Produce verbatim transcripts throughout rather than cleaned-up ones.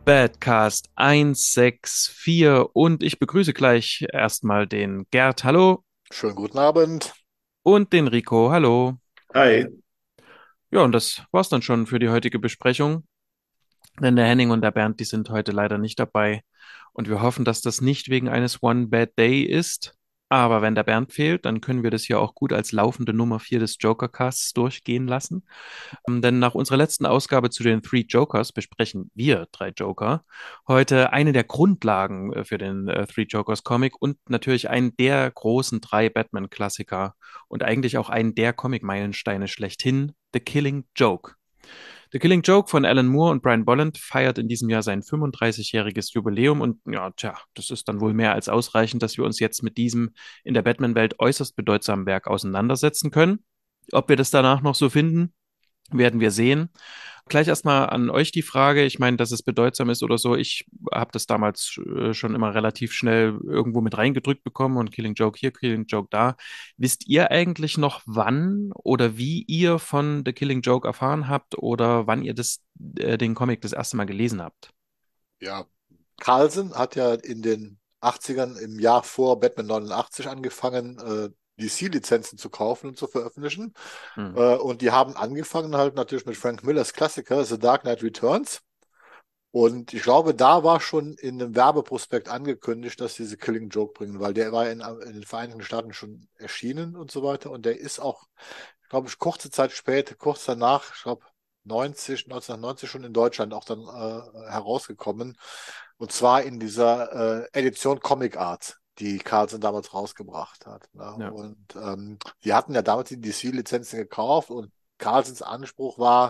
Badcast hundertsechsundsiebzig und ich begrüße gleich erstmal den Gerd, hallo, Schönen guten Abend. und den Rico, hallo. Hi. Ja, und das war's dann schon für die heutige Besprechung, denn der Henning und der Bernd, die sind heute leider nicht dabei und wir hoffen, dass das nicht wegen eines One Bad Day ist, aber wenn der Bernd fehlt, dann können wir das hier auch gut als laufende Nummer vier des Jokercasts durchgehen lassen. Ähm, Denn nach unserer letzten Ausgabe zu den Three Jokers besprechen wir drei Joker heute eine der Grundlagen äh, für den äh, Three Jokers Comic und natürlich einen der großen drei Batman-Klassiker und eigentlich auch einen der Comic-Meilensteine schlechthin, The Killing Joke. The Killing Joke von Alan Moore und Brian Bolland feiert in diesem Jahr sein fünfunddreißigjähriges Jubiläum und ja, tja, das ist dann wohl mehr als ausreichend, dass wir uns jetzt mit diesem in der Batman-Welt äußerst bedeutsamen Werk auseinandersetzen können. Ob wir das danach noch so finden, werden wir sehen. Gleich erstmal an euch die Frage. Ich meine, dass es bedeutsam ist oder so. Ich habe das damals äh, schon immer relativ schnell irgendwo mit reingedrückt bekommen und Killing Joke hier, Killing Joke da. Wisst ihr eigentlich noch, wann oder wie ihr von The Killing Joke erfahren habt oder wann ihr das, äh, den Comic das erste Mal gelesen habt? Ja, Carlsen hat ja in den achtzigern im Jahr vor Batman neunundachtzig angefangen, äh, D C-Lizenzen zu kaufen und zu veröffentlichen. Hm. Äh, und die haben angefangen halt natürlich mit Frank Millers Klassiker The Dark Knight Returns. Und ich glaube, da war schon in einem Werbeprospekt angekündigt, dass diese Killing Joke bringen, weil der war in, in den Vereinigten Staaten schon erschienen und so weiter. Und der ist auch, glaube ich, kurze Zeit später, kurz danach, ich glaube neunzig, neunzehnhundertneunzig schon in Deutschland auch dann äh, herausgekommen. Und zwar in dieser äh, Edition Comic Art, die Carlsen damals rausgebracht hat. Ne? Ja. Und ähm, die hatten ja damals die D C-Lizenzen gekauft und Carlsens Anspruch war,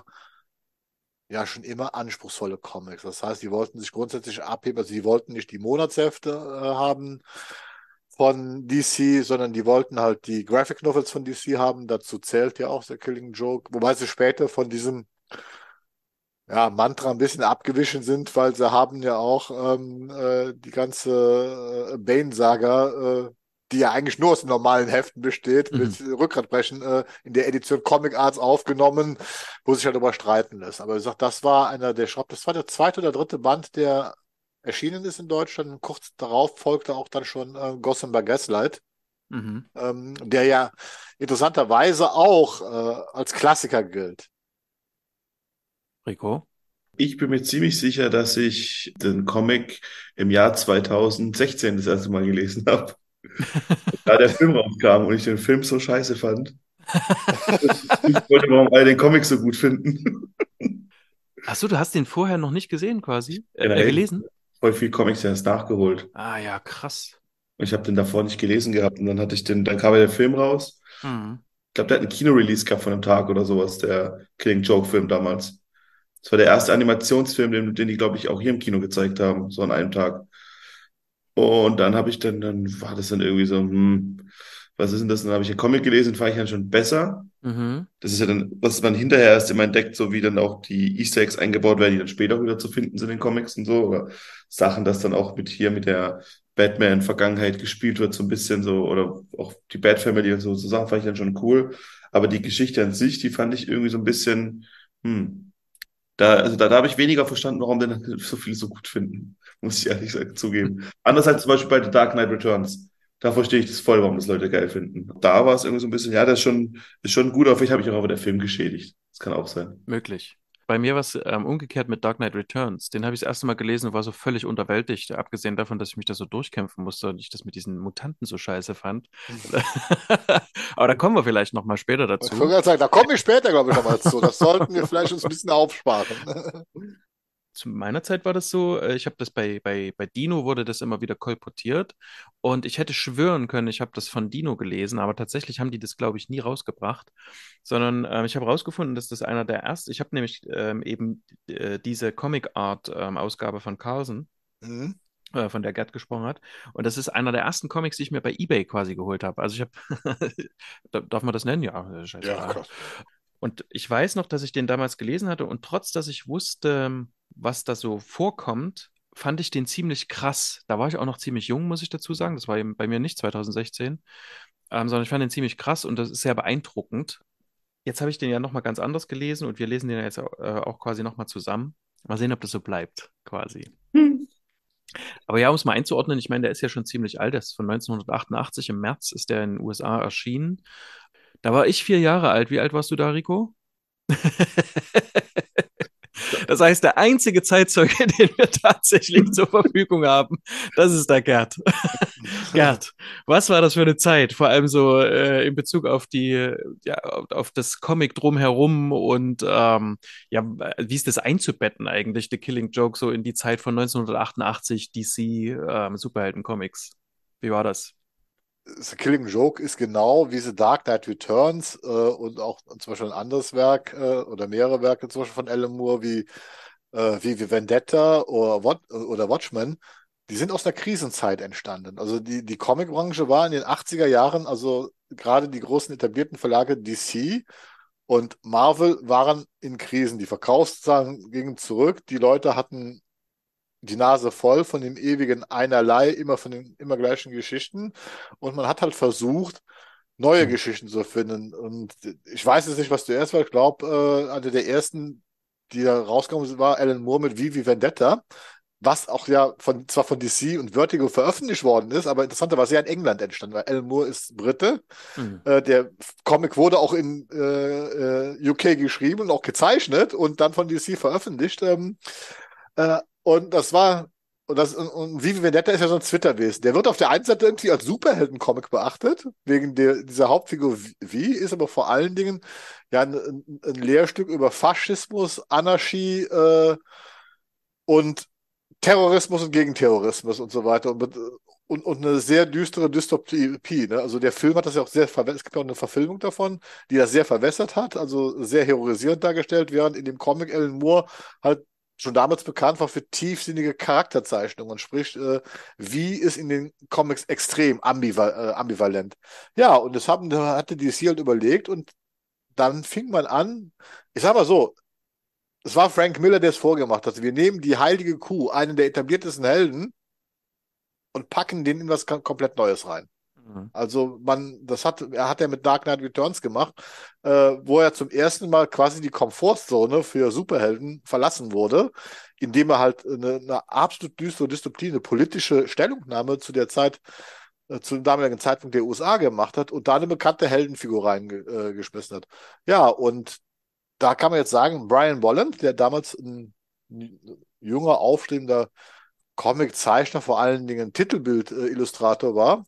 ja schon immer anspruchsvolle Comics. Das heißt, die wollten sich grundsätzlich abheben, also die wollten nicht die Monatshefte äh, haben von D C, sondern die wollten halt die Graphic Novels von D C haben. Dazu zählt ja auch der Killing Joke, wobei sie später von diesem ja, Mantra ein bisschen abgewichen sind, weil sie haben ja auch ähm, äh, die ganze äh, Bane-Saga, äh, die ja eigentlich nur aus normalen Heften besteht, Mhm. mit Rückgratbrechen äh, in der Edition Comic Arts aufgenommen, wo sich halt darüber streiten lässt. Aber ich sag, das war einer der Schraub, das war der zweite oder dritte Band, der erschienen ist in Deutschland. Und kurz darauf folgte auch dann schon äh, Gotham by Gaslight, Mhm. ähm, der ja interessanterweise auch äh, als Klassiker gilt. Rico? Ich bin mir ziemlich sicher, dass ich den Comic im Jahr zweitausendsechzehn das erste Mal gelesen habe, da der Film rauskam und ich den Film so scheiße fand. Ich wollte, warum alle den Comic so gut finden. Ach so, du hast den vorher noch nicht gesehen quasi? Äh, äh, Generell gelesen? voll viel Comics erst nachgeholt. Ah ja, krass. Und ich habe den davor nicht gelesen gehabt und dann hatte ich den, dann kam ja der Film raus. Mhm. Ich glaube, der hat einen Kino-Release gehabt von einem Tag oder sowas, der Killing Joke-Film damals. Das war der erste Animationsfilm, den, den die, glaube ich, auch hier im Kino gezeigt haben, so an einem Tag. Und dann habe ich dann, dann war das dann irgendwie so, hm, was ist denn das? Dann habe ich einen Comic gelesen, fand ich dann schon besser. Mhm. Das ist ja dann, was man hinterher erst immer entdeckt, so wie dann auch die Easter Eggs eingebaut werden, die dann später auch wieder zu finden sind in Comics und so. Oder Sachen, dass dann auch mit hier mit der Batman-Vergangenheit gespielt wird, so ein bisschen so, oder auch die Bat-Family und so, so Sachen fand ich dann schon cool. Aber die Geschichte an sich, die fand ich irgendwie so ein bisschen, hm, da, also da, da habe ich weniger verstanden, warum denn so viele so gut finden, muss ich ehrlich sagen, zugeben. Anders als zum Beispiel bei The Dark Knight Returns. Da verstehe ich das voll, warum das Leute geil finden. Da war es irgendwie so ein bisschen, ja, das ist schon, ist schon gut, aber vielleicht habe ich auch aber der Film geschädigt. Das kann auch sein. Möglich. Bei mir war es ähm, umgekehrt mit Dark Knight Returns. Den habe ich das erste Mal gelesen und war so völlig unterwältigt, abgesehen davon, dass ich mich da so durchkämpfen musste und ich das mit diesen Mutanten so scheiße fand. Aber da kommen wir vielleicht noch mal später Ich wollte dazu. gerade sagen, da komme ich später, glaube ich, nochmal zu. Das sollten wir vielleicht uns ein bisschen aufsparen. Zu meiner Zeit war das so, äh, ich habe das bei, bei, bei Dino wurde das immer wieder kolportiert und ich hätte schwören können, ich habe das von Dino gelesen, aber tatsächlich haben die das, glaube ich, nie rausgebracht, sondern ähm, ich habe rausgefunden, dass das einer der ersten, ich habe nämlich ähm, eben äh, diese Comic Art ähm, Ausgabe von Carlsen, Mhm. äh, von der Gerd gesprochen hat, und das ist einer der ersten Comics, die ich mir bei eBay quasi geholt habe. Also ich habe, darf man das nennen? Ja, äh, Ja, scheißegal. krass. Und ich weiß noch, dass ich den damals gelesen hatte und trotz, dass ich wusste, was da so vorkommt, fand ich den ziemlich krass. Da war ich auch noch ziemlich jung, muss ich dazu sagen. Das war eben bei mir nicht zweitausendsechzehn, ähm, sondern ich fand den ziemlich krass und das ist sehr beeindruckend. Jetzt habe ich den ja nochmal ganz anders gelesen und wir lesen den ja jetzt auch, äh, auch quasi nochmal zusammen. Mal sehen, ob das so bleibt, quasi. Hm. Aber ja, um es mal einzuordnen, ich meine, der ist ja schon ziemlich alt, der ist von neunzehnhundertachtundachtzig, im März ist der in den U S A erschienen. Da war ich vier Jahre alt. Wie alt warst du da, Rico? Das heißt, der einzige Zeitzeuge, den wir tatsächlich zur Verfügung haben, das ist der Gerd. Gerd, was war das für eine Zeit? Vor allem so äh, in Bezug auf die, ja, auf, auf das Comic drumherum und ähm, ja, wie ist das einzubetten eigentlich, The Killing Joke, so in die Zeit von neunzehnhundertachtundachtzig D C ähm, Superhelden-Comics? Wie war das? The Killing Joke ist genau wie The Dark Knight Returns äh, und auch zum Beispiel ein anderes Werk äh, oder mehrere Werke zum Beispiel von Alan Moore wie, äh, wie, wie Vendetta oder, Wat oder Watchmen. Die sind aus einer Krisenzeit entstanden. Also die, die Comicbranche war in den achtziger Jahren, also gerade die großen etablierten Verlage D C und Marvel waren in Krisen. Die Verkaufszahlen gingen zurück. Die Leute hatten die Nase voll von dem ewigen Einerlei, immer von den immer gleichen Geschichten. Und man hat halt versucht, neue Hm. Geschichten zu finden. Und ich weiß jetzt nicht, was du erst war. Ich glaube, äh, eine der ersten, die da rausgekommen sind, war Alan Moore mit V wie Vendetta, was auch ja von, zwar von D C und Vertigo veröffentlicht worden ist, aber interessanterweise ja in England entstanden, weil Alan Moore ist Brite. Hm. Äh, der Comic wurde auch in äh, äh, U K geschrieben und auch gezeichnet und dann von D C veröffentlicht. Ähm, äh, und das war, und, das, und, und Vivi Vendetta ist ja so ein Twitter-Wesen. Der wird auf der einen Seite irgendwie als Superhelden-Comic beachtet, wegen der, dieser Hauptfigur V, ist aber vor allen Dingen ja ein, ein, ein Lehrstück über Faschismus, Anarchie äh, und Terrorismus und Gegenterrorismus und so weiter. Und, mit, und, und eine sehr düstere Dystopie. Ne? Also der Film hat das ja auch sehr verwässert. Es gibt auch eine Verfilmung davon, die das sehr verwässert hat, also sehr heroisierend dargestellt, während in dem Comic Alan Moore halt schon damals bekannt war für tiefsinnige Charakterzeichnungen. Sprich, äh, wie ist in den Comics extrem ambival äh, ambivalent. Ja, und das haben, hatte D C halt überlegt und dann fing man an, ich sag mal so, es war Frank Miller, der es vorgemacht hat. Wir nehmen die heilige Kuh, einen der etabliertesten Helden, und packen den in was komplett Neues rein. Hm. Also man, das hat, er hat ja mit Dark Knight Returns gemacht, äh, wo er zum ersten Mal quasi die Komfortzone für Superhelden verlassen wurde, indem er halt eine, eine absolut düstere Dystopie, eine politische Stellungnahme zu der Zeit, äh, zu dem damaligen Zeitpunkt der U S A gemacht hat und da eine bekannte Heldenfigur reingeschmissen hat. Ja, und da kann man jetzt sagen, Brian Bolland, der damals ein junger, aufstrebender Comiczeichner, vor allen Dingen Titelbild-Illustrator war,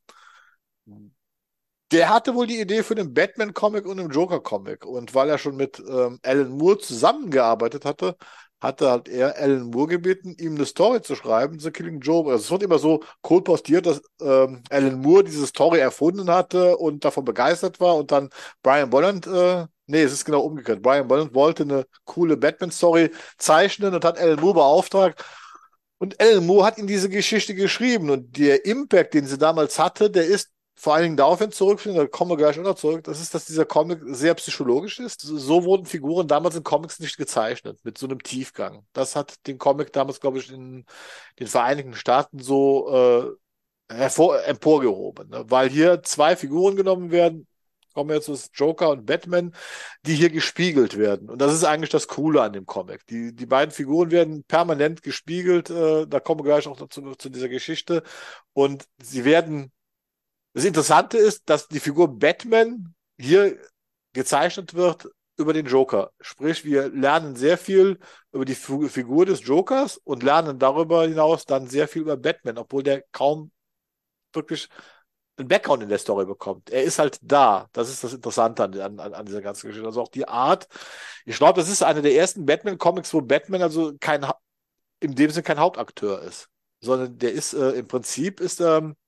der hatte wohl die Idee für einen Batman-Comic und einen Joker-Comic. Und weil er schon mit ähm, Alan Moore zusammengearbeitet hatte, hatte halt er Alan Moore gebeten, ihm eine Story zu schreiben, The Killing Joke. Also es wird immer so kolportiert, dass ähm, Alan Moore diese Story erfunden hatte und davon begeistert war und dann Brian Bolland, äh, nee, es ist genau umgekehrt. Brian Bolland wollte eine coole Batman-Story zeichnen und hat Alan Moore beauftragt. Und Alan Moore hat in diese Geschichte geschrieben und der Impact, den sie damals hatte, der ist vor allen Dingen daraufhin zurückführen, da kommen wir gleich auch noch zurück, das ist, dass dieser Comic sehr psychologisch ist. So wurden Figuren damals in Comics nicht gezeichnet, mit so einem Tiefgang. Das hat den Comic damals, glaube ich, in den Vereinigten Staaten so äh, hervor, emporgehoben, ne? Weil hier zwei Figuren genommen werden, kommen wir jetzt zu Joker und Batman, die hier gespiegelt werden. Und das ist eigentlich das Coole an dem Comic. Die, die beiden Figuren werden permanent gespiegelt, äh, da kommen wir gleich auch dazu, zu dieser Geschichte. Und sie werden das Interessante ist, dass die Figur Batman hier gezeichnet wird über den Joker. Sprich, wir lernen sehr viel über die Figur des Jokers und lernen darüber hinaus dann sehr viel über Batman, obwohl der kaum wirklich einen Background in der Story bekommt. Er ist halt da. Das ist das Interessante an, an, an dieser ganzen Geschichte. Also auch die Art. Ich glaube, das ist eine der ersten Batman-Comics, wo Batman also kein, in dem Sinne kein Hauptakteur ist, sondern der ist äh, im Prinzip ist ähm,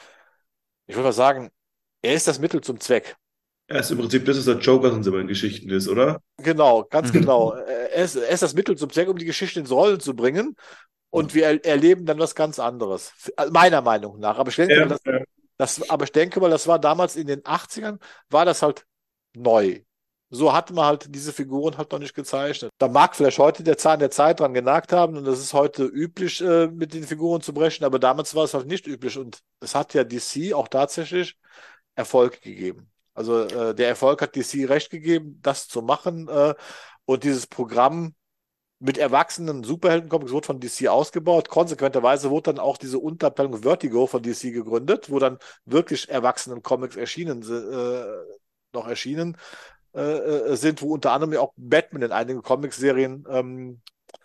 ich würde mal sagen, er ist das Mittel zum Zweck. Er ist im Prinzip das, was der Joker in seinen Geschichten ist, oder? Genau, ganz Mhm. genau. Er ist, er ist das Mittel zum Zweck, um die Geschichte ins Rollen zu bringen. Und Ja, wir er erleben dann was ganz anderes. Also meiner Meinung nach. Aber ich denke mal, ja. das, das, aber ich denke mal, das war damals in den achtzigern, war das halt neu. So hatte man halt diese Figuren halt noch nicht gezeichnet. Da mag vielleicht heute der Zahn der Zeit dran genagt haben und das ist heute üblich, äh, mit den Figuren zu brechen, aber damals war es halt nicht üblich und es hat ja D C auch tatsächlich Erfolg gegeben. Also äh, der Erfolg hat D C recht gegeben, das zu machen äh, und dieses Programm mit erwachsenen Superhelden-Comics wurde von D C ausgebaut. Konsequenterweise wurde dann auch diese Unterabteilung Vertigo von D C gegründet, wo dann wirklich erwachsenen Comics erschienen äh, noch erschienen äh, äh, sind, wo unter anderem ja auch Batman in einigen Comicserien ähm,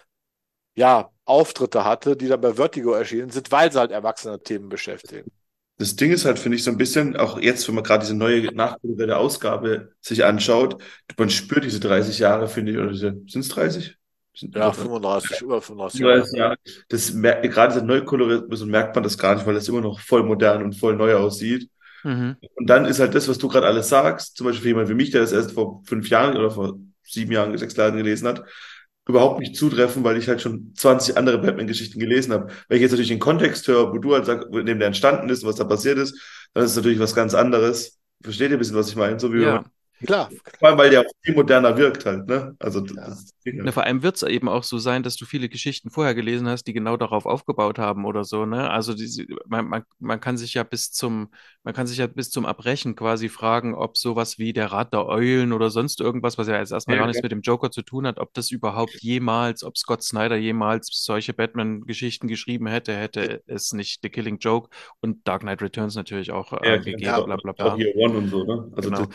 ja, Auftritte hatte, die dann bei Vertigo erschienen sind, weil sie halt erwachsene Themen beschäftigen. Das Ding ist halt, finde ich, so ein bisschen, auch jetzt, wenn man gerade diese neue nachgeführte Ausgabe sich anschaut, man spürt diese dreißig Jahre, finde ich, oder diese, sind es dreißig? Sind Ja, doch fünfunddreißig, über fünfunddreißig Jahre. dreißig Jahre. Das mer- gerade dieser Neukolorismus merkt man das gar nicht, weil das immer noch voll modern und voll neu aussieht. Mhm. Und dann ist halt das, was du gerade alles sagst, zum Beispiel für jemand wie mich, der das erst vor fünf Jahren oder vor sieben Jahren, sechs Jahren gelesen hat, überhaupt nicht zutreffen, weil ich halt schon zwanzig andere Batman-Geschichten gelesen habe. Wenn ich jetzt natürlich den Kontext höre, wo du halt sagst, wo in dem der entstanden ist und was da passiert ist, dann ist es natürlich was ganz anderes. Versteht ihr ein bisschen, was ich meine? So wie Ja. Klar. vor allem, weil der auch viel moderner wirkt halt, ne? Also das, Ja. das ist das Ding Na, halt. vor allem wird es eben auch so sein, dass du viele Geschichten vorher gelesen hast, die genau darauf aufgebaut haben oder so, ne? Also diese, man, man, man kann sich ja bis zum, man kann sich ja bis zum Erbrechen quasi fragen, ob sowas wie der Rat der Eulen oder sonst irgendwas, was ja jetzt erstmal Ja, gar nichts ja. mit dem Joker zu tun hat, ob das überhaupt jemals, ob Scott Snyder jemals solche Batman-Geschichten geschrieben hätte, hätte es nicht The Killing Joke und Dark Knight Returns natürlich auch Ja, ähm, klar. gegeben, Ja, bla bla Auch bla. Year One und so, ne? Also das, Genau.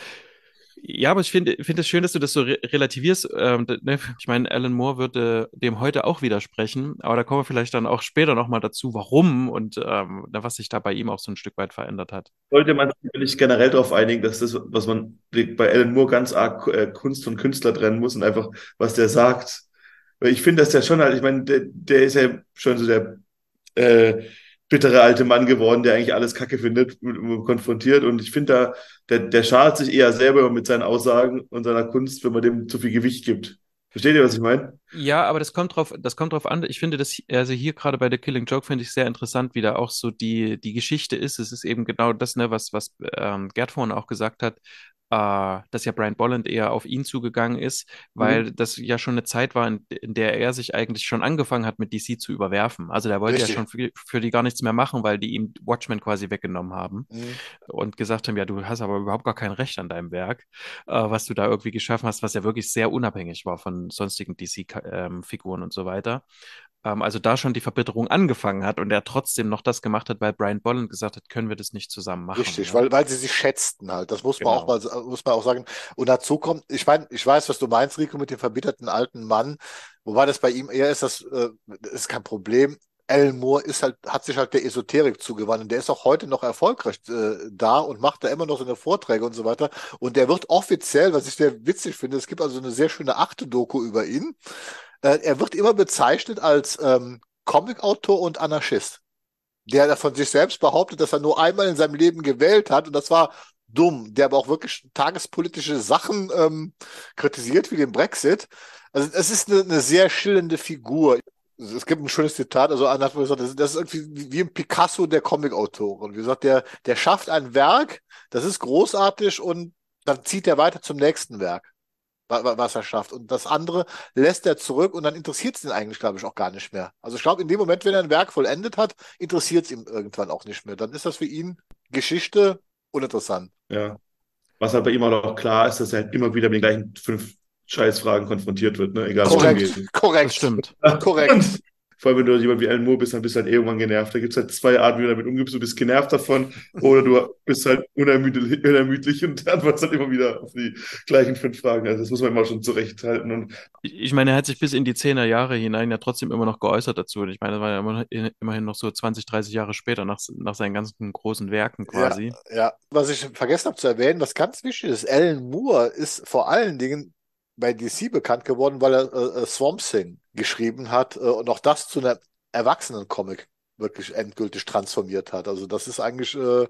Ja, aber ich finde finde es schön, dass du das so re relativierst. Ähm, d- ne? Ich meine, Alan Moore würde dem heute auch widersprechen, aber da kommen wir vielleicht dann auch später nochmal dazu, warum und ähm, na, was sich da bei ihm auch so ein Stück weit verändert hat. sollte man sich nicht generell darauf einigen, dass das, was man bei Alan Moore ganz arg äh, Kunst und Künstler trennen muss und einfach, was der sagt. Weil ich finde, dass der schon halt, ich meine, der, der ist ja schon so der äh, bittere alte Mann geworden, der eigentlich alles Kacke findet, mit, mit, konfrontiert. Und ich finde da, der, der schadet sich eher selber mit seinen Aussagen und seiner Kunst, wenn man dem zu viel Gewicht gibt. Versteht ihr, was ich meine? Ja, aber das kommt drauf, das kommt drauf an. Ich finde das, also hier gerade bei The Killing Joke finde ich sehr interessant, wie da auch so die, die Geschichte ist. Es ist eben genau das, ne, was, was ähm, Gerd vorhin auch gesagt hat, äh, dass ja Brian Bolland eher auf ihn zugegangen ist, Mhm. weil das ja schon eine Zeit war, in, in der er sich eigentlich schon angefangen hat, mit D C zu überwerfen. Also der wollte ja richtig. schon für, für die gar nichts mehr machen, weil die ihm Watchmen quasi weggenommen haben Mhm. und gesagt haben, ja, du hast aber überhaupt gar kein Recht an deinem Werk, äh, was du da irgendwie geschaffen hast, was ja wirklich sehr unabhängig war von sonstigen D C-Figuren und so weiter. Ähm, also da schon die Verbitterung angefangen hat und er trotzdem noch das gemacht hat, weil Brian Bolland gesagt hat, können wir das nicht zusammen machen. Richtig, Ne? weil, weil sie sich schätzten halt. Das muss man auch Genau. mal, muss man auch sagen. Und dazu kommt, ich meine, ich weiß, was du meinst, Rico, mit dem verbitterten alten Mann. Wobei das bei ihm eher ist, das, äh, das ist kein Problem. Alan Moore ist halt, hat sich halt der Esoterik zugewandt und der ist auch heute noch erfolgreich äh, da und macht da immer noch seine Vorträge und so weiter. Und der wird offiziell, was ich sehr witzig finde, es gibt also eine sehr schöne Achte-Doku über ihn. Äh, er wird immer bezeichnet als ähm, Comicautor und Anarchist, der von sich selbst behauptet, dass er nur einmal in seinem Leben gewählt hat und das war dumm, der aber auch wirklich tagespolitische Sachen ähm, kritisiert, wie den Brexit. Also es ist eine, eine sehr schillernde Figur. Es gibt ein schönes Zitat, also einer hat mir gesagt, das ist, das ist irgendwie wie wie ein Picasso der Comicautoren. Wie gesagt, der, der schafft ein Werk, das ist großartig und dann zieht er weiter zum nächsten Werk, wa- wa- was er schafft. Und das andere lässt er zurück und dann interessiert es ihn eigentlich, glaube ich, auch gar nicht mehr. Also ich glaube, in dem Moment, wenn er ein Werk vollendet hat, interessiert es ihm irgendwann auch nicht mehr. Dann ist das für ihn Geschichte uninteressant. Ja. Was halt bei ihm auch klar ist, dass er halt immer wieder mit den gleichen fünf Scheißfragen konfrontiert wird, ne? Egal worum Stimmt. es Korrekt, geht. Das korrekt, stimmt. korrekt. Vor allem, wenn du jemand wie Alan Moore bist, dann bist du halt irgendwann genervt. Da gibt es halt zwei Arten, wie du damit umgibst. Du bist genervt davon oder du bist halt unermüdlich, unermüdlich und antwortest halt immer wieder auf die gleichen fünf Fragen. Also das muss man immer schon zurechthalten. Und Ich ich meine, er hat sich bis in die zehner Jahre hinein ja trotzdem immer noch geäußert dazu. Und ich meine, das war ja immer, immerhin noch so zwanzig, dreißig Jahre später nach, nach seinen ganzen großen Werken Ja, quasi. ja. Was ich vergessen habe zu erwähnen, was ganz wichtig ist, Alan Moore ist vor allen Dingen bei D C bekannt geworden, weil er äh, äh, Swamp Thing geschrieben hat äh, und auch das zu einem Erwachsenen-Comic wirklich endgültig transformiert hat. Also das ist eigentlich äh,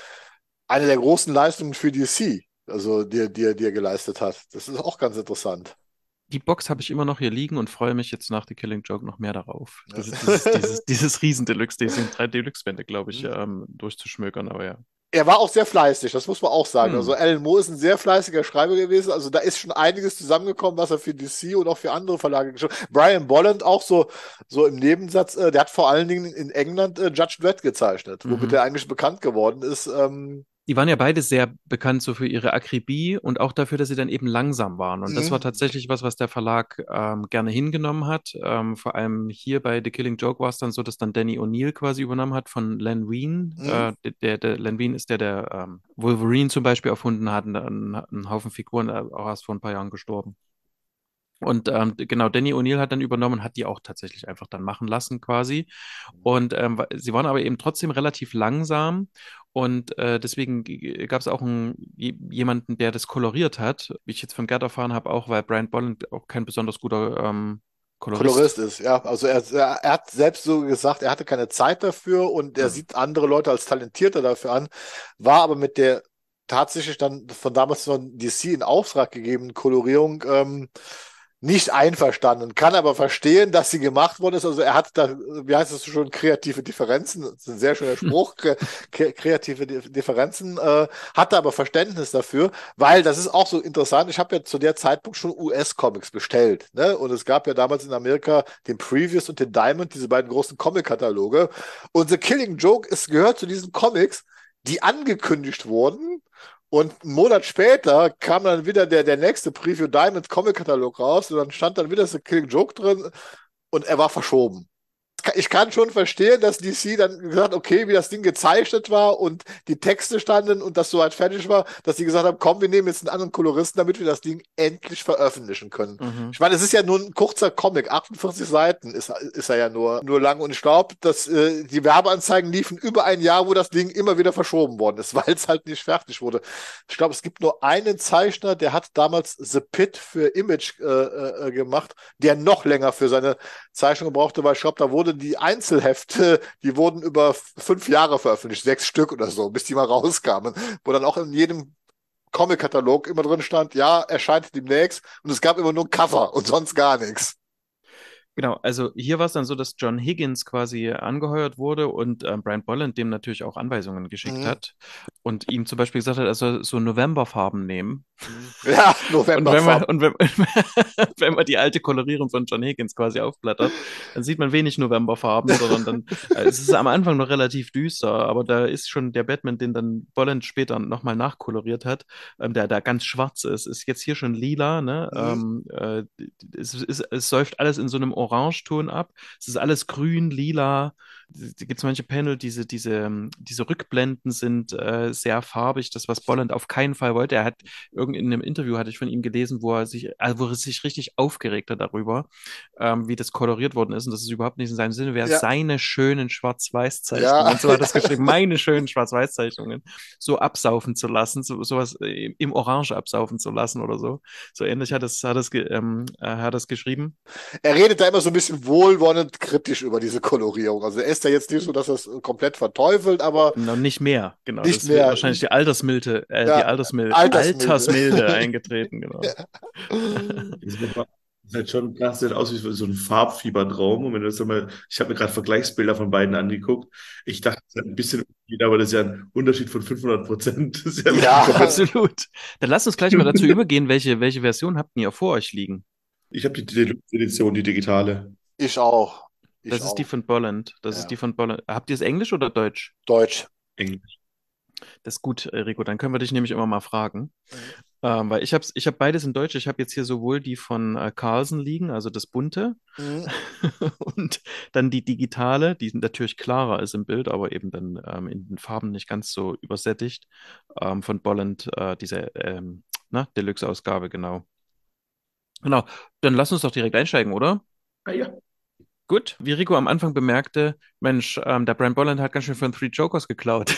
eine der großen Leistungen für D C, also die, die, er- die er geleistet hat. Das ist auch ganz interessant. Die Box habe ich immer noch hier liegen und freue mich jetzt nach The Killing Joke noch mehr darauf. Ja. Das ist dieses, dieses, dieses Riesen-Deluxe, diese drei Deluxe-Bände, glaube ich, Mhm. ähm, durchzuschmökern, aber ja. Er war auch sehr fleißig, das muss man auch sagen. Hm. Also Alan Moore ist ein sehr fleißiger Schreiber gewesen. Also da ist schon einiges zusammengekommen, was er für D C und auch für andere Verlage geschrieben hat. Brian Bolland auch so, so im Nebensatz, äh, der hat vor allen Dingen in England äh, Judge Dredd gezeichnet, womit Mhm. er eigentlich bekannt geworden ist. Ähm, Die waren ja beide sehr bekannt so für ihre Akribie und auch dafür, dass sie dann eben langsam waren. Und das war Mhm. tatsächlich was, was der Verlag ähm, gerne hingenommen hat. Ähm, vor allem hier bei The Killing Joke war es dann so, dass dann Danny O'Neill quasi übernommen hat von Len Wein. Mhm. Äh, der, der, der Len Wein ist der, der ähm, Wolverine zum Beispiel erfunden hat, einen, einen Haufen Figuren, äh, auch erst vor ein paar Jahren gestorben. Und ähm, genau, Danny O'Neill hat dann übernommen, hat die auch tatsächlich einfach dann machen lassen quasi. Und ähm, wa- sie waren aber eben trotzdem relativ langsam. Und äh, deswegen gab es auch einen, je- jemanden, der das koloriert hat. Wie ich jetzt von Gerd erfahren habe, auch, weil Brian Bolland auch kein besonders guter ähm, Kolorist. Kolorist ist, ja. Also er, er, er hat selbst so gesagt, er hatte keine Zeit dafür und er Hm. sieht andere Leute als talentierter dafür an, war aber mit der tatsächlich dann von damals von D C in Auftrag gegebenen Kolorierung ähm, nicht einverstanden, kann aber verstehen, dass sie gemacht worden ist. Also er hat da, wie heißt es so schon, kreative Differenzen, das ist ein sehr schöner Spruch, kre kre kreative Di- Differenzen, äh, hatte aber Verständnis dafür, weil das ist auch so interessant. Ich habe ja zu der Zeitpunkt schon U S-Comics bestellt, ne? Und es gab ja damals in Amerika den Previous und den Diamond, diese beiden großen Comic-Kataloge. Und The Killing Joke ist, gehört zu diesen Comics, die angekündigt wurden. Und einen Monat später kam dann wieder der, der nächste Preview Diamond Comic-Katalog raus und dann stand dann wieder The Killing Joke drin und er war verschoben. Ich kann schon verstehen, dass D C dann gesagt hat, okay, wie das Ding gezeichnet war und die Texte standen und das soweit fertig war, dass sie gesagt haben, komm, wir nehmen jetzt einen anderen Koloristen, damit wir das Ding endlich veröffentlichen können. Mhm. Ich meine, es ist ja nur ein kurzer Comic, achtundvierzig Seiten ist, ist er ja nur, nur lang und ich glaube, dass äh, die Werbeanzeigen liefen über ein Jahr, wo das Ding immer wieder verschoben worden ist, weil es halt nicht fertig wurde. Ich glaube, es gibt nur einen Zeichner, der hat damals The Pit für Image äh, äh, gemacht, der noch länger für seine Zeichnung brauchte, weil ich glaube, da wurden die Einzelhefte, die wurden über fünf Jahre veröffentlicht, sechs Stück oder so, bis die mal rauskamen, wo dann auch in jedem Comic-Katalog immer drin stand, ja, erscheint demnächst und es gab immer nur ein Cover und sonst gar nichts. Genau, also hier war es dann so, dass John Higgins quasi angeheuert wurde und ähm, Brian Bolland dem natürlich auch Anweisungen geschickt Mhm. hat und ihm zum Beispiel gesagt hat, er soll so Novemberfarben nehmen. Mhm. Ja, Und wenn man, Novemberfarben. und wenn, wenn man die alte Kolorierung von John Higgins quasi aufblättert, dann sieht man wenig Novemberfarben, sondern dann, äh, es ist am Anfang noch relativ düster, aber da ist schon der Batman, den dann Bolland später nochmal nachkoloriert hat, ähm, der da ganz schwarz ist, ist jetzt hier schon lila, ne? Mhm. Ähm, äh, es, es, es säuft alles in so einem Orangeton ab. Es ist alles grün, lila. Da gibt es manche Panel, diese, diese, ähm, diese Rückblenden sind äh, sehr farbig, das, was Bolland auf keinen Fall wollte. Er hat irgend in einem Interview hatte ich von ihm gelesen, wo er sich, also wo er sich richtig aufgeregt hat darüber, ähm, wie das koloriert worden ist. Und das ist überhaupt nicht in seinem Sinne wäre, Ja, seine schönen ja, Schwarz-Weiß-Zeichnungen, so hat er es geschrieben, meine schönen Schwarz-Weiß-Zeichnungen, so absaufen zu lassen, so, sowas äh, im Orange absaufen zu lassen oder so. So ähnlich hat es, hat es, ge- ähm, äh, hat es geschrieben. er redet da immer so ein bisschen wohlwollend kritisch über diese Kolorierung. Also er ist ja jetzt nicht so, dass er es komplett verteufelt, aber Noch nicht mehr, genau. nicht Das ist mehr, wahrscheinlich die Altersmilde, äh, die ja, Altersmilde, Altersmilde. Altersmilde eingetreten, genau. Das ist halt schon krass, sieht aus wie so ein Farbfiebertraum. Und wenn du das mal, ich habe mir gerade Vergleichsbilder von beiden angeguckt. Ich dachte, es hat ein bisschen Unterschied, aber das ist ja ein Unterschied von fünfhundert Prozent. Das ist ja wirklich komplett. Ja, Absolut. Dann lasst uns gleich mal dazu übergehen, welche, welche Version habt ihr vor euch liegen? Ich habe die Deluxe-Edition, die digitale. ich auch. Ich Das ist die auch. von Bolland. Das ist die Ja. von Bolland. Habt ihr es Englisch oder Deutsch? Deutsch. Englisch. Das ist gut, äh, Rico. Dann können wir dich nämlich immer mal fragen. Mhm. Ähm, weil ich habe ich hab beides in Deutsch. Ich habe jetzt hier sowohl die von äh, Carlsen liegen, also das bunte, Mhm. und dann die digitale, die natürlich klarer ist im Bild, aber eben dann ähm, in den Farben nicht ganz so übersättigt. Ähm, von Bolland, äh, diese ähm, na, Deluxe-Ausgabe, genau. Genau. Dann lass uns doch direkt einsteigen, oder? Ah ja. Gut, wie Rico am Anfang bemerkte, Mensch, ähm, der Brian Bolland hat ganz schön von Three Jokers geklaut.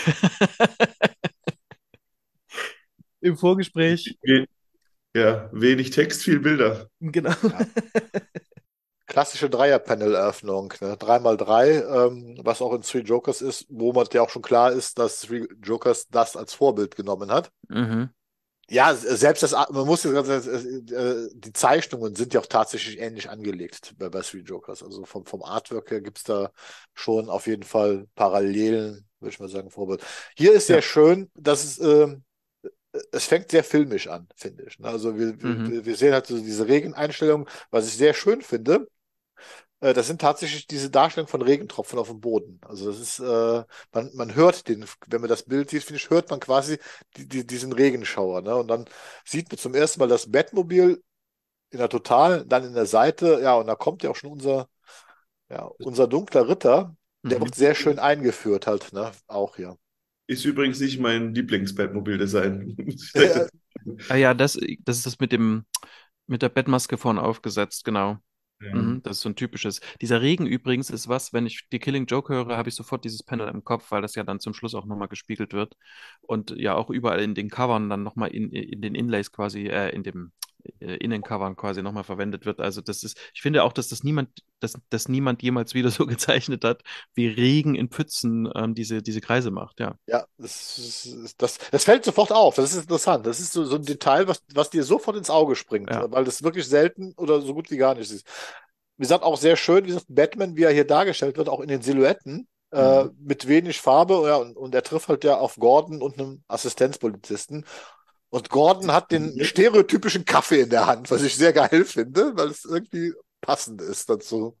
Im Vorgespräch. We- Ja, wenig Text, viel Bilder. Genau. Ja. Klassische Dreier-Panel-Eröffnung, ne? Drei mal drei, ähm, was auch in Three Jokers ist, wo man ja auch schon klar ist, dass Three Jokers das als Vorbild genommen hat. Mhm. Ja, selbst das, man muss jetzt ganz ehrlich, äh, die Zeichnungen sind ja auch tatsächlich ähnlich angelegt bei, bei Three Jokers. Also vom, vom Artwork her gibt es da schon auf jeden Fall Parallelen, würde ich mal sagen, Vorbild. Hier ist sehr Ja. schön, dass es, ähm, es fängt sehr filmisch an, finde ich. Ne? Also wir, Mhm. wir, wir sehen halt so diese Regeneinstellung, was ich sehr schön finde. Äh, das sind tatsächlich diese Darstellungen von Regentropfen auf dem Boden. Also das ist, äh, man, man hört den, wenn man das Bild sieht, finde ich, hört man quasi die, die, diesen Regenschauer. Ne? Und dann sieht man zum ersten Mal das Batmobil in der Total, dann in der Seite, ja, und da kommt ja auch schon unser, ja, unser dunkler Ritter. Der Mhm. wird sehr schön eingeführt halt, ne? Auch hier. Ist übrigens nicht mein Lieblings-Batmobil-Design. muss ich direkt dazu sagen. Ah ja, das, das ist das mit dem, mit der Bettmaske vorne aufgesetzt, genau. Ja. Mhm, das ist so ein typisches. Dieser Regen übrigens ist was, wenn ich die Killing Joke höre, habe ich sofort dieses Panel im Kopf, weil das ja dann zum Schluss auch nochmal gespiegelt wird und ja auch überall in den Covern dann nochmal in, in den Inlays quasi, äh, in dem äh, Innencovern quasi nochmal verwendet wird. Also das ist, ich finde auch, dass das niemand, dass, dass niemand jemals wieder so gezeichnet hat, wie Regen in Pfützen ähm, diese, diese Kreise macht, ja. Ja, das, ist- das, das fällt sofort auf. Das ist interessant. Das ist so, so ein Detail, was, was dir sofort ins Auge springt, Ja. weil das wirklich selten oder so gut wie gar nicht ist. Wie gesagt, auch sehr schön, wie gesagt, Batman, wie er hier dargestellt wird, auch in den Silhouetten, äh, Mhm. mit wenig Farbe. Ja, und, und er trifft halt ja auf Gordon und einen Assistenzpolizisten. Und Gordon hat den stereotypischen Kaffee in der Hand, was ich sehr geil finde, weil es irgendwie passend ist dazu.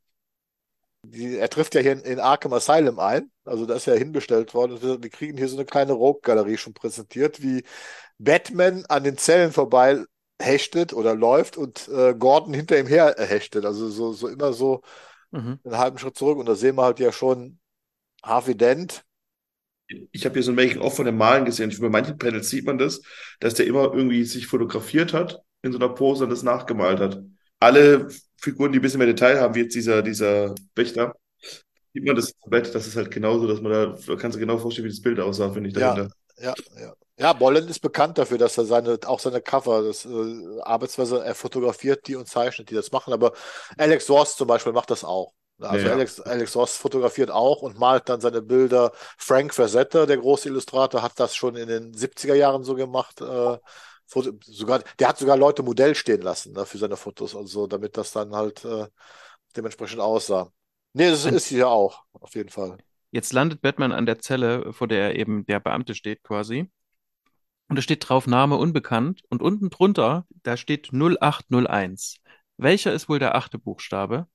Die, er trifft ja hier in, in Arkham Asylum ein, also da ist er hinbestellt worden. Und wir, wir kriegen hier so eine kleine Rogue-Galerie schon präsentiert, wie Batman an den Zellen vorbei hechtet oder läuft und äh, Gordon hinter ihm her hechtet. Also so, so immer so Mhm. einen halben Schritt zurück. Und da sehen wir halt ja schon Harvey Dent. Ich habe hier so ein Making-of von dem Malen gesehen. Bei manchen Panels sieht man das, dass der immer irgendwie sich fotografiert hat in so einer Pose und das nachgemalt hat. Alle Figuren, die ein bisschen mehr Detail haben, wie jetzt dieser, dieser Wächter, sieht man das komplett. Das ist halt genauso, dass man da, da kannst du genau vorstellen, wie das Bild aussah, finde ich Ja, dahinter. ja, ja. Ja, Bolland ist bekannt dafür, dass er seine, auch seine Cover, das äh, Arbeitsweise, er fotografiert die und zeichnet die das machen, aber Alex Ross zum Beispiel macht das auch. Ja, Also ja. Alex, Alex Ross fotografiert auch und malt dann seine Bilder. Frank Frazetta, der große Illustrator, hat das schon in den siebziger Jahren so gemacht. Äh, Foto, sogar, der hat sogar Leute Modell stehen lassen, ne, für seine Fotos und so, damit das dann halt äh, dementsprechend aussah. Nee, das Und ist hier auch, auf jeden Fall. jetzt landet Batman an der Zelle, vor der eben der Beamte steht quasi. Und da steht drauf Name unbekannt und unten drunter, da steht null acht null eins. Welcher ist wohl der achte Buchstabe?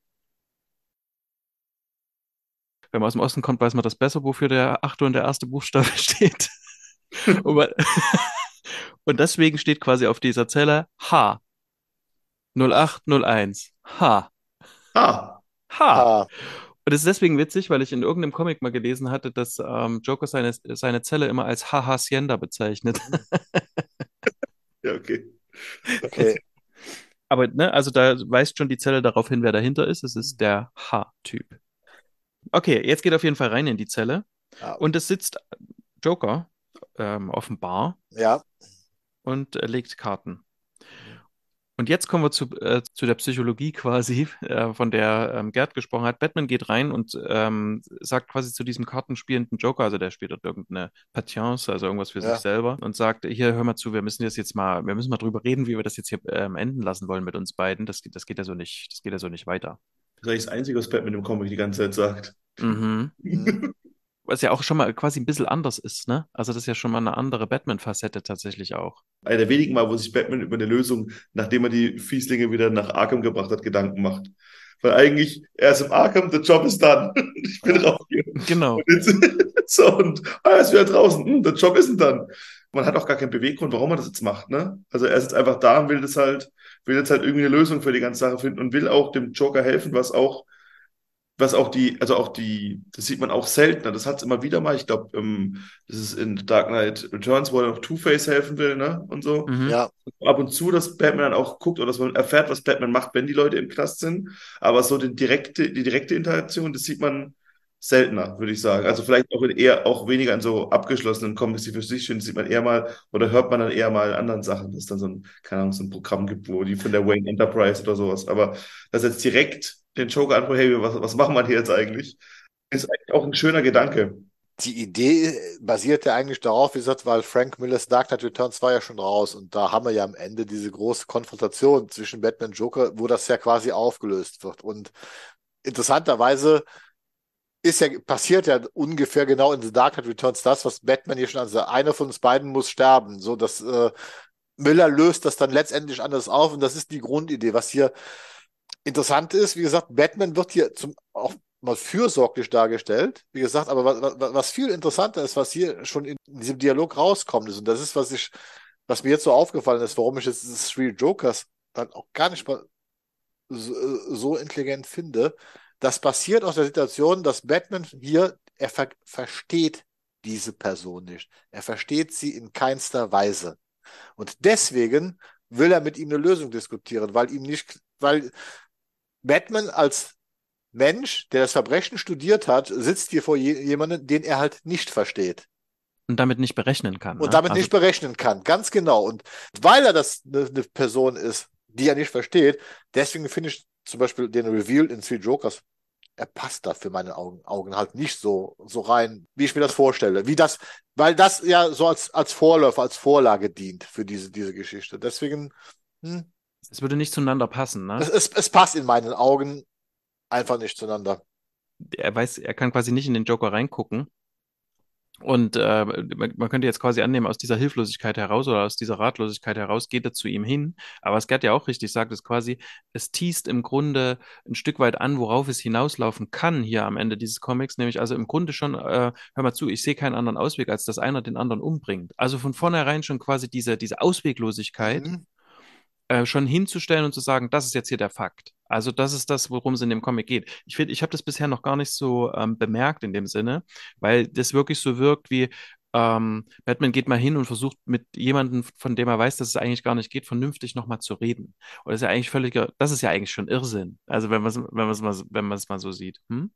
Wenn man aus dem Osten kommt, weiß man das besser, wofür der achte und der erste Buchstabe steht. Und, man, und deswegen steht quasi auf dieser Zelle H. null acht null eins. H. Ah, H. Ha, Und es ist deswegen witzig, weil ich in irgendeinem Comic mal gelesen hatte, dass ähm, Joker seine, seine Zelle immer als H H Hacienda bezeichnet. ja, okay. okay. Aber ne, also da weist schon die Zelle darauf hin, wer dahinter ist. Es ist der H-Typ. Okay, jetzt geht auf jeden Fall rein in die Zelle. Ja, Und es sitzt Joker ähm, offenbar ja. und äh, legt Karten. Und jetzt kommen wir zu, äh, zu der Psychologie quasi, äh, von der ähm, Gerd gesprochen hat. Batman geht rein und ähm, sagt quasi zu diesem kartenspielenden Joker, also der spielt dort irgendeine Patience, also irgendwas für sich Ja. selber, und sagt, hier, hör mal zu, wir müssen das jetzt mal, wir müssen mal drüber reden, wie wir das jetzt hier ähm, enden lassen wollen mit uns beiden. Das, geht- das geht ja so nicht, das geht ja so nicht weiter. Das ist eigentlich das Einzige, was Batman im Comic die ganze Zeit sagt. Mhm. Hm. Was ja auch schon mal quasi ein bisschen anders ist, ne? Also das ist ja schon mal eine andere Batman-Facette tatsächlich auch. Einer der wenigen Mal, wo sich Batman über eine Lösung, nachdem er die Fieslinge wieder nach Arkham gebracht hat, Gedanken macht. Weil eigentlich, er ist im Arkham, the job is done. Ich bin Ja. raus hier. Genau. Und jetzt, so, und ah, er ist wieder draußen, hm, der Job ist dann. Man hat auch gar keinen Beweggrund, warum er das jetzt macht, ne? Also er ist jetzt einfach da und will das halt, will jetzt halt irgendwie eine Lösung für die ganze Sache finden und will auch dem Joker helfen, was auch was auch die, also auch die, das sieht man auch seltener. Das hat es immer wieder mal. Ich glaube, ähm, das ist in Dark Knight Returns, wo er noch Two-Face helfen will, ne? Und so. Mhm. Ja, Ab und zu, dass Batman dann auch guckt oder dass man erfährt, was Batman macht, wenn die Leute im Knast sind. Aber so die direkte, die direkte Interaktion, das sieht man seltener, würde ich sagen. ja. Also vielleicht auch in eher, auch weniger in so abgeschlossenen Comics, die für sich sind, sieht man eher mal oder hört man dann eher mal anderen Sachen, dass es dann so ein, keine Ahnung, so ein Programm gibt, wo die von der Wayne Enterprise oder sowas. Aber dass jetzt direkt den Joker anspricht, hey, was, was machen wir hier jetzt eigentlich? Ist eigentlich auch ein schöner Gedanke. Die Idee basierte eigentlich darauf, wie gesagt, weil Frank Millers Dark Knight Returns war ja schon raus und da haben wir ja am Ende diese große Konfrontation zwischen Batman und Joker, wo das ja quasi aufgelöst wird. Und interessanterweise ist ja, passiert ja ungefähr genau in The Dark Knight Returns das, was Batman hier schon ansah. Einer von uns beiden muss sterben. So, dass äh, Miller löst das dann letztendlich anders auf und das ist die Grundidee, was hier Interessant ist, wie gesagt, Batman wird hier zum, auch mal fürsorglich dargestellt. Wie gesagt, aber was, was, was viel interessanter ist, was hier schon in diesem Dialog rauskommt, ist, und das ist, was ich, was mir jetzt so aufgefallen ist, warum ich jetzt dieses Three Jokers dann auch gar nicht mal so, so intelligent finde. Das passiert aus der Situation, dass Batman hier, er ver versteht diese Person nicht. Er versteht sie in keinster Weise. Und deswegen will er mit ihm eine Lösung diskutieren, weil ihm nicht, weil Batman als Mensch, der das Verbrechen studiert hat, sitzt hier vor je jemandem, den er halt nicht versteht Und damit nicht berechnen kann, und ne? damit Also, nicht berechnen kann. Ganz genau. Und weil er das eine, eine Person ist, die er nicht versteht, deswegen finde ich zum Beispiel den Reveal in Three Jokers, er passt da für meine Augen, Augen halt nicht so, so rein, wie ich mir das vorstelle. Wie das, weil das ja so als, als Vorläufer, als Vorlage dient für diese, diese Geschichte. Deswegen, hm, es würde nicht zueinander passen, ne? es, es, es passt in meinen Augen einfach nicht zueinander. Er weiß, er kann quasi nicht in den Joker reingucken. Und äh, man, man könnte jetzt quasi annehmen, aus dieser Hilflosigkeit heraus oder aus dieser Ratlosigkeit heraus geht er zu ihm hin. Aber was Gerd ja auch richtig sagt, ist quasi, es teast im Grunde ein Stück weit an, worauf es hinauslaufen kann hier am Ende dieses Comics. Nämlich also im Grunde schon, äh, hör mal zu, ich sehe keinen anderen Ausweg, als dass einer den anderen umbringt. Also von vornherein schon quasi diese, diese Ausweglosigkeit Mhm. äh, schon hinzustellen und zu sagen, das ist jetzt hier der Fakt. Also das ist das, worum es in dem Comic geht. Ich finde, ich habe das bisher noch gar nicht so ähm, bemerkt in dem Sinne, weil das wirklich so wirkt wie ähm, Batman geht mal hin und versucht mit jemandem, von dem er weiß, dass es eigentlich gar nicht geht, vernünftig nochmal zu reden. Und das ist ja eigentlich völliger, das ist ja eigentlich schon Irrsinn. Also wenn man es, wenn man es mal, wenn man es mal so sieht. Hm?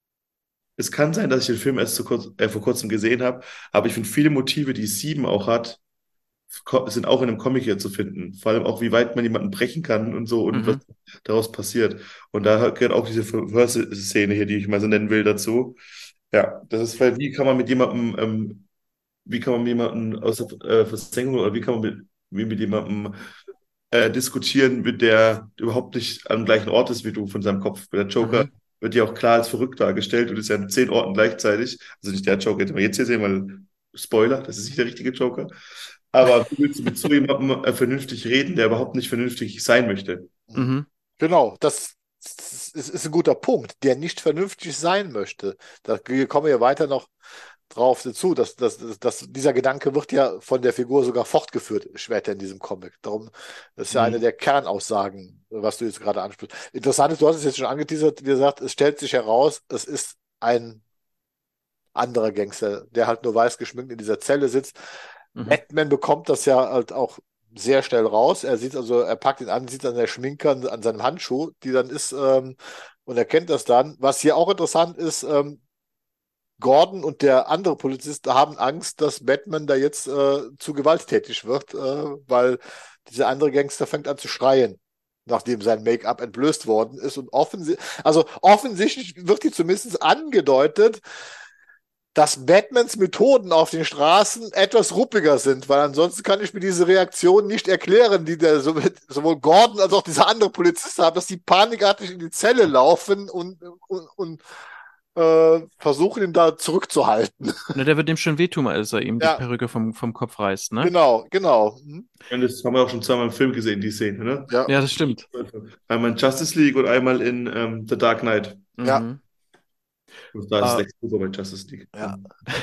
Es kann sein, dass ich den Film erst zu kurz, äh, vor kurzem gesehen habe, aber ich finde viele Motive, die Sieben auch hat, ko- sind auch in einem Comic hier zu finden. Vor allem auch, wie weit man jemanden brechen kann und so und was Mhm. daraus passiert. Und da gehört auch diese Verhörszene hier, die ich mal so nennen will, dazu. Ja, das ist, weil wie kann man mit jemandem, ähm, wie kann man mit jemandem aus der äh, Versenkung oder wie kann man mit, wie mit jemandem äh, diskutieren, mit der überhaupt nicht am gleichen Ort ist wie du von seinem Kopf. Weil der Joker Mhm. wird ja auch klar als verrückt dargestellt und ist ja an zehn Orten gleichzeitig. Also nicht der Joker, den wir jetzt hier sehen, weil Spoiler, das ist nicht der richtige Joker. Aber wie willst du mit so jemandem äh, vernünftig reden, der überhaupt nicht vernünftig sein möchte? Mhm. Mhm. Genau, das ist, ist ein guter Punkt, der nicht vernünftig sein möchte. Da kommen wir ja weiter noch drauf dazu, dass, dass, dass, dass dieser Gedanke wird ja von der Figur sogar fortgeführt später in diesem Comic. Darum, das ist ja eine Mhm. der Kernaussagen, was du jetzt gerade ansprichst. Interessant ist, du hast es jetzt schon angeteasert, wie gesagt, es stellt sich heraus, es ist ein anderer Gangster, der halt nur weiß geschminkt in dieser Zelle sitzt. Mhm. Batman bekommt das ja halt auch sehr schnell raus. Er sieht also, er packt ihn an, sieht an der Schminke, an, an seinem Handschuh, die dann ist, ähm, und erkennt das dann. Was hier auch interessant ist, ähm, Gordon und der andere Polizist haben Angst, dass Batman da jetzt äh, zu gewalttätig wird, äh, weil dieser andere Gangster fängt an zu schreien, nachdem sein Make-up entblößt worden ist. Und offensi also offensichtlich wird hier zumindest angedeutet, dass Batmans Methoden auf den Straßen etwas ruppiger sind, weil ansonsten kann ich mir diese Reaktion nicht erklären, die der sowohl Gordon als auch dieser andere Polizist haben, dass die panikartig in die Zelle laufen und, und, und äh, versuchen, ihn da zurückzuhalten. Ne, der wird dem schon wehtun, als er ihm die Ja, Perücke vom, vom Kopf reißt, ne? genau, genau. Hm. Und das haben wir auch schon zweimal im Film gesehen, die Szene, ne? Ja, Ja, das stimmt. Einmal in Justice League und einmal in ähm, The Dark Knight. ja, Mhm. Und da ist es Äh, Lex Luthor bei Justice League. ja.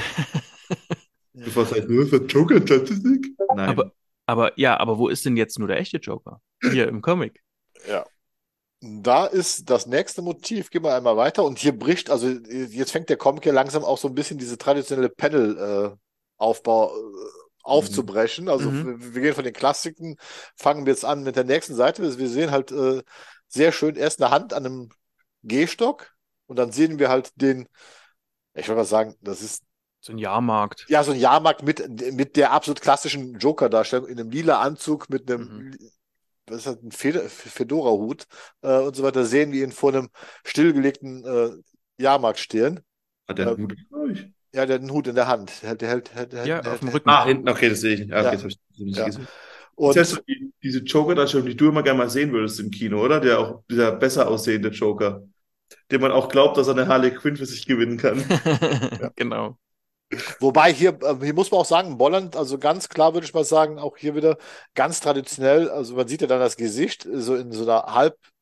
Bevor es heißt, nur für Joker in Justice League? aber, Nein. aber, ja, aber wo ist denn jetzt nur der echte Joker? Hier im Comic. Ja. Da ist das nächste Motiv, gehen wir einmal weiter. Und hier bricht, also jetzt fängt der Comic ja langsam auch so ein bisschen diese traditionelle Panel-Aufbau äh, Mhm. aufzubrechen. Also Mhm. wir, wir gehen von den Klassiken, fangen wir jetzt an mit der nächsten Seite. Wir sehen halt äh, sehr schön erst eine Hand an einem Gehstock und dann sehen wir halt den, ich würde mal sagen, das ist So ein Jahrmarkt. ja so ein Jahrmarkt mit, mit der absolut klassischen Joker-Darstellung in einem lila Anzug mit Mhm. einem was ist das, ein Fed- Fedora-Hut äh, und so weiter, sehen wir ihn vor einem stillgelegten äh, Jahrmarkt stehen. Hat der Äh, einen Hut, glaub ich. ja, der hat einen Hut in der Hand. Der, hält- der, hält- der, hält- der, Ja, hält- der, auf dem hält- Rücken. Ah, hinten, okay, das sehe ich. Ah, okay, ja, das habe ich nicht ja. gesehen. Das heißt, Und die, diese Joker-Darstellung, die du immer gerne mal sehen würdest im Kino, oder? Der auch, dieser besser aussehende Joker, dem man auch glaubt, dass er eine Harley Quinn für sich gewinnen kann. ja. Genau. Wobei hier, äh, hier muss man auch sagen, Bolland, also ganz klar würde ich mal sagen, auch hier wieder ganz traditionell, also man sieht ja dann das Gesicht, so in so einer halb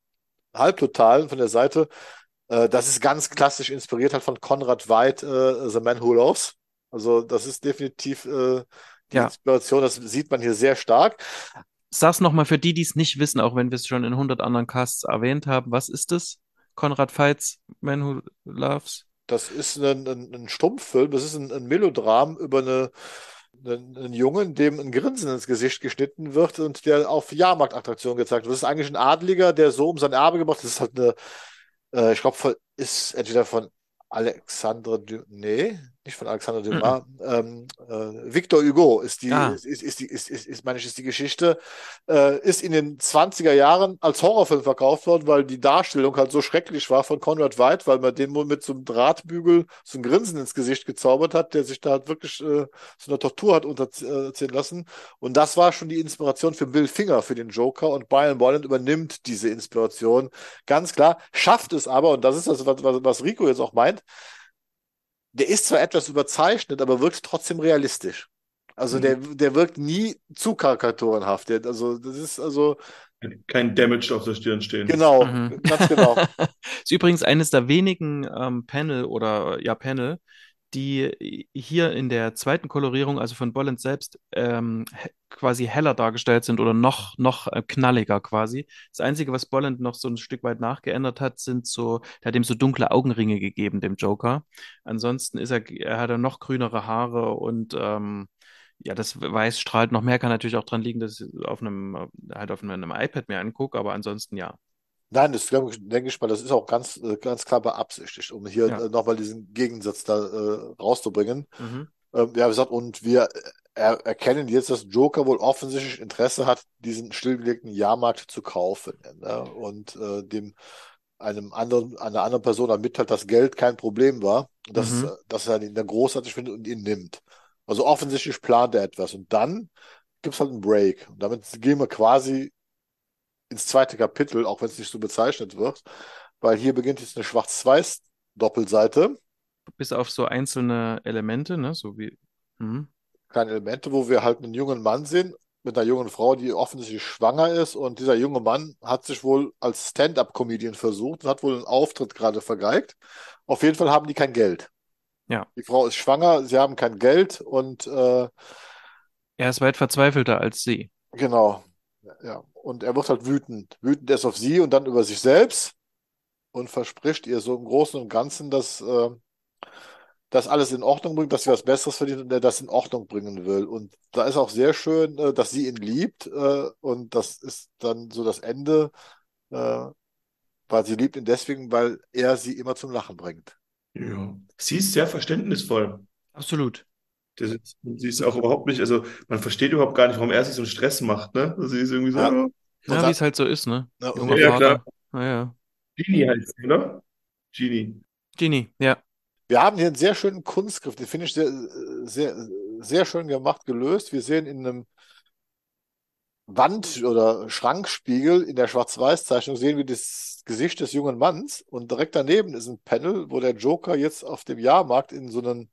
Halbtotalen von der Seite. Äh, das ist ganz klassisch inspiriert halt von Conrad White, äh, The Man Who Loves. Also das ist definitiv äh, die Ja, Inspiration, das sieht man hier sehr stark. sag's nochmal für die, die es nicht wissen, auch wenn wir es schon in hundert anderen Casts erwähnt haben. Was ist es? Konrad Veits, Man Who Loves? Das ist ein, ein, ein Stummfilm, das ist ein, ein Melodram über eine, einen, einen Jungen, dem ein Grinsen ins Gesicht geschnitten wird und der auf Jahrmarktattraktionen gezeigt wird. Das ist eigentlich ein Adliger, der so um sein Erbe gebracht ist. Das ist halt eine, äh, ich glaube, ist entweder von Alexandre Dumas, nee, nicht von Alexandre Mhm. Dumas, ähm, äh, Victor Hugo ist die, Ah, ist, ist, ist die, ist, ist, ist, meine ich, ist die Geschichte, äh, ist in den zwanziger Jahren als Horrorfilm verkauft worden, weil die Darstellung halt so schrecklich war von Conrad White, weil man den wohl mit so einem Drahtbügel so ein Grinsen ins Gesicht gezaubert hat, der sich da halt wirklich äh, so eine Tortur hat unterziehen lassen. Und das war schon die Inspiration für Bill Finger für den Joker und Brian Bolland übernimmt diese Inspiration ganz klar, schafft es aber, und das ist das, was, was was Rico jetzt auch meint, der ist zwar etwas überzeichnet, aber wirkt trotzdem realistisch. Also der, Mhm. der wirkt nie zu karikaturenhaft. Der, also das ist also, Kein Damage auf der Stirn stehen. genau, mhm. ganz genau. Ist übrigens eines der wenigen ähm, Panel oder ja Panel, die hier in der zweiten Kolorierung, also von Bolland selbst, ähm, he- quasi heller dargestellt sind oder noch, noch äh, knalliger quasi. Das Einzige, was Bolland noch so ein Stück weit nachgeändert hat, sind so, der hat ihm so dunkle Augenringe gegeben, dem Joker. Ansonsten ist er, er hat er noch grünere Haare und ähm, ja, das Weiß strahlt noch mehr, kann natürlich auch dran liegen, dass ich es auf einem, äh, halt auf einem, einem iPad mir angucke, aber ansonsten ja. Nein, das glaub ich- denke ich mal, das ist auch ganz, äh, ganz klar beabsichtigt, um hier Ja. äh, nochmal diesen Gegensatz da äh, rauszubringen. Mhm. Ähm, ja, wie gesagt, und wir äh, er, erkennen jetzt, dass Joker wohl offensichtlich Interesse hat, diesen stillgelegten Jahrmarkt zu kaufen. Ne? Und äh, dem einem anderen, einer anderen Person dann mitteilt, dass Geld kein Problem war, dass, Mhm. äh, dass er ihn dann großartig findet und ihn nimmt. Also offensichtlich plant er etwas. Und dann gibt es halt einen Break. Und damit gehen wir quasi ins zweite Kapitel, auch wenn es nicht so bezeichnet wird, weil hier beginnt jetzt eine Schwarz-Weiß-Doppelseite, Bis auf so einzelne Elemente, ne? So wie. Mhm. kleine Elemente, wo wir halt einen jungen Mann sehen mit einer jungen Frau, die offensichtlich schwanger ist. Und dieser junge Mann hat sich wohl als Stand-up-Comedian versucht und hat wohl einen Auftritt gerade vergeigt. Auf jeden Fall haben die kein Geld. Ja. Die Frau ist schwanger, sie haben kein Geld und äh, Er ist weit verzweifelter als sie. genau, ja. Und er wird halt wütend. Wütend erst auf sie und dann über sich selbst und verspricht ihr so im Großen und Ganzen, dass äh, das alles in Ordnung bringt, dass sie was Besseres verdient und er das in Ordnung bringen will. Und da ist auch sehr schön, äh, dass sie ihn liebt äh, und das ist dann so das Ende, äh, weil sie liebt ihn deswegen, weil er sie immer zum Lachen bringt. Ja. Sie ist sehr verständnisvoll. Absolut. Das ist, sie ist auch überhaupt nicht, also man versteht überhaupt gar nicht, warum er sich so einen Stress macht, ne? Also sie ist irgendwie so, Ja. ja, Und Ja, wie dann, es halt so ist, ne? ja, ja, Junger und ja, klar. Vater. Naja. Genie heißt sie, oder? Genie. Genie, ja. wir haben hier einen sehr schönen Kunstgriff, den finde ich sehr, sehr, sehr schön gemacht, gelöst. Wir sehen in einem Wand- oder Schrankspiegel in der Schwarz-Weiß-Zeichnung sehen wir das Gesicht des jungen Manns und direkt daneben ist ein Panel, wo der Joker jetzt auf dem Jahrmarkt in so einen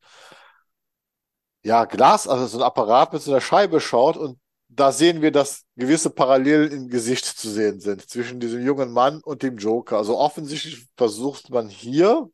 ja, Glas, also so ein Apparat mit so einer Scheibe schaut und da sehen wir, dass gewisse Parallelen im Gesicht zu sehen sind zwischen diesem jungen Mann und dem Joker. Also offensichtlich versucht man hier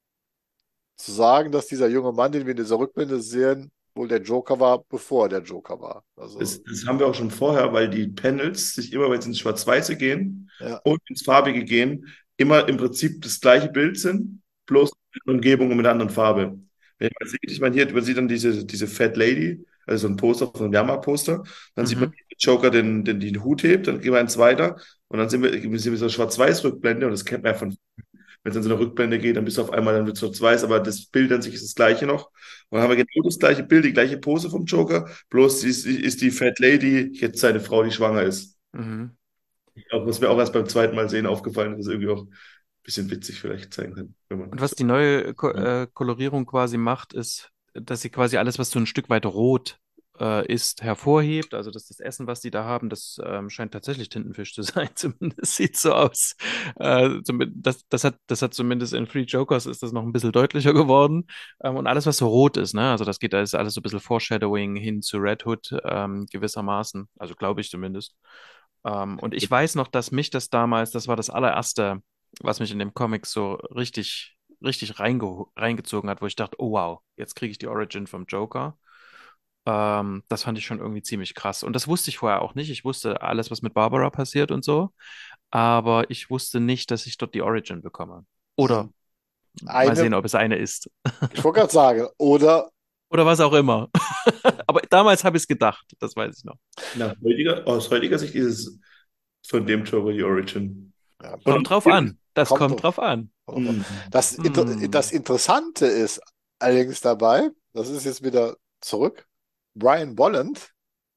zu sagen, dass dieser junge Mann, den wir in dieser Rückblende sehen, wohl der Joker war, bevor er der Joker war. Also, Das, das haben wir auch schon vorher, weil die Panels sich immer, wenn sie ins Schwarz-Weiße gehen ja, und ins Farbige gehen, immer im Prinzip das gleiche Bild sind, bloß mit einer Umgebung und mit einer anderen Farbe. Wenn man sieht, ich meine, hier, man sieht dann diese, diese Fat Lady, also so ein Poster, so ein Jahrmarkt-Poster, dann sieht man, Mhm. wie der Joker den, den, den Hut hebt, dann gehen wir eins weiter und dann sind wir, sind wir so eine Schwarz-Weiß-Rückblende und das kennt man ja von, wenn es in so eine Rückblende geht, dann bist du auf einmal, dann wird es schwarz-weiß, aber das Bild an sich ist das gleiche noch. Und dann haben wir genau das gleiche Bild, die gleiche Pose vom Joker, bloß ist, ist die Fat Lady jetzt seine Frau, die schwanger ist. Mhm. Auch, was mir auch erst beim zweiten Mal sehen aufgefallen ist, ist irgendwie auch ein bisschen witzig vielleicht zeigen kann, wenn man Und was so. die neue Ko äh, Kolorierung quasi macht, ist, dass sie quasi alles, was so ein Stück weit rot äh, ist, hervorhebt. Also dass das Essen, was die da haben, das ähm, scheint tatsächlich Tintenfisch zu sein. Zumindest sieht so aus. Äh, zumindest, das, das hat, das hat zumindest in Three Jokers ist das noch ein bisschen deutlicher geworden. Ähm, und alles, was so rot ist, ne? Also das geht, da ist alles so ein bisschen Foreshadowing hin zu Red Hood ähm, gewissermaßen. Also glaube ich zumindest. Ähm, und ich weiß noch, dass mich das damals, das war das allererste, was mich in dem Comic so richtig, richtig reinge reingezogen hat, wo ich dachte, oh wow, jetzt kriege ich die Origin vom Joker. Ähm, das fand ich schon irgendwie ziemlich krass. Und das wusste ich vorher auch nicht. Ich wusste alles, was mit Barbara passiert und so, aber ich wusste nicht, dass ich dort die Origin bekomme. Oder Mhm. mal Eine, sehen, ob es eine ist. ich wollte gerade sagen, oder Oder was auch immer. Aber damals habe ich es gedacht, das weiß ich noch. Nach heutiger, aus heutiger Sicht ist es von dem Joker die Origin. ja, Von Kommt drauf dem, an. Das kommt kommt drauf. drauf an. hm. Das, Inter das Hm. Interessante ist allerdings dabei, das ist jetzt wieder zurück, Brian Bolland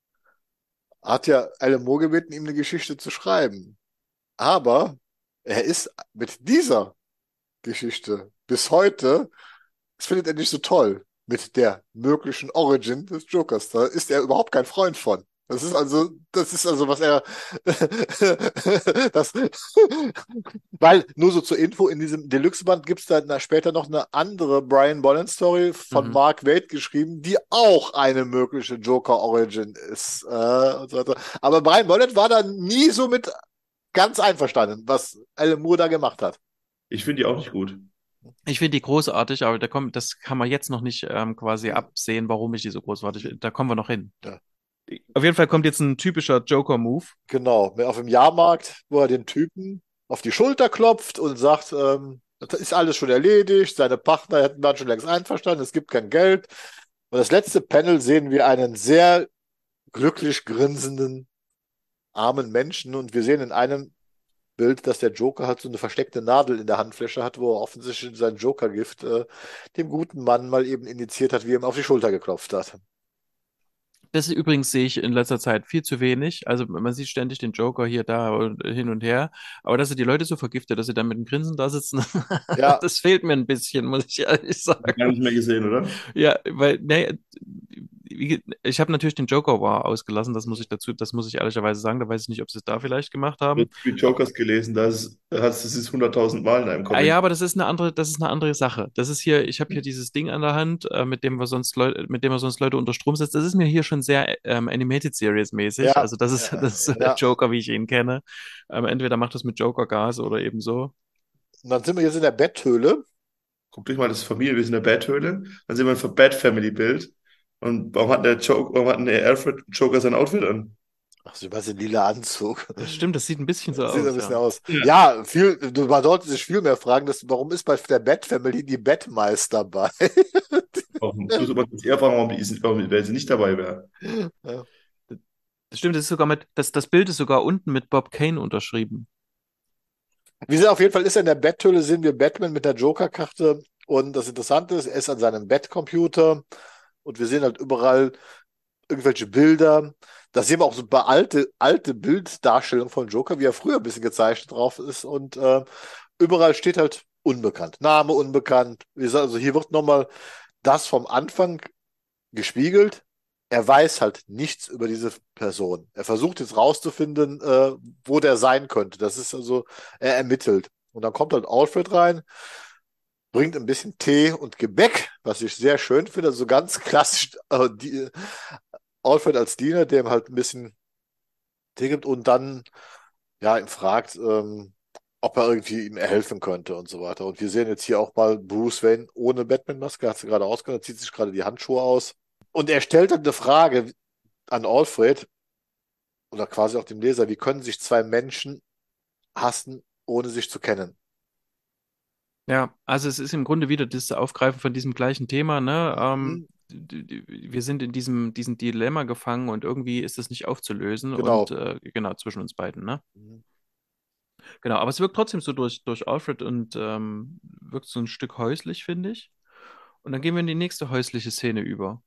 hat ja Alan Moore gebeten, ihm eine Geschichte zu schreiben. Aber er ist mit dieser Geschichte bis heute, das findet er nicht so toll, mit der möglichen Origin des Jokers. Da ist er überhaupt kein Freund von. Das ist also, das ist also, was er, das, weil, nur so zur Info, in diesem Deluxe-Band gibt es dann na- später noch eine andere Brian Bolland-Story von Mhm. Mark Waid geschrieben, die auch eine mögliche Joker-Origin ist. Äh, und so weiter. Aber Brian Bolland war da nie so mit ganz einverstanden, was Alan Moore da gemacht hat. Ich finde die auch nicht gut. Ich finde die großartig, aber da kommt, das kann man jetzt noch nicht ähm, quasi absehen, warum ich die so großartig finde. Da kommen wir noch hin. Ja. Auf jeden Fall kommt jetzt ein typischer Joker-Move. Genau, auf dem Jahrmarkt, wo er den Typen auf die Schulter klopft und sagt, ähm, das ist alles schon erledigt, seine Partner hätten waren schon längst einverstanden, es gibt kein Geld. Und das letzte Panel sehen wir einen sehr glücklich grinsenden, armen Menschen und wir sehen in einem Bild, dass der Joker halt so eine versteckte Nadel in der Handfläche hat, wo er offensichtlich sein Joker-Gift äh, dem guten Mann mal eben indiziert hat, wie er ihm auf die Schulter geklopft hat. Das übrigens sehe ich in letzter Zeit viel zu wenig. Also man sieht ständig den Joker hier, da und hin und her. Aber dass er die Leute so vergiftet, dass sie dann mit dem Grinsen da sitzen, Ja, das fehlt mir ein bisschen, muss ich ehrlich Gar sagen. nicht mehr gesehen, oder? Ja, weil, nee, wie- ich habe natürlich den Joker war ausgelassen, das muss ich dazu, das muss ich ehrlicherweise sagen. Da weiß ich nicht, ob sie es da vielleicht gemacht Ich haben. habe viel Jokers gelesen, da ist, das ist hunderttausend Mal in einem Ah ja, Comic. aber das ist eine andere, das ist eine andere Sache. Das ist hier, ich habe hier dieses Ding an der Hand, äh, mit dem wir sonst Leute, mit dem wir sonst Leute unter Strom setzen. Das ist mir hier schon sehr ähm, Animated Series mäßig. ja, Also das ist, ja, das ist so der ja. Joker, wie ich ihn kenne. Ähm, entweder macht das mit Joker Gas oder eben so. Und dann sind wir jetzt in der Betthöhle. Guckt euch mal das Familienbild in der Bat-Höhle. Dann sehen wir ein Bat-Family-Bild. Und warum hat der Joker, warum hat denn der Alfred Joker sein Outfit an? Ach, so was, ein lila Anzug. Das stimmt, das sieht ein bisschen so Sieht ein aus, bisschen ja. aus. Ja. Ja, viel, du- man sollte sich viel mehr fragen, dass, warum ist bei der Bat Family die Batmeister bei? Warum muss man sich eher fragen, warum, die ist, warum wer sie nicht dabei wäre? Ja. Das stimmt, das ist sogar mit, das, das Bild ist sogar unten mit Bob Kane unterschrieben. Wie gesagt, auf jeden Fall ist er in der Betthöhle, sehen wir Batman mit der Joker-Karte. Und das Interessante ist, er ist an seinem Bettcomputer und wir sehen halt überall irgendwelche Bilder. Da sehen wir auch so ein paar alte, alte Bilddarstellungen von Joker, wie er früher ein bisschen gezeichnet drauf ist. Und äh, überall steht halt unbekannt. Name unbekannt. Wie gesagt, also hier wird nochmal das vom Anfang gespiegelt. Er weiß halt nichts über diese Person. Er versucht jetzt rauszufinden, äh, wo der sein könnte. Das ist also, er ermittelt. Und dann kommt halt Alfred rein, bringt ein bisschen Tee und Gebäck, was ich sehr schön finde. Also ganz klassisch äh, die, Alfred als Diener, der ihm halt ein bisschen Tee gibt und dann ja ihn fragt, ähm, ob er irgendwie ihm helfen könnte und so weiter. Und wir sehen jetzt hier auch mal Bruce Wayne ohne Batman-Maske, hat sie gerade ausgegangen, zieht sich gerade die Handschuhe aus. Und er stellt dann eine Frage an Alfred oder quasi auch dem Leser, wie können sich zwei Menschen hassen, ohne sich zu kennen? Ja, also es ist im Grunde wieder das Aufgreifen von diesem gleichen Thema, ne? Ähm, Mhm, d- d- wir sind in diesem, diesem Dilemma gefangen und irgendwie ist es nicht aufzulösen und genau. äh, genau, zwischen uns beiden, ne? Mhm. Genau, aber es wirkt trotzdem so durch, durch Alfred und ähm, wirkt so ein Stück häuslich, finde ich. Und dann gehen wir in die nächste häusliche Szene über.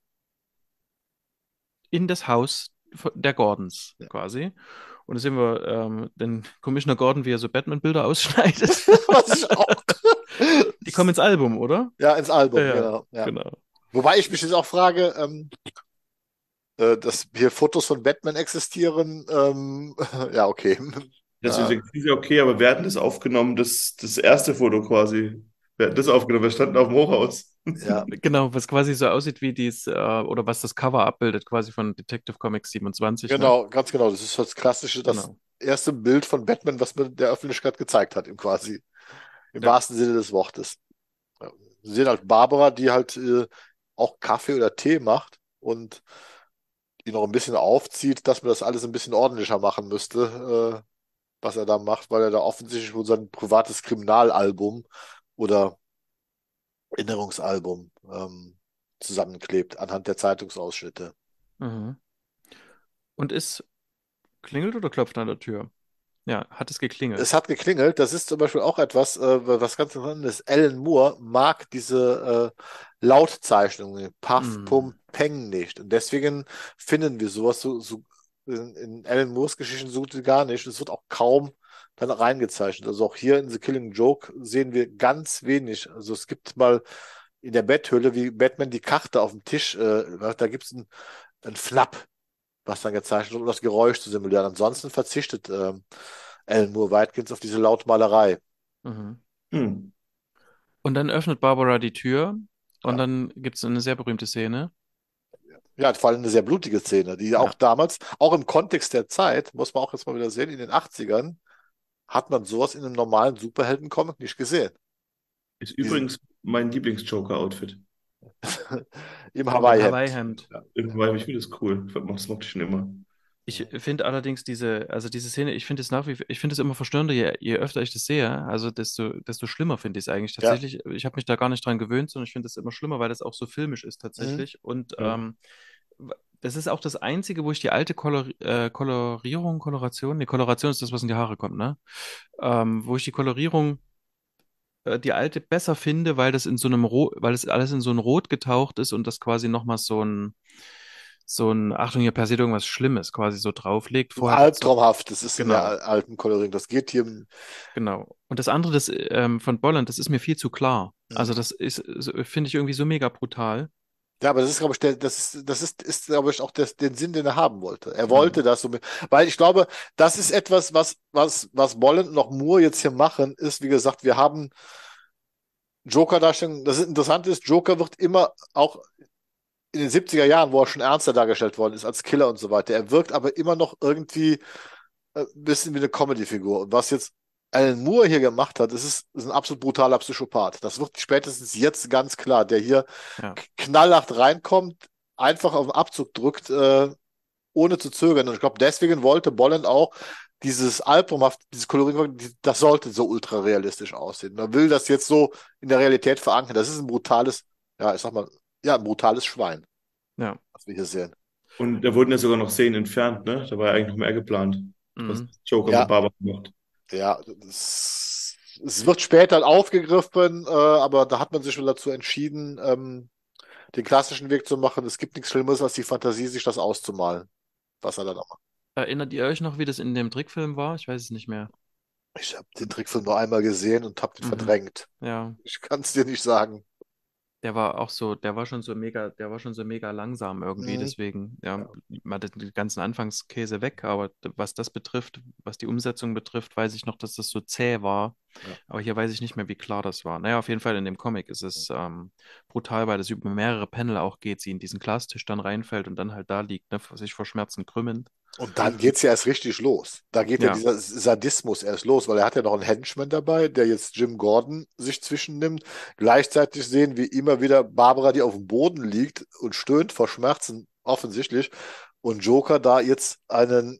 In das Haus von- der Gordons Ja. quasi. Und da sehen wir ähm, den Commissioner Gordon, wie er so Batman-Bilder ausschneidet. Was ich auch. Die kommen ins Album, oder? Ja, ins Album, Ja, genau. Ja. genau. Wobei ich mich jetzt auch frage, ähm, äh, dass hier Fotos von Batman existieren. Ähm, ja, okay. Das ist Ja, ist ja okay, aber wir hatten das aufgenommen, das, das erste Foto quasi. Wir hatten das aufgenommen, wir standen auf dem Hochhaus. ja. Genau, was quasi so aussieht wie dies, äh, oder was das Cover abbildet, quasi von Detective Comics siebenundzwanzig, ne? Genau, ganz genau. Das ist das Klassische, das Genau. erste Bild von Batman, was man der Öffentlichkeit gezeigt hat, ihm quasi. Im Ja. wahrsten Sinne des Wortes. Ja. Wir sehen halt Barbara, die halt äh, auch Kaffee oder Tee macht und die noch ein bisschen aufzieht, dass man das alles ein bisschen ordentlicher machen müsste, äh, was er da macht, weil er da offensichtlich wohl sein privates Kriminalalbum oder Erinnerungsalbum ähm, zusammenklebt anhand der Zeitungsausschnitte. Mhm. Und ist klingelt oder klopft an der Tür? Ja, hat es Es geklingelt. hat geklingelt. Das ist zum Beispiel auch etwas, äh, was ganz interessant ist. Alan Moore mag diese äh, Lautzeichnungen, Puff, Mhm. Pum, Peng nicht. Und deswegen finden wir sowas so, so in, in Alan Moores Geschichten so gut wie gar nicht. Es wird auch kaum dann reingezeichnet. Also auch hier in The Killing Joke sehen wir ganz wenig. Also es gibt mal in der Betthöhle, wie Batman die Karte auf dem Tisch, äh, da gibt es einen, einen Flapp, was dann gezeichnet wird, um das Geräusch zu simulieren. Ansonsten verzichtet ähm, Alan Moore weitgehend auf diese Lautmalerei. Mhm. Hm. Und dann öffnet Barbara die Tür und Ja. dann gibt es eine sehr berühmte Szene. Ja, vor allem eine sehr blutige Szene, die auch Ja. damals, auch im Kontext der Zeit, muss man auch jetzt mal wieder sehen, in den Achtzigern hat man sowas in einem normalen Superheldencomic nicht gesehen. Ist Diesen, übrigens mein Lieblings-Joker-Outfit. im Mit dem Hawaii-Hemd. Hawaii-Hemd. Ja. Irgendwie, ich finde das cool. Das mochte ich schon immer. Ich finde allerdings diese, also diese Szene, ich finde es nach wie, ich finde es immer verstörender, je, je öfter ich das sehe, also desto, desto schlimmer finde ich es eigentlich Ja. tatsächlich. Ich habe mich da gar nicht dran gewöhnt, sondern ich finde es immer schlimmer, weil das auch so filmisch ist Mhm. tatsächlich. Und Ja. ähm, w- das ist auch das Einzige, wo ich die alte Kolor äh, Kolorierung, Koloration, nee, Koloration ist das, was in die Haare kommt, ne? Ähm, wo ich die Kolorierung, äh, die alte besser finde, weil das in so einem Rot, weil das alles in so ein Rot getaucht ist und das quasi nochmal so ein so ein, Achtung, hier passiert irgendwas Schlimmes, quasi so drauflegt. Vorher gibt's so, Albtraumhaft, das ist in der genau, al- alten Coloring. Das geht hier. genau. Und das andere, das ähm, von Bolland, das ist mir viel zu klar. Also Mhm. das ist, so- finde ich irgendwie so mega brutal. Ja, aber das ist, glaube ich, der, das ist, das ist, ist, glaube ich, auch das, den Sinn, den er haben wollte. Er Genau. wollte das so, mit- weil ich glaube, das ist etwas, was, was, was Bolland und auch Moore jetzt hier machen, ist, wie gesagt, wir haben Joker-Darstellung. Das Interessante ist, Joker wird immer auch in den siebziger Jahren, wo er schon ernster dargestellt worden ist, als Killer und so weiter. Er wirkt aber immer noch irgendwie äh, ein bisschen wie eine Comedy-Figur. Und was jetzt Alan Moore hier gemacht hat, das ist, ist ein absolut brutaler Psychopath. Das wird spätestens jetzt ganz klar, der hier Ja. knallhart reinkommt, einfach auf den Abzug drückt, äh, ohne zu zögern. Und ich glaube, deswegen wollte Bolland auch dieses Albtraumhaft, dieses Kolorieren, das sollte so ultra realistisch aussehen. Man will das jetzt so in der Realität verankern. Das ist ein brutales, ja, ich sag mal, ja, ein brutales Schwein, Ja. was wir hier sehen. Und da wurden ja sogar noch Szenen entfernt, ne? Da war ja eigentlich noch mehr geplant, was Mhm. Joker mit Ja, Barbara macht. ja, es, es wird später aufgegriffen, äh, aber da hat man sich schon dazu entschieden, ähm, den klassischen Weg zu machen. Es gibt nichts Schlimmeres, als die Fantasie, sich das auszumalen, was er dann auch macht. Erinnert ihr euch noch, wie das in dem Trickfilm war? Ich weiß es nicht mehr. Ich habe den Trickfilm nur einmal gesehen und habe den Mhm. verdrängt. Ja. Ich kann es dir nicht sagen. Der war auch so, der war schon so mega, der war schon so mega langsam irgendwie, Mhm. deswegen, ja, Ja. man hat den ganzen Anfangskäse weg, aber was das betrifft, was die Umsetzung betrifft, weiß ich noch, dass das so zäh war, Ja. aber hier weiß ich nicht mehr, wie klar das war. Naja, auf jeden Fall in dem Comic ist es ähm, brutal, weil das über mehrere Panel auch geht, sie in diesen Glastisch dann reinfällt und dann halt da liegt, ne, sich vor Schmerzen krümmend. Und dann geht's ja erst richtig los. Da geht ja Ja, dieser Sadismus erst los, weil er hat ja noch einen Henchman dabei, der jetzt Jim Gordon sich zwischennimmt. Gleichzeitig sehen wir immer wieder Barbara, die auf dem Boden liegt und stöhnt vor Schmerzen, offensichtlich. Und Joker da jetzt einen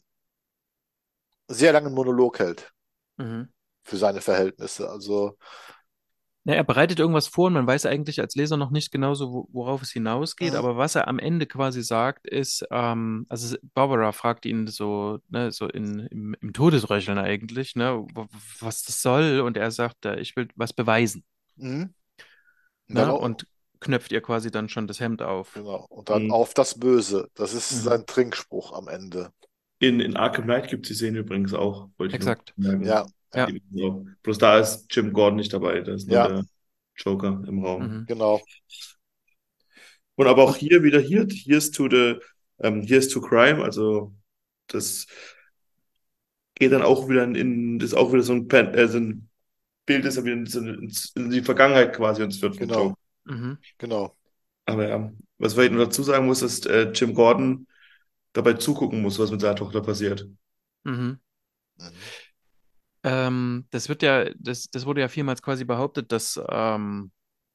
sehr langen Monolog hält mhm. für seine Verhältnisse. Also, Ja, er bereitet irgendwas vor und man weiß eigentlich als Leser noch nicht genau so, wo- worauf es hinausgeht, mhm. aber was er am Ende quasi sagt, ist, ähm, also es- Barbara fragt ihn so, ne, so in, im, im Todesröcheln eigentlich, ne, w- was das soll und er sagt, äh, ich will was beweisen, Mhm. Und dann ne, auch, und knöpft ihr quasi dann schon das Hemd auf. genau. Und dann Mhm. auf das Böse. Das ist Mhm. sein Trinkspruch am Ende. In, in Arkham Knight gibt es die Szene übrigens auch, wollte ich noch Exakt. Ja, sagen. ja, Ja. Die gibt's auch. Bloß da ist Jim Gordon nicht dabei, da ist nur ja, der Joker im Raum. Mhm. genau. Und aber auch Und hier wieder hier, here's to the, ähm, here's to crime, also das geht dann auch wieder in, in das ist auch wieder so ein, Pen, äh, so ein Bild, das dann wieder in, so eine- in die Vergangenheit quasi uns wird vom genau, Joker. Mhm. genau. Aber ja, was ich noch dazu sagen muss, ist, äh, Jim Gordon dabei zugucken muss, was mit seiner Tochter passiert. Mhm. Mhm. Ähm, das wird ja, das, das wurde ja vielmals quasi behauptet, dass ähm,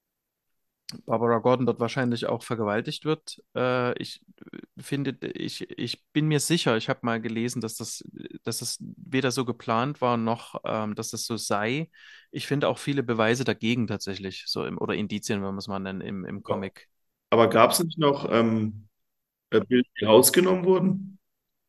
Barbara Gordon dort wahrscheinlich auch vergewaltigt wird. Äh, ich finde, ich, ich bin mir sicher, ich habe mal gelesen, dass das, dass das weder so geplant war, noch ähm, dass das so sei. Ich finde auch viele Beweise dagegen tatsächlich, so im, oder Indizien, wenn man es mal nennen, im, im Comic. Aber gab es nicht noch ähm, äh, Bilder, die rausgenommen wurden?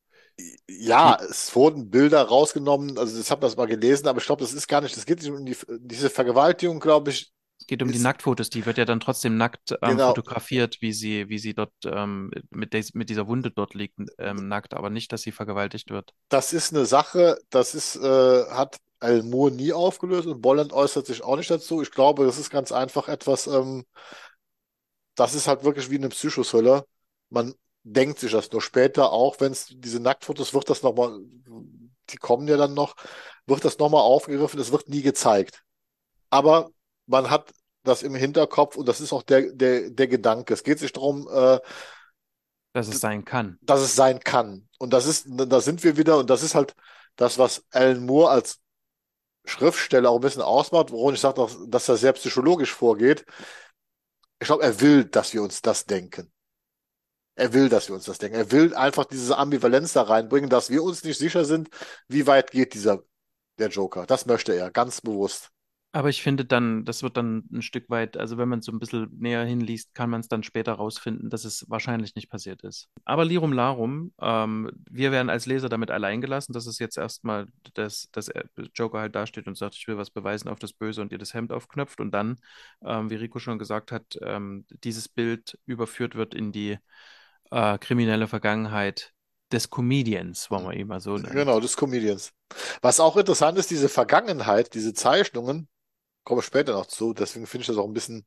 Ja, Die, es wurden Bilder rausgenommen, also ich habe das mal gelesen, aber ich glaube, das ist gar nicht, das geht nicht um die, diese Vergewaltigung, glaube ich, Es geht um die ist Nacktfotos, die wird ja dann trotzdem nackt ähm, genau, fotografiert, wie sie, wie sie dort ähm, mit, des, mit dieser Wunde dort liegt, ähm, nackt, aber nicht, dass sie vergewaltigt wird. das ist eine Sache, das ist, äh, hat Al Moore nie aufgelöst und Bolland äußert sich auch nicht dazu. Ich glaube, das ist ganz einfach etwas, ähm, das ist halt wirklich wie eine Psychothriller. Man denkt sich das nur später, auch wenn es diese Nacktfotos wird das nochmal, die kommen ja dann noch, wird das nochmal aufgegriffen, es wird nie gezeigt. Aber man hat das im Hinterkopf und das ist auch der, der, der Gedanke. Es geht sich darum, äh, Dass es sein kann. dass es sein kann. Und das ist, da sind wir wieder, und das ist halt das, was Alan Moore als Schriftsteller auch ein bisschen ausmacht, worum ich sage, dass, dass er sehr psychologisch vorgeht. Ich glaube, er will, dass wir uns das denken. Er will, dass wir uns das denken. Er will einfach diese Ambivalenz da reinbringen, dass wir uns nicht sicher sind, wie weit geht dieser, der Joker. Das möchte er, ganz bewusst. Aber ich finde dann, das wird dann ein Stück weit, also wenn man so ein bisschen näher hinliest, kann man es dann später rausfinden, dass es wahrscheinlich nicht passiert ist. Aber Lirum Larum, ähm, wir werden als Leser damit allein gelassen, dass es jetzt erstmal, dass, dass er- Joker halt dasteht und sagt, ich will was beweisen auf das Böse und ihr das Hemd aufknöpft und dann, ähm, wie Rico schon gesagt hat, ähm, dieses Bild überführt wird in die äh, kriminelle Vergangenheit des Comedians, wollen wir ihn mal so nennen. Genau, des Comedians. Was auch interessant ist, diese Vergangenheit, diese Zeichnungen, komme ich später noch zu, deswegen finde ich das auch ein bisschen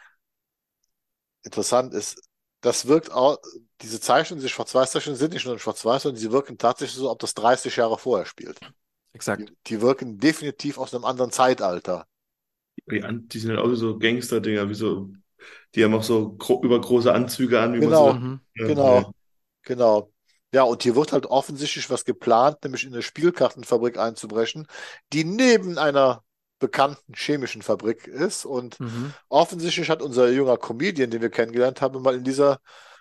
interessant, ist, das wirkt auch, diese Zeichnungen, diese Schwarz-Weiß-Zeichnungen sind nicht nur in Schwarz-Weiß, sondern sie wirken tatsächlich so, ob das dreißig Jahre vorher spielt. Die, Exakt. die wirken definitiv aus einem anderen Zeitalter. die, An- die sind halt auch so Gangster-Dinger, wie so, die haben auch so gro übergroße Anzüge an, wie man sie dann. Genau, Mhm. Ja, ja. genau, genau. Ja, und hier wird halt offensichtlich was geplant, nämlich in eine Spielkartenfabrik einzubrechen, die neben einer bekannten chemischen Fabrik ist. Und Mhm. offensichtlich hat unser junger Comedian, den wir kennengelernt haben, mal in dieser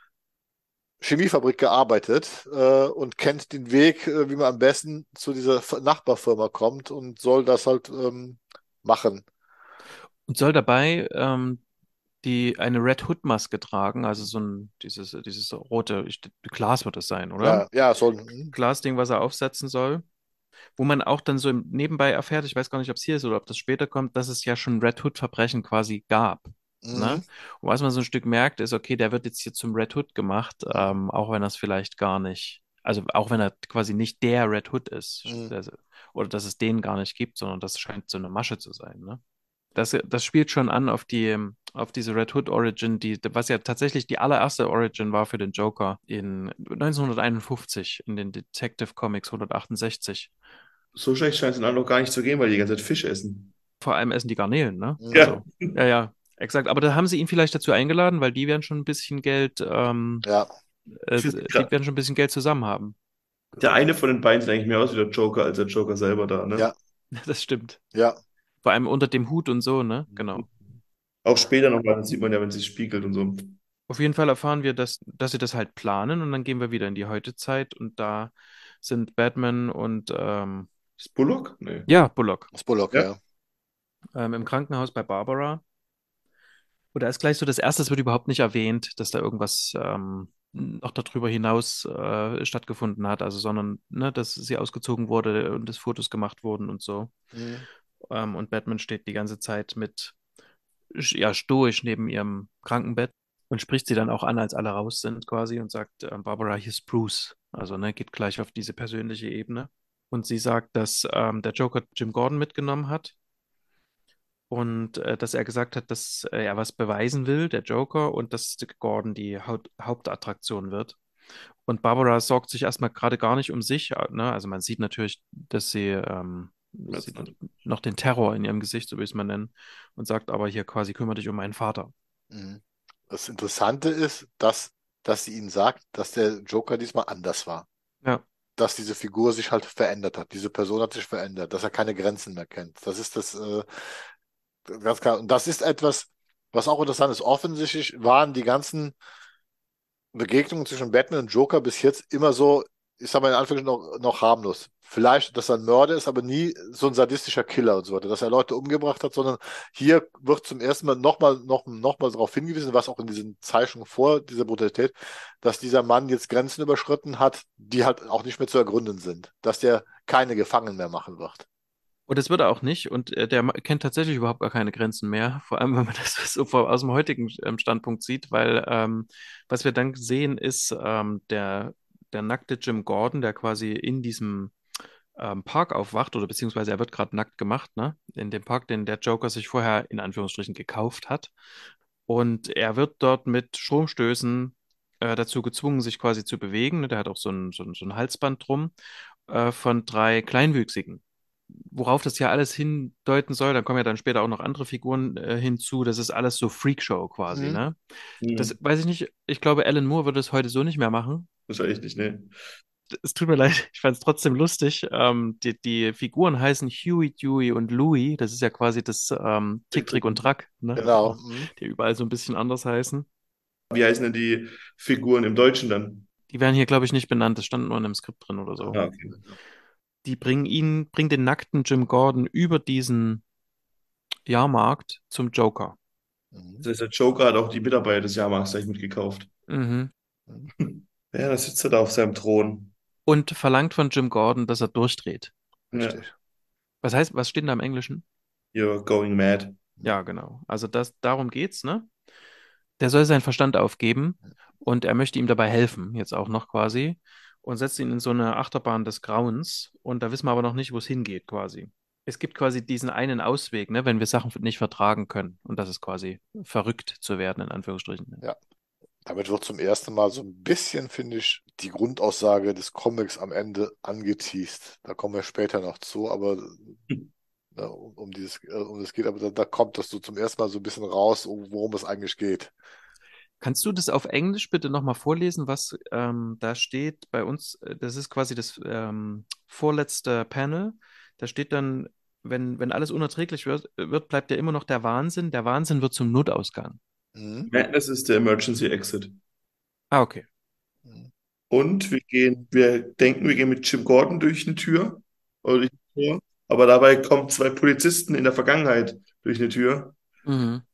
Chemiefabrik gearbeitet äh, und kennt den Weg, äh, wie man am besten zu dieser F- Nachbarfirma kommt und soll das halt ähm, machen. Und soll dabei ähm, die eine Red Hood Maske tragen, also so ein dieses dieses rote ich, Glas wird es sein, oder? Ja, ja, soll. hm, Glasding, was er aufsetzen soll, wo man auch dann so im nebenbei erfährt, ich weiß gar nicht, ob es hier ist oder ob das später kommt, dass es ja schon Red Hood Verbrechen quasi gab. hm, Ne? Und was man so ein Stück merkt, ist, okay, der wird jetzt hier zum Red Hood gemacht, hm, ähm, auch wenn er es vielleicht gar nicht, also auch wenn er quasi nicht der Red Hood ist, hm. der, oder dass es den gar nicht gibt, sondern das scheint so eine Masche zu sein, ne? Das, das spielt schon an auf die, auf diese Red Hood Origin, die, was ja tatsächlich die allererste Origin war für den Joker in neunzehnhunderteinundfünfzig in den Detective Comics hundertachtundsechzig. So schlecht scheint es ihnen auch noch gar nicht zu gehen, weil die die ganze Zeit Fisch essen. Vor allem essen die Garnelen, ne? Mhm. Ja, Also, ja, ja, exakt. Aber da haben sie ihn vielleicht dazu eingeladen, weil die werden schon ein bisschen Geld, ähm, Ja, ich äh, find's die grad, werden schon ein bisschen Geld zusammen haben. der eine von den beiden sieht eigentlich mehr aus wie der Joker als der Joker selber da, ne? ja, Das stimmt. ja. Vor allem unter dem Hut und so, ne? Genau. Auch später nochmal, das sieht man ja, wenn es sich spiegelt und so. Auf jeden Fall erfahren wir, dass, dass sie das halt planen und dann gehen wir wieder in die Heutezeit und da sind Batman und ähm, Ist Bullock? Nee. ja, Bullock Das Bullock, Ja. ja. ähm, im Krankenhaus bei Barbara. Und da ist gleich so das Erste, es wird überhaupt nicht erwähnt, dass da irgendwas ähm, noch darüber hinaus äh, stattgefunden hat, also sondern ne, dass sie ausgezogen wurde und dass Fotos gemacht wurden und so. Mhm. Ähm, und Batman steht die ganze Zeit mit, ja, stoisch neben ihrem Krankenbett und spricht sie dann auch an, als alle raus sind quasi und sagt, äh, Barbara, hier ist Bruce. Also ne, geht gleich auf diese persönliche Ebene. Und sie sagt, dass ähm, der Joker Jim Gordon mitgenommen hat und äh, dass er gesagt hat, dass äh, er was beweisen will, der Joker, und dass Gordon die Haupt Hauptattraktion wird. Und Barbara sorgt sich erstmal gerade gar nicht um sich, äh, ne? Also man sieht natürlich, dass sie, ähm, sieht noch den Terror in ihrem Gesicht, so will ich es mal nennen, und sagt aber hier quasi, kümmere dich um meinen Vater. Mhm. Das Interessante ist, dass, dass sie ihnen sagt, dass der Joker diesmal anders war. Ja, dass diese Figur sich halt verändert hat. Diese Person hat sich verändert, dass er keine Grenzen mehr kennt. Das ist das äh, ganz klar. Und das ist etwas, was auch interessant ist. Offensichtlich waren die ganzen Begegnungen zwischen Batman und Joker bis jetzt immer so, ich sag mal in Anführungsstrichen, noch, noch harmlos. Vielleicht, dass er ein Mörder ist, aber nie so ein sadistischer Killer und so weiter, dass er Leute umgebracht hat, sondern hier wird zum ersten Mal nochmal noch, noch mal darauf hingewiesen, was auch in diesen Zeichnungen vor dieser Brutalität, dass dieser Mann jetzt Grenzen überschritten hat, die halt auch nicht mehr zu ergründen sind. Dass der keine Gefangenen mehr machen wird. Und das wird er auch nicht. Und äh, der ma- kennt tatsächlich überhaupt gar keine Grenzen mehr. Vor allem, wenn man das so vor, aus dem heutigen ähm, Standpunkt sieht, weil ähm, was wir dann sehen, ist ähm, der, der nackte Jim Gordon, der quasi in diesem ähm, Park aufwacht, oder beziehungsweise er wird gerade nackt gemacht, ne? In dem Park, den der Joker sich vorher in Anführungsstrichen gekauft hat. Und er wird dort mit Stromstößen äh, dazu gezwungen, sich quasi zu bewegen. Ne? Der hat auch so ein, so ein, so ein Halsband drum äh, von drei Kleinwüchsigen. Worauf das ja alles hindeuten soll, da kommen ja dann später auch noch andere Figuren äh, hinzu. Das ist alles so Freakshow quasi, Mhm. ne? Das Hm. weiß ich nicht. Ich glaube, Alan Moore würde es heute so nicht mehr machen. Wahrscheinlich nicht, ne? Es tut mir leid, ich fand es trotzdem lustig. Ähm, die, die Figuren heißen Huey, Dewey und Louie. Das ist ja quasi das ähm, Tick, Tick, Trick Trick und und Track. Track, ne? Ja. Genau. Mhm. Die überall so ein bisschen anders heißen. Wie heißen denn die Figuren im Deutschen dann? Die werden hier, glaube ich, nicht benannt. Das stand nur in einem Skript drin oder so. Ah, Ja. okay. Die bringen ihn, bringen den nackten Jim Gordon über diesen Jahrmarkt zum Joker. Mhm. Das heißt, der Joker hat auch die Mitarbeiter des Jahrmarkts gleich mitgekauft. Mhm. Mhm. Ja, da sitzt er da auf seinem Thron. Und verlangt von Jim Gordon, dass er durchdreht. Ja, Richtig. Was heißt, was steht denn da im Englischen? you're going mad. Ja, genau. Also das, darum geht's, ne? Der soll seinen Verstand aufgeben und er möchte ihm dabei helfen, jetzt auch noch quasi, und setzt ihn in so eine Achterbahn des Grauens und da wissen wir aber noch nicht, wo es hingeht quasi. Es gibt quasi diesen einen Ausweg, ne, wenn wir Sachen nicht vertragen können und das ist quasi verrückt zu werden, in Anführungsstrichen. Ja. Damit wird zum ersten Mal so ein bisschen, finde ich, die Grundaussage des Comics am Ende angeteast. Da kommen wir später noch zu, aber ne, um, um dieses, äh, um das geht, aber da, da kommt das so zum ersten Mal so ein bisschen raus, um, worum es eigentlich geht. Kannst du das auf Englisch bitte nochmal vorlesen, was ähm, da steht bei uns? äh, Das ist quasi das ähm, vorletzte Panel. Da steht dann, wenn, wenn alles unerträglich wird, wird, bleibt ja immer noch der Wahnsinn. Der Wahnsinn wird zum Notausgang. Mhm. Madness ist der Emergency Exit. Ah, okay. Mhm. Und wir gehen, wir denken, wir gehen mit Jim Gordon durch eine Tür oder durch eine Tür, aber dabei kommen zwei Polizisten in der Vergangenheit durch eine Tür Mhm.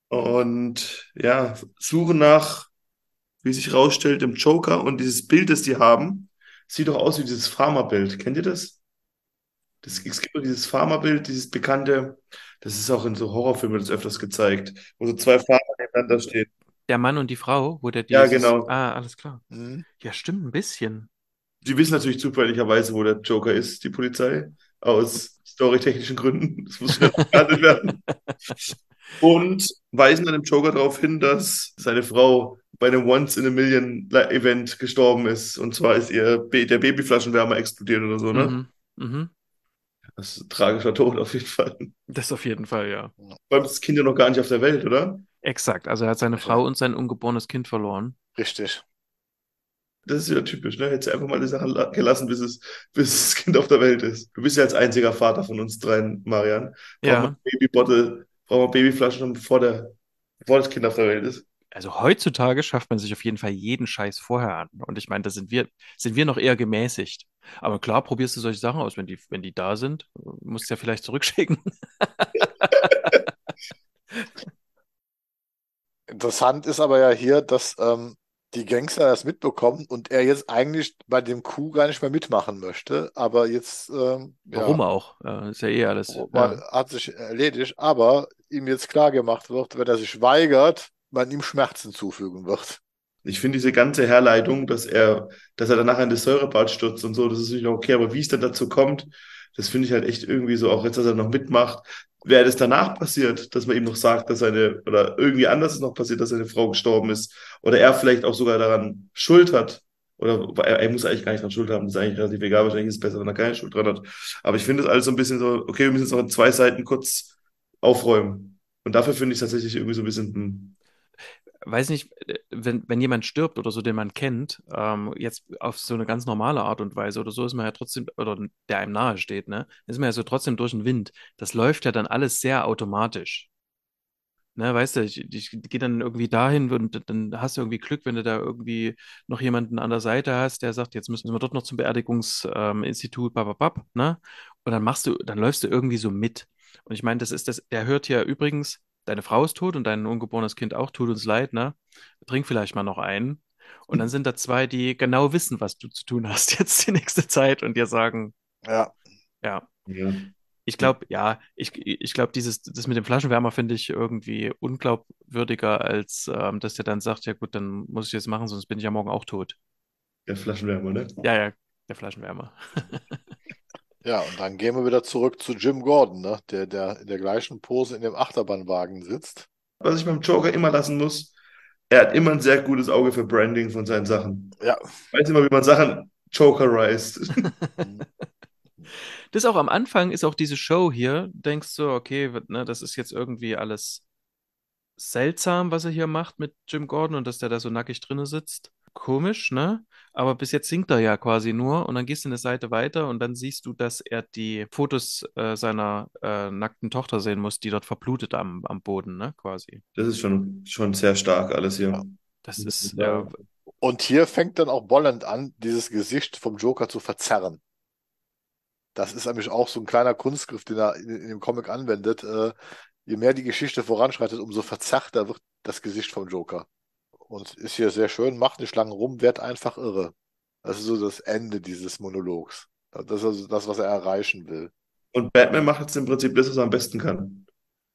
und ja, suchen nach, wie sich herausstellt, dem Joker und dieses Bild, das die haben, sieht doch aus wie dieses Pharma-Bild. Kennt ihr das? Das, es gibt doch dieses Pharma-Bild, dieses bekannte, das ist auch in so Horrorfilmen das öfters gezeigt, wo so zwei Pharma nebeneinander stehen. Der Mann und die Frau, wo der Ja, dieses. genau. Ah, alles klar. Mhm. Ja, stimmt, ein bisschen. Die wissen natürlich zufälligerweise, wo der Joker ist, die Polizei, aus storytechnischen Gründen. Das muss schnell abgehandelt werden. Und weisen dann dem Joker darauf hin, dass seine Frau bei einem Once-in-a-Million-Event gestorben ist. Und zwar ist ihr Ba- der Babyflaschenwärmer explodiert oder so, ne? Mhm. Mhm. Das ist ein tragischer Tod auf jeden Fall. Das auf jeden Fall, ja. Vor allem ist das Kind ja noch gar nicht auf der Welt, oder? Exakt. Also er hat seine Ja, Frau und sein ungeborenes Kind verloren. richtig. Das ist wieder typisch, ne? Hätte sie einfach mal die Sache la- gelassen, bis es, bis das Kind auf der Welt ist. Du bist ja als einziger Vater von uns dreien, Marian. Braucht man Ja. Babybottle, braucht man Babyflaschen, schon bevor der, bevor das Kind auf der Welt ist. Also heutzutage schafft man sich auf jeden Fall jeden Scheiß vorher an. Und ich meine, da sind wir, sind wir noch eher gemäßigt. Aber klar, probierst du solche Sachen aus, wenn die, wenn die da sind. Musst ja vielleicht zurückschicken. Interessant ist aber ja hier, dass ähm, die Gangster das mitbekommen und er jetzt eigentlich bei dem Coup gar nicht mehr mitmachen möchte. Aber jetzt, ähm, Warum ja, auch? Äh, ist ja eh alles. weil Ja. hat sich erledigt, aber ihm jetzt klar gemacht wird, wenn er sich weigert, man ihm Schmerzen zufügen wird. Ich finde diese ganze Herleitung, dass er, dass er danach in das Säurebad stürzt und so, das ist natürlich noch okay, aber wie es dann dazu kommt, das finde ich halt echt irgendwie so, auch jetzt, dass er noch mitmacht. Wäre das danach passiert, dass man ihm noch sagt, dass seine, oder irgendwie anders ist noch passiert, dass seine Frau gestorben ist, oder er vielleicht auch sogar daran Schuld hat, oder er, er muss eigentlich gar nicht daran Schuld haben, das ist eigentlich relativ egal, wahrscheinlich ist es besser, wenn er keine Schuld dran hat. Aber ich finde das alles so ein bisschen so, okay, wir müssen jetzt noch in zwei Seiten kurz aufräumen. Und dafür finde ich es tatsächlich irgendwie so ein bisschen, hm. weiß nicht, äh, wenn, wenn jemand stirbt oder so, den man kennt, ähm, jetzt auf so eine ganz normale Art und Weise oder so, ist man ja trotzdem, oder der einem nahe steht, ne, ist man ja so trotzdem durch den Wind. Das läuft ja dann alles sehr automatisch. Ne, weißt du, ich, ich gehe dann irgendwie dahin und dann hast du irgendwie Glück, wenn du da irgendwie noch jemanden an der Seite hast, der sagt, jetzt müssen wir dort noch zum Beerdigungsinstitut, ähm, Institut, bababab, ne? Und dann machst du, dann läufst du irgendwie so mit. Und ich meine, das ist das, der hört ja übrigens, deine Frau ist tot und dein ungeborenes Kind auch, tut uns leid, ne? Trink vielleicht mal noch einen. Und dann sind da zwei, die genau wissen, was du zu tun hast jetzt die nächste Zeit und dir sagen, Ja, ja. Ja. Ich glaube, ja, ich, ich glaube, dieses, das mit dem Flaschenwärmer finde ich irgendwie unglaubwürdiger, als ähm, dass der dann sagt, ja gut, dann muss ich jetzt machen, sonst bin ich ja morgen auch tot. Der Flaschenwärmer, ne? Ja, ja, der Flaschenwärmer. ja, und dann gehen wir wieder zurück zu Jim Gordon, ne? Der, der in der gleichen Pose in dem Achterbahnwagen sitzt. Was ich beim Joker immer lassen muss, er hat immer ein sehr gutes Auge für Branding von seinen Sachen. Ja. Weiß immer, wie man Sachen jokerized. Mhm. Das auch am Anfang ist auch diese Show hier, denkst du, okay, wird- ne, das ist jetzt irgendwie alles seltsam, was er hier macht mit Jim Gordon und dass der da so nackig drinne sitzt. Komisch, ne? Aber bis jetzt singt er ja quasi nur und dann gehst du eine Seite weiter und dann siehst du, dass er die Fotos äh, seiner äh, nackten Tochter sehen muss, die dort verblutet am, am Boden, ne? Quasi. Das ist schon, schon sehr stark alles hier. Ja. Das Muss ist, ich ja, sagen. Und hier fängt dann auch Bolland an, dieses Gesicht vom Joker zu verzerren. Das ist nämlich auch so ein kleiner Kunstgriff, den er in, in dem Comic anwendet. Äh, je mehr die Geschichte voranschreitet, umso verzerrter wird das Gesicht vom Joker. Und ist hier sehr schön, macht nicht lange rum, wird einfach irre. Das ist so das Ende dieses Monologs. Das ist also das, was er erreichen will. Und Batman macht jetzt im Prinzip das, was er am besten kann.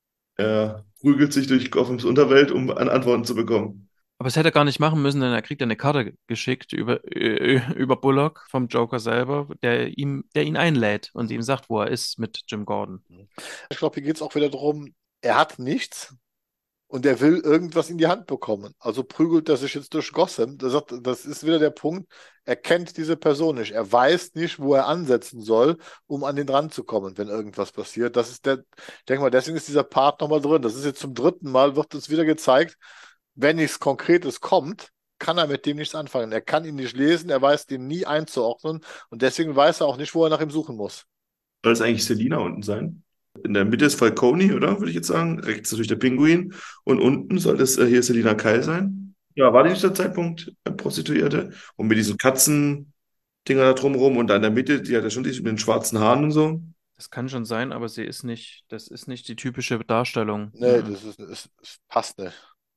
Er prügelt sich durch Gothams Unterwelt, um an Antworten zu bekommen. aber es hätte er gar nicht machen müssen, denn er kriegt eine Karte geschickt über, äh, über Bullock vom Joker selber, der ihm, der ihn einlädt und ihm sagt, wo er ist mit Jim Gordon. Ich glaube, hier geht es auch wieder darum, er hat nichts und er will irgendwas in die Hand bekommen. Also prügelt er sich jetzt durch Gotham. Das, sagt, das ist wieder der Punkt, er kennt diese Person nicht. Er weiß nicht, wo er ansetzen soll, um an den dran zu kommen, wenn irgendwas passiert. Das ist der, ich denke mal, deswegen ist dieser Part nochmal drin. Das ist jetzt zum dritten Mal, wird uns wieder gezeigt, wenn nichts Konkretes kommt, kann er mit dem nichts anfangen. Er kann ihn nicht lesen, er weiß den nie einzuordnen und deswegen weiß er auch nicht, wo er nach ihm suchen muss. Soll es eigentlich Selina unten sein? In der Mitte ist Falcone, oder? Würde ich jetzt sagen. Rechts natürlich der Pinguin. Und unten soll das äh, hier Selina Kyle sein. Ja, war die nicht der Zeitpunkt äh, Prostituierte? Und mit diesen Katzen-Dinger da drumrum und da in der Mitte, die hat ja schon die mit den schwarzen Haaren und so. Das kann schon sein, aber sie ist nicht, das ist nicht die typische Darstellung. Nee, Mhm. das ist, ist, ist passt nicht.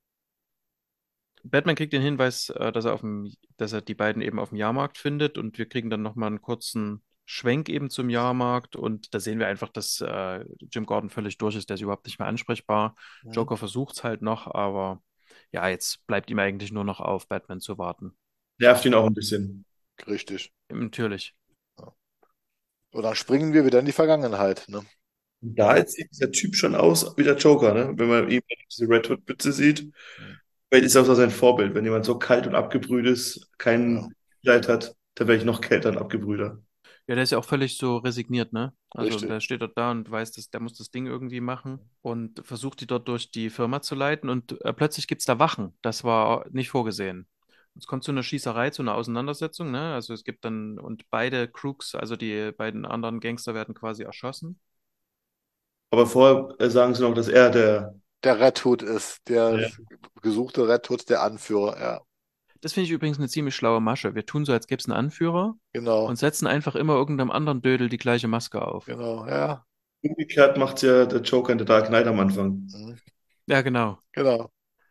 Batman kriegt den Hinweis, äh, dass er auf dem, dass er die beiden eben auf dem Jahrmarkt findet und wir kriegen dann nochmal einen kurzen Schwenk eben zum Jahrmarkt und da sehen wir einfach, dass äh, Jim Gordon völlig durch ist, der ist überhaupt nicht mehr ansprechbar. Mhm. Joker versucht es halt noch, aber ja, jetzt bleibt ihm eigentlich nur noch auf Batman zu warten. Nervt ihn auch ein bisschen. Richtig. Natürlich. Ja. Und dann springen wir wieder in die Vergangenheit. Ne? Und da jetzt sieht dieser Typ schon aus wie der Joker, ne? Wenn man ihm diese Red Hood-Mütze sieht. Mhm. Vielleicht ist das auch sein Vorbild. Wenn jemand so kalt und abgebrüht ist, Ja, kein Kleid hat, dann wäre ich noch kälter und abgebrühter. Ja, der ist ja auch völlig so resigniert, ne? Also richtig. der steht dort da und weiß, dass der muss das Ding irgendwie machen und versucht die dort durch die Firma zu leiten und äh, plötzlich gibt's da Wachen. Das war nicht vorgesehen. Es kommt zu einer Schießerei, zu einer Auseinandersetzung, ne? Also es gibt dann, und beide Crooks, also die beiden anderen Gangster werden quasi erschossen. Aber vorher äh, sagen sie noch, dass er der, Der Red Hood ist, der der gesuchte Red Hood, der Anführer. Ja, Das finde ich übrigens eine ziemlich schlaue Masche. Wir tun so, als gäbe es einen Anführer genau, und setzen einfach immer irgendeinem anderen Dödel die gleiche Maske auf. genau, ja. umgekehrt macht ja der Joker in The Dark Knight am Anfang. Mhm. Ja, genau. Genau.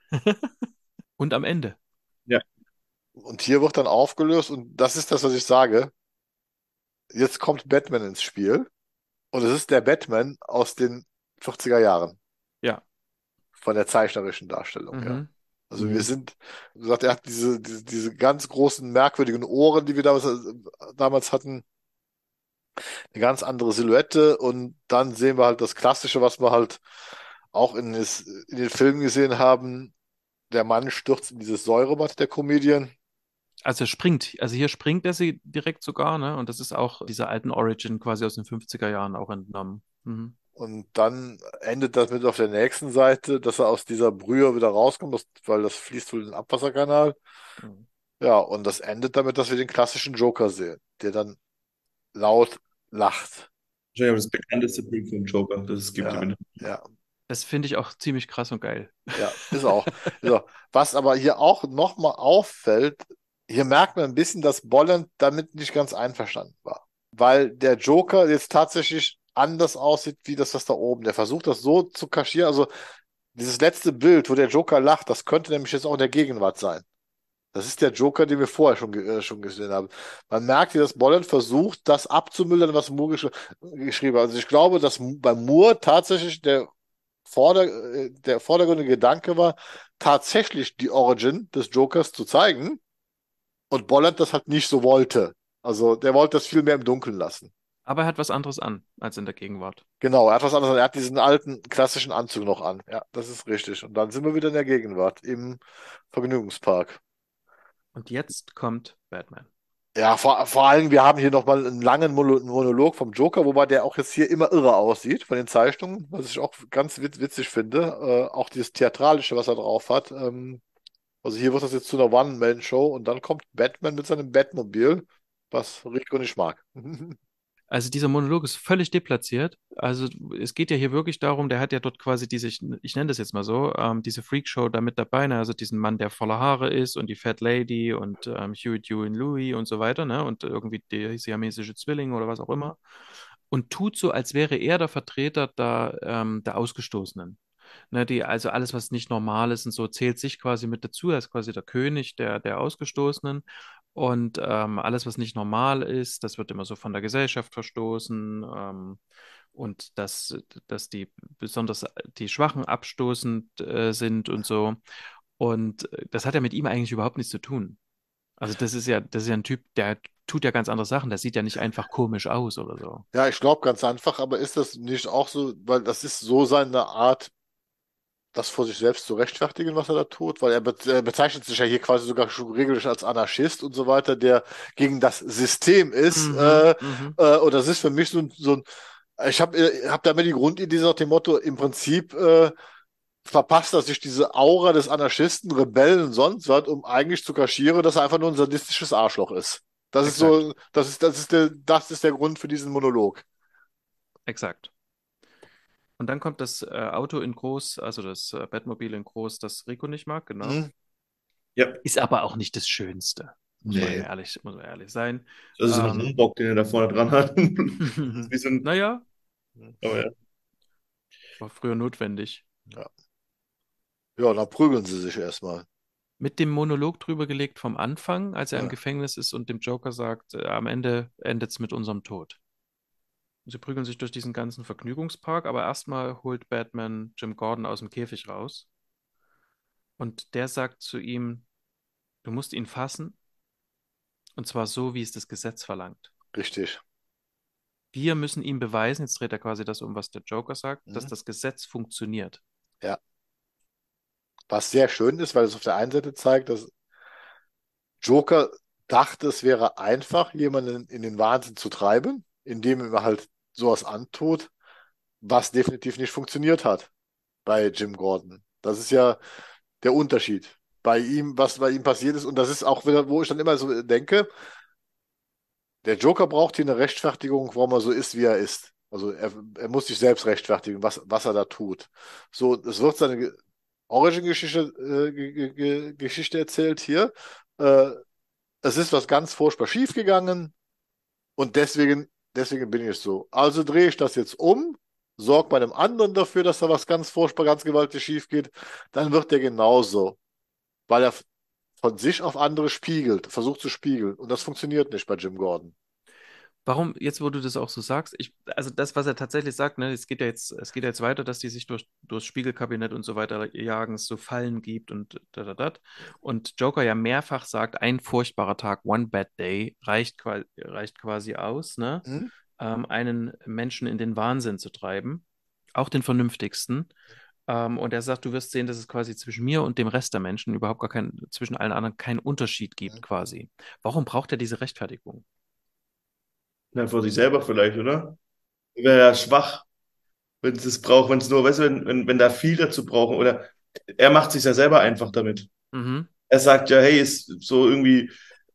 Und am Ende. Ja. Und hier wird dann aufgelöst und das ist das, was ich sage. Jetzt kommt Batman ins Spiel und es ist der Batman aus den vierziger Jahren Ja. von der zeichnerischen Darstellung her. Mhm. Also wir Mhm. sind, wie gesagt, er hat diese, diese, diese ganz großen, merkwürdigen Ohren, die wir damals, damals hatten, eine ganz andere Silhouette und dann sehen wir halt das Klassische, was wir halt auch in, des, in den Filmen gesehen haben. Der Mann stürzt in dieses Säurebad der Comedian. Also er springt, also hier springt er sie direkt sogar, ne? Und das ist auch dieser alten Origin quasi aus den fünfziger Jahren auch entnommen. Mhm. Und dann endet das mit auf der nächsten Seite, dass er aus dieser Brühe wieder rauskommt, das, weil das fließt wohl in den Abwasserkanal. Mhm. Ja, und das endet damit, dass wir den klassischen Joker sehen, der dann laut lacht. Wahrscheinlich aber das bekannteste Bild vom Joker, das es gibt im Ja, Internet. ja, Das finde ich auch ziemlich krass und geil. ja, ist auch. Ist auch. Was aber hier auch nochmal auffällt, hier merkt man ein bisschen, dass Bolland damit nicht ganz einverstanden war. Weil der Joker jetzt tatsächlich anders aussieht, wie das, was da oben. Der versucht das so zu kaschieren. Also dieses letzte Bild, wo der Joker lacht, das könnte nämlich jetzt auch in der Gegenwart sein. Das ist der Joker, den wir vorher schon, ge äh, schon gesehen haben. Man merkt hier, dass Bolland versucht, das abzumildern, was Moore gesch geschrieben hat. Also ich glaube, dass bei Moore tatsächlich der, Vorder äh, der vordergründige Gedanke war, tatsächlich die Origin des Jokers zu zeigen und Bolland das halt nicht so wollte. Also der wollte das viel mehr im Dunkeln lassen. Aber er hat was anderes an als in der Gegenwart. Genau, er hat was anderes. Er hat diesen alten klassischen Anzug noch an. Ja, das ist richtig. Und dann sind wir wieder in der Gegenwart im Vergnügungspark. Und jetzt kommt Batman. Ja, vor, vor allem, wir haben hier nochmal einen langen Mono- Monolog vom Joker, wobei der auch jetzt hier immer irre aussieht von den Zeichnungen, was ich auch ganz witz, witzig finde. Äh, auch dieses Theatralische, was er drauf hat. Ähm, also hier wird das jetzt zu einer One-Man-Show und dann kommt Batman mit seinem Batmobil, was Rico nicht mag. Also dieser Monolog ist völlig deplatziert. Also es geht ja hier wirklich darum, der hat ja dort quasi diese, ich, ich nenne das jetzt mal so, ähm, diese Freakshow da mit dabei, ne? Also diesen Mann, der voller Haare ist und die Fat Lady und ähm, Huey, Dewey und Louie und so weiter, ne? Und irgendwie der siamesische Zwilling oder was auch immer. Und tut so, als wäre er der Vertreter der, ähm, der Ausgestoßenen. Ne, die, also alles, was nicht normal ist und so, zählt sich quasi mit dazu. Er ist quasi der König der, der Ausgestoßenen. Und ähm, alles, was nicht normal ist, das wird immer so von der Gesellschaft verstoßen. Ähm, und dass, dass die besonders die Schwachen abstoßend äh, sind und so. Und äh, das hat ja mit ihm eigentlich überhaupt nichts zu tun. Also das ist ja, das ist ja ein Typ, der tut ja ganz andere Sachen. Der sieht ja nicht einfach komisch aus oder so. Ja, ich glaube ganz einfach, aber ist das nicht auch so, weil das ist so seine Art, das vor sich selbst zu rechtfertigen, was er da tut, weil er, be er bezeichnet sich ja hier quasi sogar schon regelrecht als Anarchist und so weiter, der gegen das System ist. Mhm, Äh, mhm. äh, und das ist für mich so, ein- so ein, ich habe äh, hab da immer die Grundidee nach dem Motto, im Prinzip äh, verpasst er sich diese Aura des Anarchisten, Rebellen und sonst was, um eigentlich zu kaschieren, dass er einfach nur ein sadistisches Arschloch ist. Das ist Exakt, so, das ist, das ist der, das ist der Grund für diesen Monolog. exakt. Und dann kommt das äh, Auto in groß, also das äh, Batmobil in groß, das Rico nicht mag, genau. Hm? Ja, Ist aber auch nicht das Schönste, muss man nee. ehrlich, muss man ehrlich sein. Das ist so ein Ähm, Rambock, den er da vorne dran hat. Das ist wie so ein, naja, aber ja. war früher notwendig. Ja. Ja, dann prügeln sie sich erstmal. Mit dem Monolog drüber gelegt vom Anfang, als er im Ja, Gefängnis ist und dem Joker sagt, äh, am Ende endet es mit unserem Tod. Sie prügeln sich durch diesen ganzen Vergnügungspark, aber erstmal holt Batman Jim Gordon aus dem Käfig raus und der sagt zu ihm, du musst ihn fassen und zwar so, wie es das Gesetz verlangt. richtig. Wir müssen ihm beweisen, jetzt dreht er quasi das um, was der Joker sagt, dass Hm? das Gesetz funktioniert. Ja. Was sehr schön ist, weil es auf der einen Seite zeigt, dass Joker dachte, es wäre einfach, jemanden in den Wahnsinn zu treiben, indem er halt sowas antut, was definitiv nicht funktioniert hat bei Jim Gordon. Das ist ja der Unterschied bei ihm, was bei ihm passiert ist. Und das ist auch wieder, wo ich dann immer so denke, der Joker braucht hier eine Rechtfertigung, warum er so ist, wie er ist. Also er, er muss sich selbst rechtfertigen, was, was er da tut. So, es wird seine Origin-Geschichte äh, Ge- Ge- Geschichte erzählt hier. Äh, es ist was ganz furchtbar schiefgegangen und deswegen, deswegen bin ich so. Also drehe ich das jetzt um, sorge bei einem anderen dafür, dass da was ganz furchtbar, ganz gewaltig schief geht, dann wird der genauso, weil er von sich auf andere spiegelt, versucht zu spiegeln. Und das funktioniert nicht bei Jim Gordon. Warum, jetzt wo du das auch so sagst, ich, also das, was er tatsächlich sagt, ne, es geht ja jetzt, es geht ja jetzt weiter, dass die sich durch, durchs Spiegelkabinett und so weiter jagen, es so Fallen gibt und da, da, da. Und Joker ja mehrfach sagt, ein furchtbarer Tag, one bad day, reicht, qua- reicht quasi aus, ne, Hm? ähm, einen Menschen in den Wahnsinn zu treiben, auch den vernünftigsten. Ähm, und er sagt, du wirst sehen, dass es quasi zwischen mir und dem Rest der Menschen überhaupt gar kein, zwischen allen anderen keinen Unterschied gibt, quasi. Warum braucht er diese Rechtfertigung? Ja, vor sich selber vielleicht, oder? Wäre ja schwach. wenn es es braucht, wenn es nur, weißt du, wenn, wenn, wenn da viel dazu brauchen oder er macht sich ja selber einfach damit. Mhm. Er sagt ja, hey, ist so irgendwie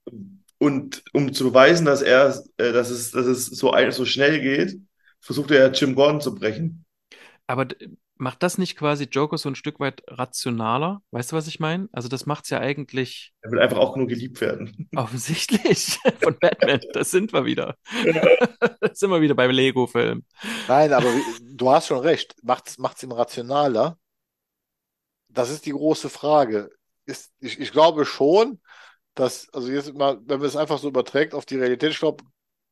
und um zu beweisen, dass er, äh, dass es, dass es so ein, so schnell geht, versucht er ja Jim Gordon zu brechen. Aber d- macht das nicht quasi Joker so ein Stück weit rationaler? Weißt du, was ich meine? Also das macht's ja eigentlich Er will einfach auch nur geliebt werden. offensichtlich von Batman. Das sind wir wieder. Das sind wir wieder beim Lego-Film. Nein, aber wie, du hast schon recht. Macht's, macht's ihm rationaler? Das ist die große Frage. Ist, ich, ich glaube schon, dass, also jetzt mal, wenn man es einfach so überträgt auf die Realität, ich glaube,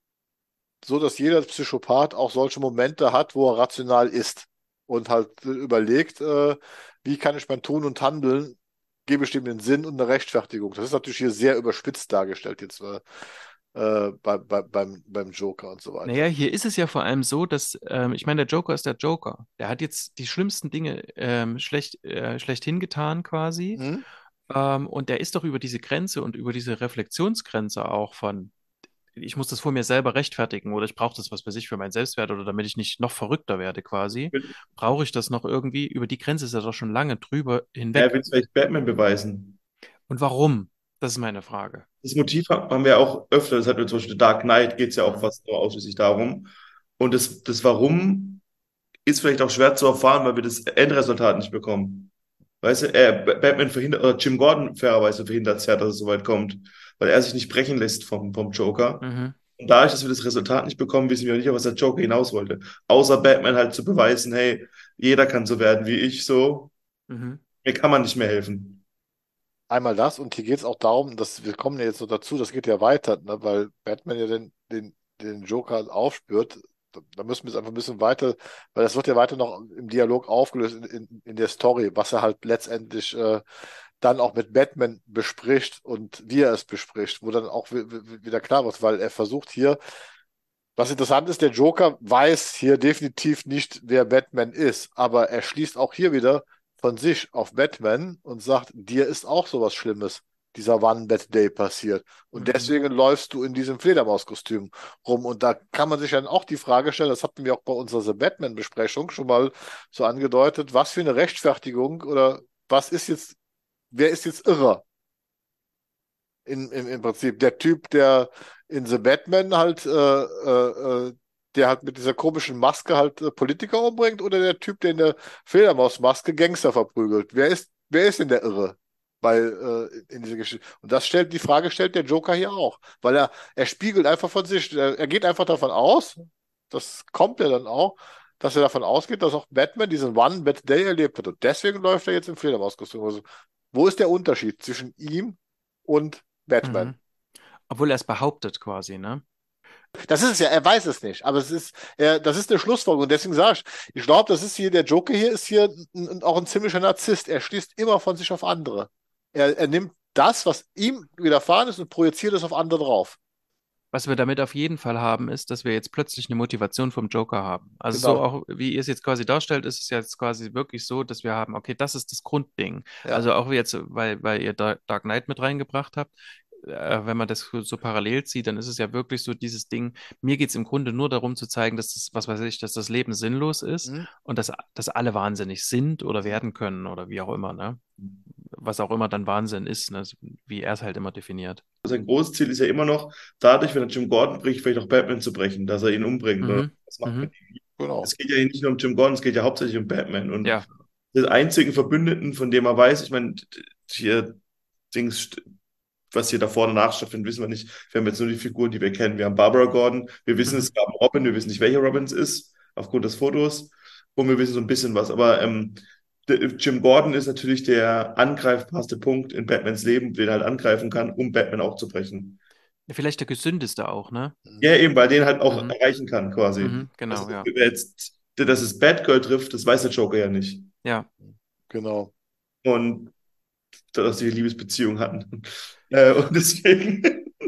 so, dass jeder Psychopath auch solche Momente hat, wo er rational ist und halt äh, überlegt, äh, wie kann ich mein Tun und Handeln, gebe ich dem den Sinn und eine Rechtfertigung. Das ist natürlich hier sehr überspitzt dargestellt jetzt äh, äh, bei, bei, beim, beim Joker und so Naja, weiter. hier ist es ja vor allem so, dass, ähm, ich meine, der Joker ist der Joker. Der hat jetzt die schlimmsten Dinge ähm, schlecht, äh, schlechthin getan quasi. Hm? Ähm, und der ist doch über diese Grenze und über diese Reflexionsgrenze auch von, ich muss das vor mir selber rechtfertigen oder ich brauche das, was weiß ich, für meinen Selbstwert oder damit ich nicht noch verrückter werde quasi, brauche ich das noch irgendwie. Über die Grenze ist er doch schon lange drüber Er hinweg. will es vielleicht Batman beweisen. Und warum? Das ist meine Frage. Das Motiv haben wir auch öfter, das hat mir zum Beispiel The Dark Knight, geht es ja auch Mhm. fast nur ausschließlich darum. Und das, das Warum ist vielleicht auch schwer zu erfahren, weil wir das Endresultat nicht bekommen. Weißt du, er, Batman verhindert, oder Jim Gordon fairerweise verhindert es ja, dass es so weit kommt, weil er sich nicht brechen lässt vom, vom Joker. Mhm. Und dadurch, dass wir das Resultat nicht bekommen, wissen wir auch nicht, was der Joker hinaus wollte. Außer Batman halt zu beweisen, hey, jeder kann so werden wie ich, so, Mhm. mir kann man nicht mehr helfen. Einmal das und hier geht es auch darum, dass wir kommen ja jetzt so dazu, das geht ja weiter, ne, weil Batman ja den, den, den Joker aufspürt. Da, da müssen wir jetzt einfach ein bisschen weiter, weil das wird ja weiter noch im Dialog aufgelöst in, in, in der Story, was er halt letztendlich äh, dann auch mit Batman bespricht und wie er es bespricht, wo dann auch wi- wi- wieder klar wird, weil er versucht hier, was interessant ist, der Joker weiß hier definitiv nicht, wer Batman ist, aber er schließt auch hier wieder von sich auf Batman und sagt, dir ist auch sowas Schlimmes, dieser One-Bad-Day passiert. Und Mhm. deswegen läufst du in diesem Fledermauskostüm rum. Und da kann man sich dann auch die Frage stellen, das hatten wir auch bei unserer The Batman-Besprechung schon mal so angedeutet, was für eine Rechtfertigung oder was ist jetzt, wer ist jetzt irrer? In, im, im Prinzip der Typ, der in The Batman halt, äh, äh, äh, der halt mit dieser komischen Maske halt äh, Politiker umbringt, oder der Typ, der in der Fledermausmaske Gangster verprügelt. Wer ist, wer ist denn der Irre? Weil äh, in dieser Geschichte. Und das stellt, die Frage stellt der Joker hier auch. Weil er, er spiegelt einfach von sich, er, er geht einfach davon aus, das kommt ja dann auch, dass er davon ausgeht, dass auch Batman diesen One-Bad Day erlebt hat. Und deswegen läuft er jetzt im Fledermauskostüm. Also, wo ist der Unterschied zwischen ihm und Batman? Mhm. Obwohl er es behauptet quasi, ne? Das ist es ja, er weiß es nicht, aber es ist, er, das ist eine Schlussfolgerung. Und deswegen sage ich, ich glaube, das ist hier, der Joker hier ist hier ein, ein, auch ein ziemlicher Narzisst. Er schließt immer von sich auf andere. Er, er nimmt das, was ihm widerfahren ist, und projiziert es auf andere drauf. Was wir damit auf jeden Fall haben, ist, dass wir jetzt plötzlich eine Motivation vom Joker haben. Also so Genau. auch, wie ihr es jetzt quasi darstellt, ist es jetzt quasi wirklich so, dass wir haben, okay, das ist das Grundding. Ja. Also auch jetzt, weil, weil ihr Da- Dark Knight mit reingebracht habt, äh, wenn man das so so parallel sieht, dann ist es ja wirklich so dieses Ding, mir geht es im Grunde nur darum zu zeigen, dass das, was weiß ich, dass das Leben sinnlos ist Hm? und dass, dass alle wahnsinnig sind oder Hm? werden können oder wie auch immer, ne? Was auch immer dann Wahnsinn ist, ne? Wie er es halt immer definiert. Sein großes Ziel ist ja immer noch, dadurch, wenn er Jim Gordon bricht, vielleicht auch Batman zu brechen, dass er ihn umbringt. Oder Mhm. was macht Mhm. mit ihm? Genau. Es geht ja hier nicht nur um Jim Gordon, es geht ja hauptsächlich um Batman. Und Ja. den einzigen Verbündeten, von dem er weiß, ich meine, hier Dings, was hier davor und danach stattfindet, wissen wir nicht. Wir haben jetzt nur die Figuren, die wir kennen. Wir haben Barbara Gordon, wir wissen, Mhm. es gab einen Robin, wir wissen nicht, welcher Robin es ist, aufgrund des Fotos. Und wir wissen so ein bisschen was. Aber ähm, der- Jim Gordon ist natürlich der angreifbarste Punkt in Batmans Leben, den er halt angreifen kann, um Batman auch zu brechen. Ja, vielleicht der gesündeste auch, ne? Hm? Ja, eben, weil den halt auch Mhm. erreichen kann, quasi. Mhm. Also, Genau, ja. wer jetzt, dass es Batgirl trifft, das weiß der Joker ja nicht. Ja. Genau. Und dass sie eine Liebesbeziehung hatten. Äh, und deswegen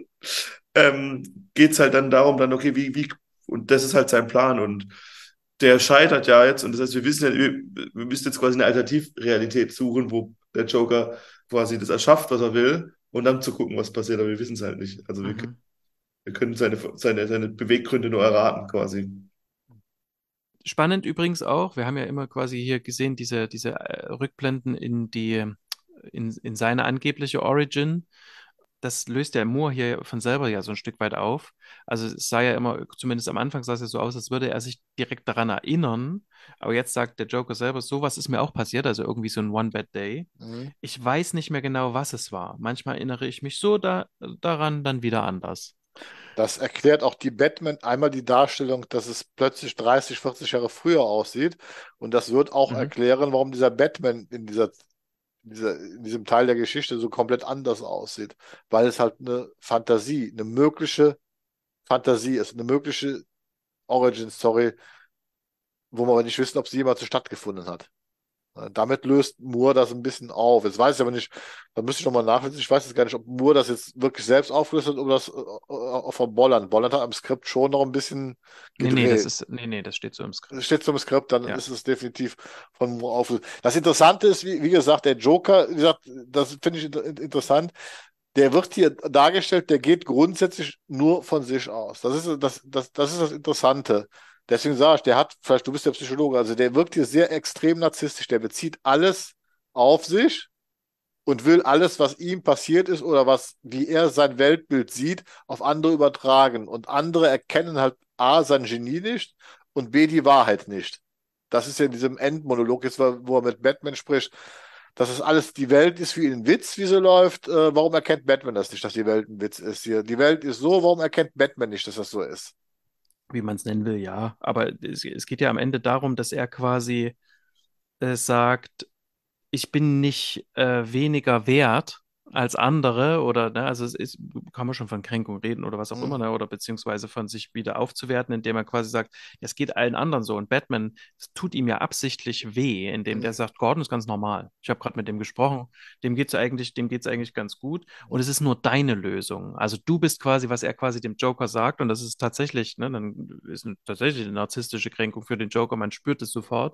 ähm, geht es halt dann darum, dann, okay, wie, wie, und das ist halt sein Plan. Und der scheitert ja jetzt. Und das heißt, wir wissen ja, wir, wir müssen jetzt quasi eine Alternativrealität suchen, wo der Joker quasi das erschafft, was er will, und dann zu gucken, was passiert. Aber wir wissen es halt nicht. Also wir, können- Mhm. wir können seine, seine, seine Beweggründe nur erraten, quasi. Spannend übrigens auch, wir haben ja immer quasi hier gesehen, diese, diese äh, Rückblenden in die, in, in seine angebliche Origin. Das löst der Moore hier von selber ja so ein Stück weit auf. Also es sah ja immer, zumindest am Anfang sah es ja so aus, als würde er sich direkt daran erinnern. Aber jetzt sagt der Joker selber, sowas ist mir auch passiert, also irgendwie so ein One Bad Day. Mhm. Ich weiß nicht mehr genau, was es war. Manchmal erinnere ich mich so da, daran, dann wieder anders. Das erklärt auch die Batman einmal die Darstellung, dass es plötzlich dreißig, vierzig Jahre früher aussieht. Und das wird auch Mhm. erklären, warum dieser Batman in dieser, in dieser, in diesem Teil der Geschichte so komplett anders aussieht. Weil es halt eine Fantasie, eine mögliche Fantasie ist, eine mögliche Origin-Story, wo wir aber nicht wissen, ob sie jemals so stattgefunden hat. Äh, Damit löst Moore das ein bisschen auf. Jetzt weiß ich aber nicht, da müsste ich nochmal nachlesen. Ich weiß jetzt gar nicht, ob Moore das jetzt wirklich selbst aufgelöst hat oder das äh, äh, auch von Bolland. Bolland hat am Skript schon noch ein bisschen Nee, nee, das gedreht. ist, nee, nee, das steht so im Skript. Steht zum Skript, dann Ja. ist es definitiv von Moore aufgelöst. Das Interessante ist, wie, wie gesagt, der Joker, wie gesagt, das finde ich inter interessant. Der wird hier dargestellt, der geht grundsätzlich nur von sich aus. Das ist das, das, das ist das Interessante. Deswegen sage ich, der hat, vielleicht du bist der Psychologe, also der wirkt hier sehr extrem narzisstisch. Der bezieht alles auf sich und will alles, was ihm passiert ist oder was, wie er sein Weltbild sieht, auf andere übertragen. Und andere erkennen halt A, sein Genie nicht und B, die Wahrheit nicht. Das ist ja in diesem Endmonolog, jetzt, wo er mit Batman spricht, dass es alles, die Welt ist für ihn ein Witz, wie sie läuft. Äh, warum erkennt Batman das nicht, dass die Welt ein Witz ist hier? Die Welt ist so, warum erkennt Batman nicht, dass das so ist? Wie man es nennen will, ja. Aber es, es geht ja am Ende darum, dass er quasi äh, sagt, ich bin nicht äh, weniger wert als andere oder, ne, also es ist, kann man schon von Kränkung reden oder was auch Hm, immer, ne, oder beziehungsweise von sich wieder aufzuwerten, indem er quasi sagt, ja, es geht allen anderen so. Und Batman, es tut ihm ja absichtlich weh, indem der hm, sagt, Gordon ist ganz normal. Ich habe gerade mit dem gesprochen, dem geht's eigentlich, dem geht's eigentlich ganz gut und es ist nur deine Lösung. Also du bist quasi, was er quasi dem Joker sagt und das ist tatsächlich, ne, dann ist eine, tatsächlich eine narzisstische Kränkung für den Joker, man spürt es sofort.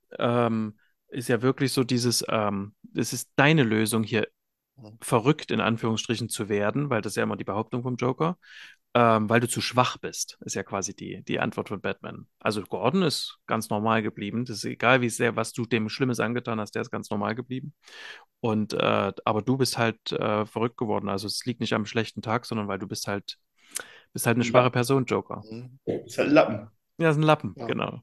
Ähm, ist ja wirklich so dieses, ähm, es ist deine Lösung hier hm, verrückt in Anführungsstrichen zu werden, weil das ist ja immer die Behauptung vom Joker, ähm, weil du zu schwach bist, ist ja quasi die, die Antwort von Batman. Also Gordon ist ganz normal geblieben. Das ist egal, wie sehr, was du dem Schlimmes angetan hast, der ist ganz normal geblieben. Und äh, aber du bist halt äh, verrückt geworden. Also es liegt nicht am schlechten Tag, sondern weil du bist halt, bist halt eine schwache Lappen. Person, Joker. hm, Ist halt ein Lappen. Ja, ist ein Lappen, ja. genau.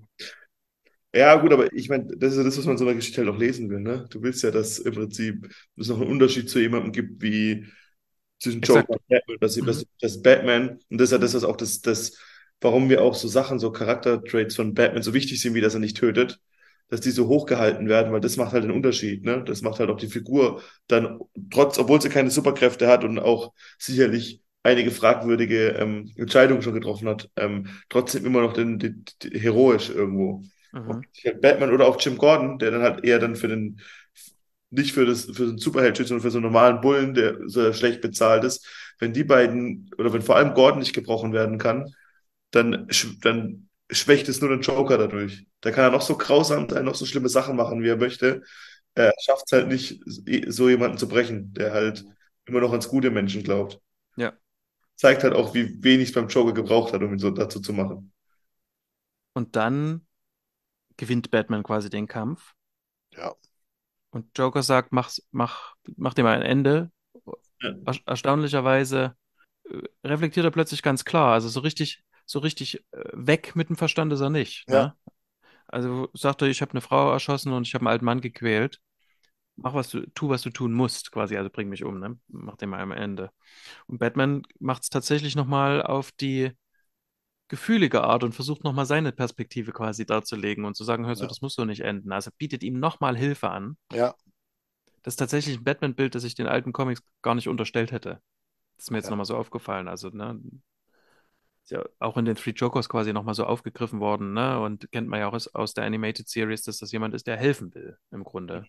Ja, gut, aber ich meine, das ist ja das, was man in so einer Geschichte halt auch lesen will, ne? Du willst ja, dass im Prinzip es noch einen Unterschied zu jemandem gibt, wie zwischen Joker Exakt. und Batman, dass, Mhm. dass, dass Batman, und das ist ja das, was auch das, das, warum wir auch so Sachen, so Charaktertraits von Batman so wichtig sind, wie dass er nicht tötet, dass die so hochgehalten werden, weil das macht halt den Unterschied, ne? Das macht halt auch die Figur dann, trotz, obwohl sie keine Superkräfte hat und auch sicherlich einige fragwürdige ähm, Entscheidungen schon getroffen hat, ähm, trotzdem immer noch den, den, den, heroisch irgendwo. Und Mhm. Batman oder auch Jim Gordon, der dann halt eher dann für den, nicht für das, für so einen Superheld steht, sondern für so einen normalen Bullen, der so schlecht bezahlt ist. Wenn die beiden, oder wenn vor allem Gordon nicht gebrochen werden kann, dann, sch- dann schwächt es nur den Joker dadurch. Da kann er noch so grausam sein, noch so schlimme Sachen machen, wie er möchte. Er schafft es halt nicht, so jemanden zu brechen, der halt immer noch ans gute Menschen glaubt. Ja. Zeigt halt auch, wie wenig es beim Joker gebraucht hat, um ihn so dazu zu machen. Und dann gewinnt Batman quasi den Kampf. Ja. Und Joker sagt, mach, mach, mach dir mal ein Ende. Ja, Er, erstaunlicherweise äh, reflektiert er plötzlich ganz klar. Also so richtig, so richtig äh, weg mit dem Verstand ist er nicht, Ja. ne? Also sagt er, ich habe eine Frau erschossen und ich habe einen alten Mann gequält. Mach, was du, tu, was du tun musst, quasi. Also bring mich um, ne? Mach dir mal am Ende. Und Batman macht es tatsächlich nochmal auf die gefühlige Art und versucht nochmal seine Perspektive quasi darzulegen und zu sagen, hörst du, Ja. das muss so nicht enden. Also bietet ihm nochmal Hilfe an. Ja. Das ist tatsächlich ein Batman-Bild, das ich den alten Comics gar nicht unterstellt hätte. Das ist mir jetzt Ja. nochmal so aufgefallen. Also, ne, ist ja auch in den Three Jokers quasi nochmal so aufgegriffen worden, ne? Und kennt man ja auch aus, aus der Animated Series, dass das jemand ist, der helfen will, im Grunde.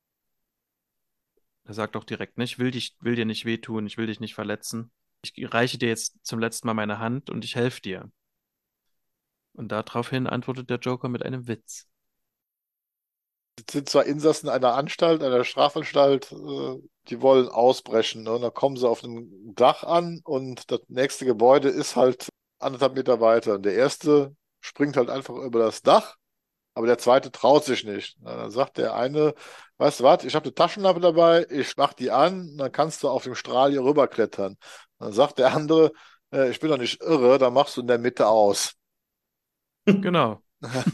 Er sagt auch direkt, ne, ich will dich, will dir nicht wehtun, ich will dich nicht verletzen. Ich reiche dir jetzt zum letzten Mal meine Hand und ich helfe dir. Und daraufhin antwortet der Joker mit einem Witz. Es sind zwar Insassen einer Anstalt, einer Strafanstalt, äh, die wollen ausbrechen. Ne? Und dann kommen sie auf einem Dach an und das nächste Gebäude ist halt anderthalb Meter weiter. Und der erste springt halt einfach über das Dach, aber der zweite traut sich nicht. Na, dann sagt der eine, weißt du was, ich habe eine Taschenlampe dabei, ich mach die an, dann kannst du auf dem Strahl hier rüberklettern. Dann sagt der andere, äh, ich bin doch nicht irre, dann machst du in der Mitte aus. Genau.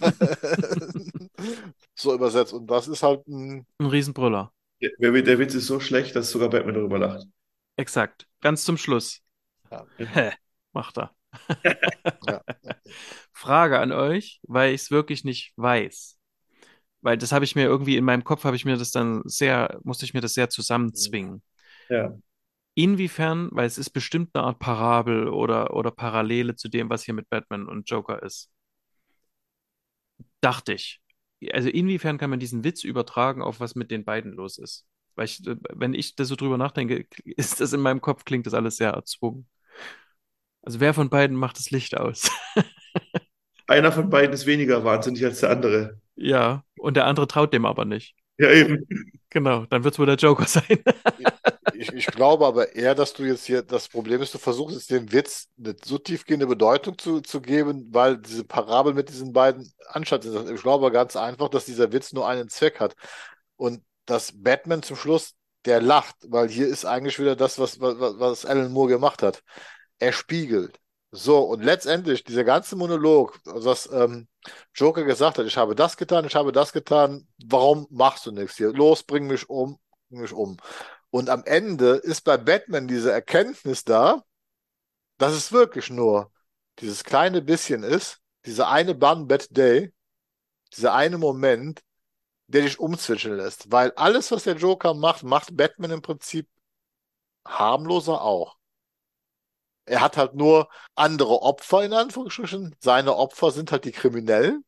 So übersetzt. Und das ist halt ein, Ein Riesenbrüller. Der, der Witz ist so schlecht, dass sogar Batman darüber lacht. Exakt. Ganz zum Schluss. ja, Hä, macht er. ja. Frage an euch, weil ich es wirklich nicht weiß. Weil das habe ich mir irgendwie in meinem Kopf, habe ich mir das dann sehr, musste ich mir das sehr zusammenzwingen. Ja. Inwiefern, weil es ist bestimmt eine Art Parabel oder, oder Parallele zu dem, was hier mit Batman und Joker ist. Dachte ich. Also inwiefern kann man diesen Witz übertragen auf was mit den beiden los ist? Weil ich, äh, wenn ich da so drüber nachdenke, ist das in meinem Kopf, klingt das alles sehr erzwungen. Also wer von beiden macht das Licht aus? Einer von beiden ist weniger wahnsinnig als der andere. Ja, und der andere traut dem aber nicht. Ja, eben. Genau, dann wird es wohl der Joker sein. Ich, ich glaube aber eher, dass du jetzt hier, das Problem ist, du versuchst jetzt dem Witz eine so tiefgehende Bedeutung zu, zu geben, weil diese Parabel mit diesen beiden Anstalten sind. Ich glaube ganz einfach, dass dieser Witz nur einen Zweck hat. Und dass Batman zum Schluss, der lacht, weil hier ist eigentlich wieder das, was, was, was Alan Moore gemacht hat. Er spiegelt. So, und letztendlich, dieser ganze Monolog, was ähm, Joker gesagt hat, ich habe das getan, ich habe das getan, warum machst du nichts hier? Los, bring mich um, bring mich um. Und am Ende ist bei Batman diese Erkenntnis da, dass es wirklich nur dieses kleine bisschen ist, dieser eine One Bad Day, dieser eine Moment, der dich umzwitschern lässt. Weil alles, was der Joker macht, macht Batman im Prinzip harmloser auch. Er hat halt nur andere Opfer in Anführungsstrichen. Seine Opfer sind halt die Kriminellen.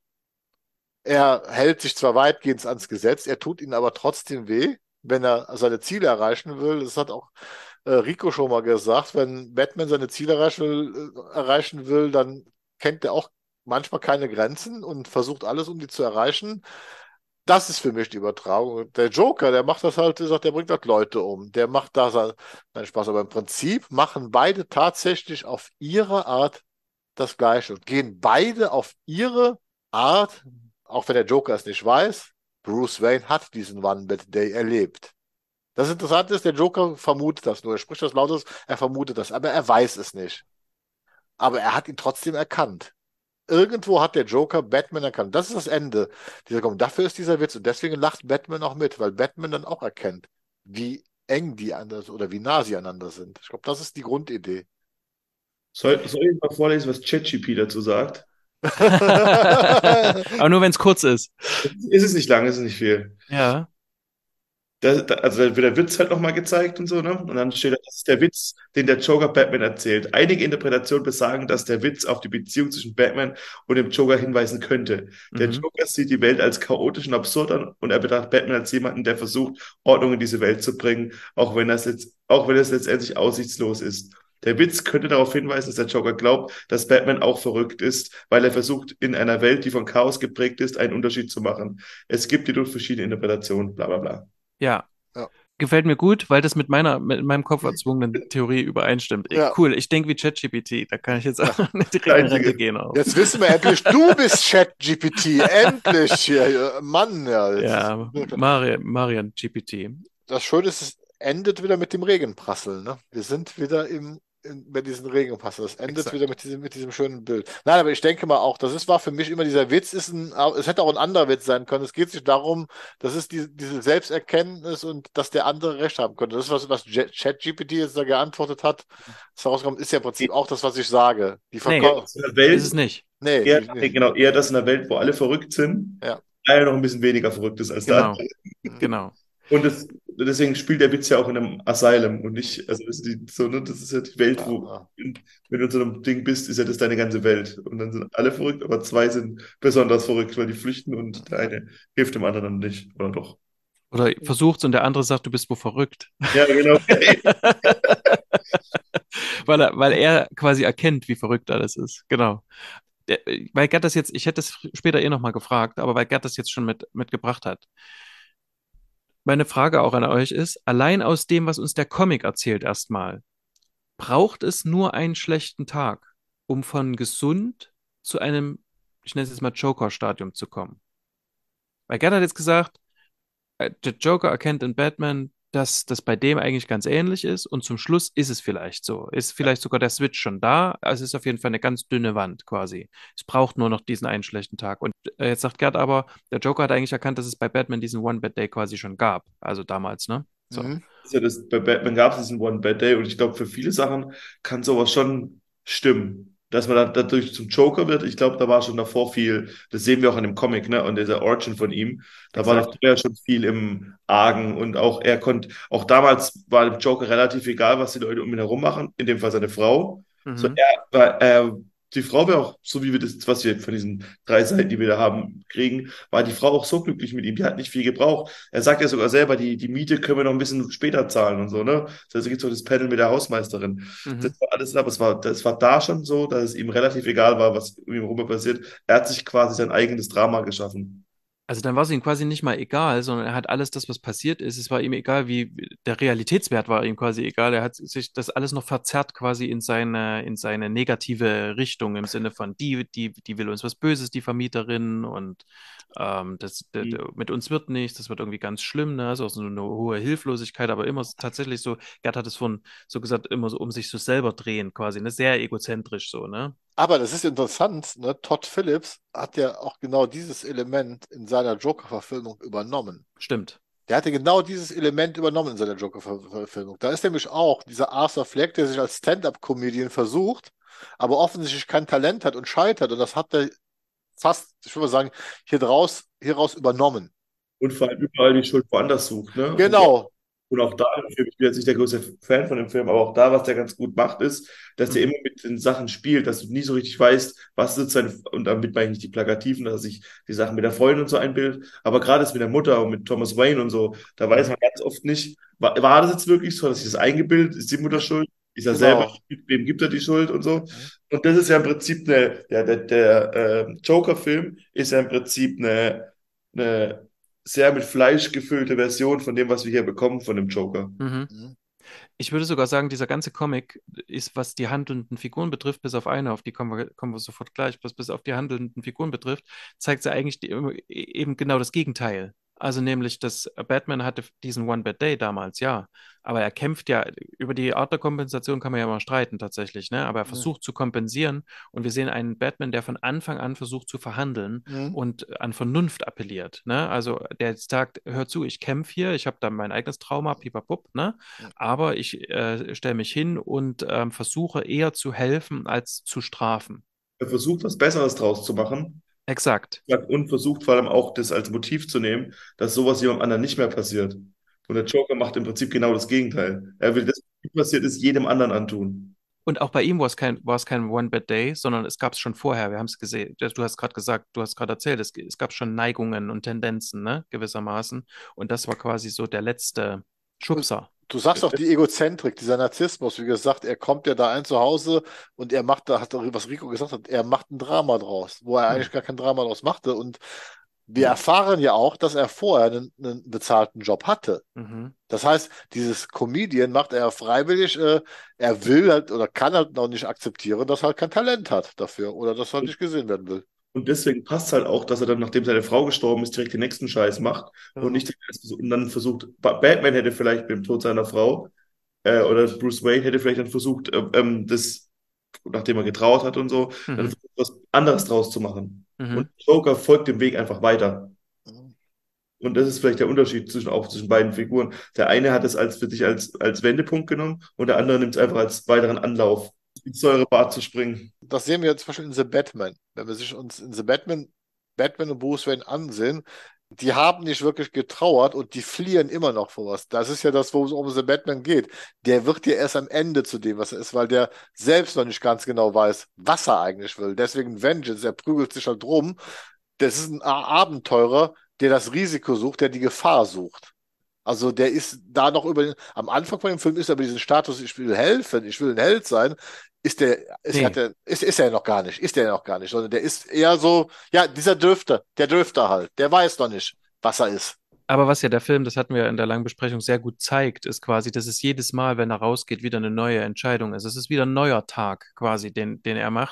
Er hält sich zwar weitgehend ans Gesetz, er tut ihnen aber trotzdem weh, wenn er seine Ziele erreichen will. Das hat auch äh, Rico schon mal gesagt. Wenn Batman seine Ziele erreichen will, äh, erreichen will, dann kennt er auch manchmal keine Grenzen und versucht alles, um die zu erreichen. Das ist für mich die Übertragung. Der Joker, der macht das halt, der sagt, der bringt halt Leute um. Der macht da sein, nein, Spaß. Aber im Prinzip machen beide tatsächlich auf ihre Art das Gleiche und gehen beide auf ihre Art, auch wenn der Joker es nicht weiß, Bruce Wayne hat diesen One Bad Day erlebt. Das Interessante ist, der Joker vermutet das nur. Er spricht das laut aus, er vermutet das, aber er weiß es nicht. Aber er hat ihn trotzdem erkannt. Irgendwo hat der Joker Batman erkannt. Das ist das Ende dieser Kommentar. Dafür ist dieser Witz. Und deswegen lacht Batman auch mit, weil Batman dann auch erkennt, wie eng die anders oder wie nah sie einander sind. Ich glaube, das ist die Grundidee. Soll, soll ich mal vorlesen, was ChatGPT dazu sagt? Aber nur wenn es kurz ist. Ist es nicht lang, ist es nicht viel. Ja. Da, da, also da wird der Witz halt nochmal gezeigt und so, ne? Und dann steht da, das ist der Witz, den der Joker Batman erzählt. Einige Interpretationen besagen, dass der Witz auf die Beziehung zwischen Batman und dem Joker hinweisen könnte. Der Mhm. Joker sieht die Welt als chaotisch und absurd an und er betrachtet Batman als jemanden, der versucht, Ordnung in diese Welt zu bringen, auch wenn das jetzt, auch wenn es letztendlich aussichtslos ist. Der Witz könnte darauf hinweisen, dass der Joker glaubt, dass Batman auch verrückt ist, weil er versucht, in einer Welt, die von Chaos geprägt ist, einen Unterschied zu machen. Es gibt jedoch verschiedene Interpretationen, bla bla bla. Ja. Ja. Gefällt mir gut, weil das mit meiner, mit meinem Kopf erzwungenen Theorie übereinstimmt. Ey, Ja. cool, ich denke wie ChatGPT. Da kann ich jetzt auch Ja. direkt in Einzige. Rente gehen auch. Jetzt wissen wir endlich, du bist ChatGPT. Endlich hier. Mann, ja. Jetzt Ja, ist, Mari Marian G P T. das Schöne ist, es endet wieder mit dem Regenprasseln. Ne? Wir sind wieder im, in, bei diesen Regenprasseln. Das endet Exakt. wieder mit diesem, mit diesem schönen Bild. Nein, aber ich denke mal auch, das ist, war für mich immer dieser Witz, ist ein, es hätte auch ein anderer Witz sein können. Es geht sich darum, das ist die, diese Selbsterkenntnis und dass der andere Recht haben könnte. Das ist was, was ChatGPT jetzt da geantwortet hat, was herauskommt, ist ja im Prinzip auch das, was ich sage. Die Nee, Verkäufer. In einer ist es Welt, nicht. Nee, eher, die, nee, die, genau, eher das in einer Welt, wo alle verrückt sind, ja. einer noch ein bisschen weniger verrückt ist als der Genau, andere. genau. Und das, deswegen spielt der Witz ja auch in einem Asylum und nicht, also das ist, die, so, ne, das ist ja die Welt, Ja, wo, ja. wenn du in so einem Ding bist, ist ja das deine ganze Welt. Und dann sind alle verrückt, aber zwei sind besonders verrückt, weil die flüchten und der eine hilft dem anderen dann nicht. Oder doch? Oder versucht's und der andere sagt, du bist wohl verrückt. Ja, genau. Weil er, weil er quasi erkennt, wie verrückt alles ist. Genau. Der, weil Gerd das jetzt, ich hätte es später eh nochmal gefragt, aber weil Gerd das jetzt schon mit, mitgebracht hat. Meine Frage auch an euch ist, allein aus dem, was uns der Comic erzählt erstmal, braucht es nur einen schlechten Tag, um von gesund zu einem ich nenne es jetzt mal Joker-Stadium zu kommen. Weil Gerd hat jetzt gesagt, äh, der Joker erkennt in Batman, dass das bei dem eigentlich ganz ähnlich ist und zum Schluss ist es vielleicht so. Ist vielleicht sogar der Switch schon da. Also es ist auf jeden Fall eine ganz dünne Wand quasi. Es braucht nur noch diesen einen schlechten Tag. Und äh, jetzt sagt Gerd aber, der Joker hat eigentlich erkannt, dass es bei Batman diesen One-Bad-Day quasi schon gab. Also damals, ne? So. Mhm. Ist ja das, bei Batman gab es diesen One Bad Day und ich glaube, für viele Sachen kann sowas schon stimmen. Dass man da, dadurch zum Joker wird, ich glaube, da war schon davor viel, das sehen wir auch in dem Comic, ne, und dieser Origin von ihm, da war Exakt. davor ja schon viel im Argen und auch er konnte, auch damals war dem Joker relativ egal, was die Leute um ihn herum machen, in dem Fall seine Frau. So, Mhm. er, war, er, die Frau wäre auch, so wie wir das, was wir von diesen drei Seiten, die wir da haben, kriegen, war die Frau auch so glücklich mit ihm, die hat nicht viel gebraucht. Er sagt ja sogar selber, die, die Miete können wir noch ein bisschen später zahlen und so, ne? Also gibt es auch das Panel mit der Hausmeisterin. Das Mhm. war alles, aber es war, das war da schon so, dass es ihm relativ egal war, was um ihn herum passiert. Er hat sich quasi sein eigenes Drama geschaffen. Also dann war es ihm quasi nicht mal egal, sondern er hat alles das, was passiert ist, es war ihm egal, wie der Realitätswert war ihm quasi egal. Er hat sich das alles noch verzerrt quasi in seine, in seine negative Richtung im Sinne von die, die, die will uns was Böses, die Vermieterin und ähm, das, d- d- mit uns wird nichts, das wird irgendwie ganz schlimm, ne? Also auch so eine hohe Hilflosigkeit, aber immer so- tatsächlich so, Gerd hat es von so gesagt, immer so um sich so selber drehen quasi, ne? Sehr egozentrisch so, ne? Aber das ist interessant, ne? Todd Phillips hat ja auch genau dieses Element in seiner Joker-Verfilmung übernommen. Stimmt. Der hatte genau dieses Element übernommen in seiner Joker-Verfilmung. Da ist nämlich auch dieser Arthur Fleck, der sich als Stand-up-Comedian versucht, aber offensichtlich kein Talent hat und scheitert. Und das hat er fast, ich würde mal sagen, hier draus, hieraus übernommen. Und vor allem überall die Schuld woanders sucht, ne? Und Genau. Und auch da im Film, ich bin jetzt nicht der größte Fan von dem Film, aber auch da, was der ganz gut macht, ist, dass der Mhm. immer mit den Sachen spielt, dass du nie so richtig weißt, was ist seine, und damit meine ich nicht die Plakativen, dass er sich die Sachen mit der Freundin und so einbildet, aber gerade das mit der Mutter und mit Thomas Wayne und so, da weiß Mhm. man ganz oft nicht, war, war das jetzt wirklich so, dass sich das eingebildet, ist die Mutter Ja, schuld, ist er selber genau. schuld, wem gibt er die Schuld und so. Und das ist ja im Prinzip eine, der, der, der äh, Joker-Film ist ja im Prinzip eine, eine sehr mit Fleisch gefüllte Version von dem, was wir hier bekommen von dem Joker. Mhm. Mhm. Ich würde sogar sagen, dieser ganze Comic ist, was die handelnden Figuren betrifft, bis auf eine, auf die kommen wir, kommen wir sofort gleich, was bis auf die handelnden Figuren betrifft, zeigt sie eigentlich die, eben genau das Gegenteil. Also nämlich, dass Batman hatte diesen One Bad Day damals, ja. Aber er kämpft ja, über die Art der Kompensation kann man ja mal streiten tatsächlich, ne? Aber er Mhm. versucht zu kompensieren und wir sehen einen Batman, der von Anfang an versucht zu verhandeln Mhm. und an Vernunft appelliert, ne? Also der jetzt sagt, hör zu, ich kämpfe hier, ich habe da mein eigenes Trauma, pipapup, ne? Aber ich äh, stelle mich hin und ähm, versuche eher zu helfen als zu strafen. Er versucht, was Besseres draus zu machen Exakt. und versucht vor allem auch das als Motiv zu nehmen, dass sowas jemandem anderen nicht mehr passiert. Und der Joker macht im Prinzip genau das Gegenteil. Er will das, was ihm passiert ist, jedem anderen antun. Und auch bei ihm war es kein, war es kein One-Bad-Day, sondern es gab es schon vorher. Wir haben es gesehen. Du hast gerade gesagt, du hast gerade erzählt, es, es gab schon Neigungen und Tendenzen, ne, gewissermaßen. Und das war quasi so der letzte Und Schubser. du sagst auch die Egozentrik, dieser Narzissmus, wie gesagt, er kommt ja da ein zu Hause und er macht da, hat, was Rico gesagt hat, er macht ein Drama draus, wo er Hm. eigentlich gar kein Drama draus machte. Und wir erfahren ja auch, dass er vorher einen, einen bezahlten Job hatte. Mhm. Das heißt, dieses Comedian macht er freiwillig, äh, er will halt oder kann halt noch nicht akzeptieren, dass er halt kein Talent hat dafür oder dass er halt nicht gesehen werden will. Und deswegen passt es halt auch, dass er dann, nachdem seine Frau gestorben ist, direkt den nächsten Scheiß macht und Genau. nicht den ersten- und dann versucht, Ba- Batman hätte vielleicht mit dem Tod seiner Frau äh, oder Bruce Wayne hätte vielleicht dann versucht, äh, ähm, das, nachdem er getrauert hat und so, dann Mhm. versucht, was anderes draus zu machen. Und Mhm. Joker folgt dem Weg einfach weiter. Mhm. Und das ist vielleicht der Unterschied zwischen auch zwischen beiden Figuren. Der eine hat es als für sich als, als Wendepunkt genommen und der andere nimmt es einfach als weiteren Anlauf, ins Säurebad zu springen. Das sehen wir jetzt zum Beispiel in The Batman. Wenn wir sich uns in The Batman, Batman und Bruce Wayne ansehen, die haben nicht wirklich getrauert und die fliehen immer noch vor was. Das ist ja das, wo es um The Batman geht. Der wird ja erst am Ende zu dem, was er ist, weil der selbst noch nicht ganz genau weiß, was er eigentlich will. Deswegen Vengeance, er prügelt sich halt rum. Das ist ein A- Abenteurer, der das Risiko sucht, der die Gefahr sucht. Also der ist da noch über den, am Anfang von dem Film ist er über diesen Status, ich will helfen, ich will ein Held sein, ist der, ist, hat Nee, der, ist, ist er noch gar nicht, ist er noch gar nicht, sondern der ist eher so, ja, dieser Dürfte, der Dürfte halt, der weiß noch nicht, was er ist. aber was ja der Film, das hatten wir in der langen Besprechung sehr gut zeigt, ist quasi, dass es jedes Mal, wenn er rausgeht, wieder eine neue Entscheidung ist. Es ist wieder ein neuer Tag quasi, den, den er macht.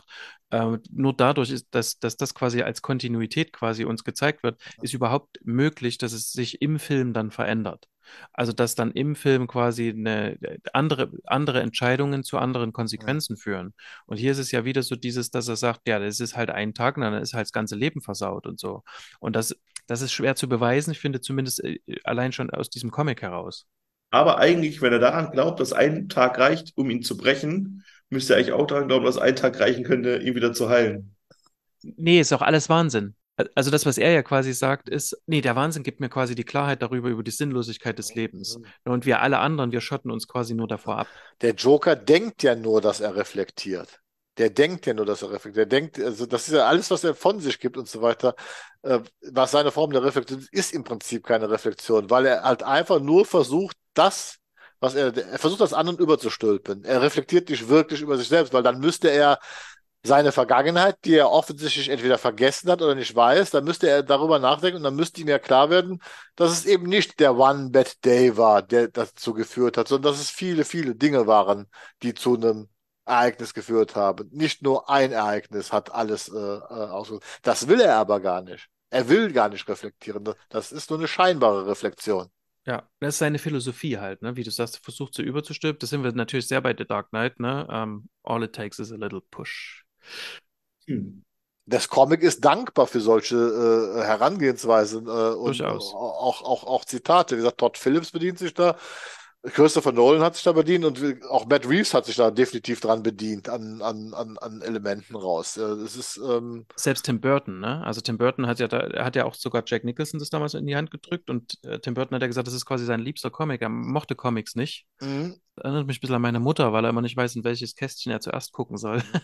Ähm, nur dadurch ist, dass, dass das quasi als Kontinuität quasi uns gezeigt wird, ist überhaupt möglich, dass es sich im Film dann verändert. Also dass dann im Film quasi eine andere, andere Entscheidungen zu anderen Mhm. Konsequenzen führen. Und hier ist es ja wieder so dieses, dass er sagt, ja, das ist halt ein Tag und dann ist halt das ganze Leben versaut und so. Und das, das ist schwer zu beweisen, ich finde zumindest äh, allein schon aus diesem Comic heraus. Aber eigentlich, wenn er daran glaubt, dass ein Tag reicht, um ihn zu brechen, müsste er eigentlich auch daran glauben, dass ein Tag reichen könnte, ihn wieder zu heilen. Nee, ist auch alles Wahnsinn. Also das, was er ja quasi sagt, ist, nee, der Wahnsinn gibt mir quasi die Klarheit darüber, über die Sinnlosigkeit des Lebens. Mhm. Und wir alle anderen, wir schotten uns quasi nur davor ab. Der Joker denkt ja nur, dass er reflektiert. Der denkt ja nur, dass er reflektiert. Der denkt, also das ist ja alles, was er von sich gibt und so weiter. Äh, was seine Form der Reflexion ist, ist im Prinzip keine Reflexion, weil er halt einfach nur versucht, das, was er, er versucht, das anderen überzustülpen. Er reflektiert nicht wirklich über sich selbst, weil dann müsste er seine Vergangenheit, die er offensichtlich entweder vergessen hat oder nicht weiß, dann müsste er darüber nachdenken und dann müsste ihm ja klar werden, dass es eben nicht der One Bad Day war, der dazu geführt hat, sondern dass es viele, viele Dinge waren, die zu einem Ereignis geführt haben. Nicht nur ein Ereignis hat alles äh, äh, ausgelöst. Das will er aber gar nicht. Er will gar nicht reflektieren. Das das ist nur eine scheinbare Reflexion. Ja, das ist seine Philosophie halt, ne? Wie du sagst, versucht so überzustülpen. Das sind wir natürlich sehr bei The Dark Knight, ne? Um, all it takes is a little push. Hm. Das Comic ist dankbar für solche äh, Herangehensweisen äh, und Durchaus. auch, auch, auch Zitate. Wie gesagt, Todd Phillips bedient sich da, Christopher Nolan hat sich da bedient und auch Matt Reeves hat sich da definitiv dran bedient an, an, an, an Elementen raus. Äh, Es ist, ähm, Selbst Tim Burton, ne? Also Tim Burton hat ja da, er hat ja auch sogar Jack Nicholson das damals in die Hand gedrückt und äh, Tim Burton hat ja gesagt, das ist quasi sein liebster Comic. Er mochte Comics nicht. mh, Das erinnert mich ein bisschen an meine Mutter, weil er immer nicht weiß, in welches Kästchen er zuerst gucken soll. mh.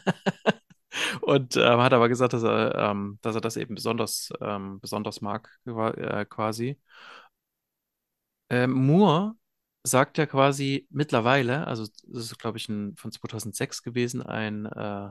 Und ähm, hat aber gesagt, dass er, ähm, dass er das eben besonders, ähm, besonders mag, qua- äh, quasi. Ähm, Moore sagt ja quasi mittlerweile, also das ist, glaube ich, ein, von zweitausendsechs gewesen, ein, äh,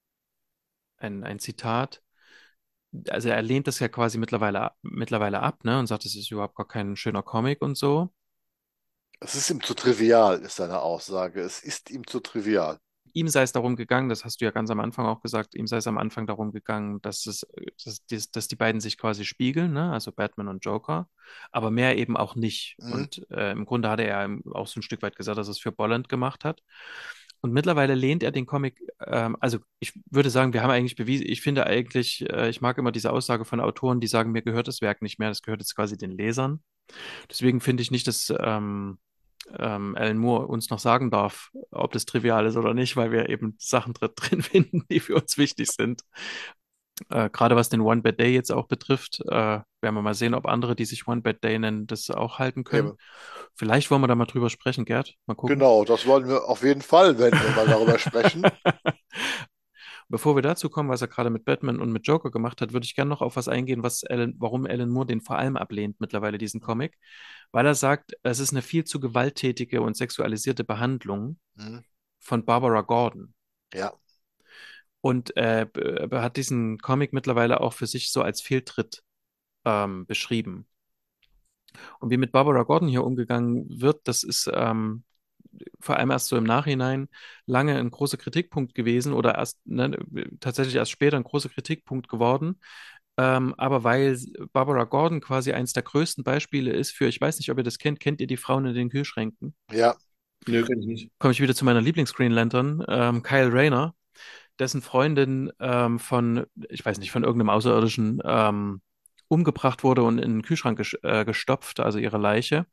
ein, ein Zitat. Also er lehnt das ja quasi mittlerweile, mittlerweile ab, ne, und sagt, es ist überhaupt gar kein schöner Comic und so. Es ist ihm zu trivial, ist seine Aussage. Es ist ihm zu trivial. Ihm sei es darum gegangen, das hast du ja ganz am Anfang auch gesagt, ihm sei es am Anfang darum gegangen, dass es, dass, die- dass die beiden sich quasi spiegeln, ne? Also Batman und Joker, aber mehr eben auch nicht. Mh, Und äh, im Grunde hatte er ihm auch so ein Stück weit gesagt, dass er es für Bolland gemacht hat. Und mittlerweile lehnt er den Comic, ähm, also ich würde sagen, wir haben eigentlich bewiesen, ich finde eigentlich, äh, ich mag immer diese Aussage von Autoren, die sagen, mir gehört das Werk nicht mehr, das gehört jetzt quasi den Lesern. Deswegen finde ich nicht, dass ähm, ähm, Alan Moore uns noch sagen darf, ob das trivial ist oder nicht, weil wir eben Sachen dr drin finden, die für uns wichtig sind. Äh, gerade was den One Bad Day jetzt auch betrifft, äh, werden wir mal sehen, ob andere, die sich One Bad Day nennen, das auch halten können. eben. Vielleicht wollen wir da mal drüber sprechen, Gerd. Mal gucken. Genau, das wollen wir auf jeden Fall, wenn wir mal darüber sprechen. Bevor wir dazu kommen, was er gerade mit Batman und mit Joker gemacht hat, würde ich gerne noch auf was eingehen, was Alan, warum Alan Moore den vor allem ablehnt mittlerweile, diesen Comic. Weil er sagt, es ist eine viel zu gewalttätige und sexualisierte Behandlung Mh, von Barbara Gordon. ja. Und äh, b- b- hat diesen Comic mittlerweile auch für sich so als Fehltritt ähm, beschrieben. Und wie mit Barbara Gordon hier umgegangen wird, das ist ähm, vor allem erst so im Nachhinein lange ein großer Kritikpunkt gewesen oder erst ne, tatsächlich erst später ein großer Kritikpunkt geworden. Ähm, aber weil Barbara Gordon quasi eines der größten Beispiele ist für, ich weiß nicht, ob ihr das kennt, kennt ihr die Frauen in den Kühlschränken? Ja. Nö, kann ich nicht. Komme ich wieder zu meiner Lieblings-Green Lantern, ähm, Kyle Rayner, dessen Freundin ähm, von, ich weiß nicht, von irgendeinem Außerirdischen ähm, umgebracht wurde und in den Kühlschrank ges äh, gestopft, also ihre Leiche,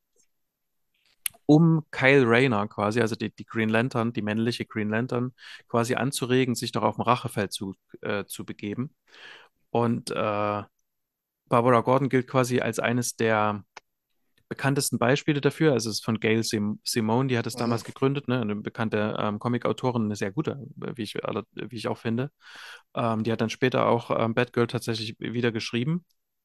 um Kyle Rayner quasi, also die, die Green Lantern, die männliche Green Lantern, quasi anzuregen, sich doch auf dem Rachefeld zu, äh, zu begeben. Und äh, Barbara Gordon gilt quasi als eines der bekanntesten Beispiele dafür. Also es ist von Gail Sim Simone, die hat es Mh, damals gegründet, ne? Eine bekannte ähm, Comic-Autorin, eine sehr gute, wie ich, alle- wie ich auch finde. Ähm, die hat dann später auch ähm, Batgirl tatsächlich wieder geschrieben.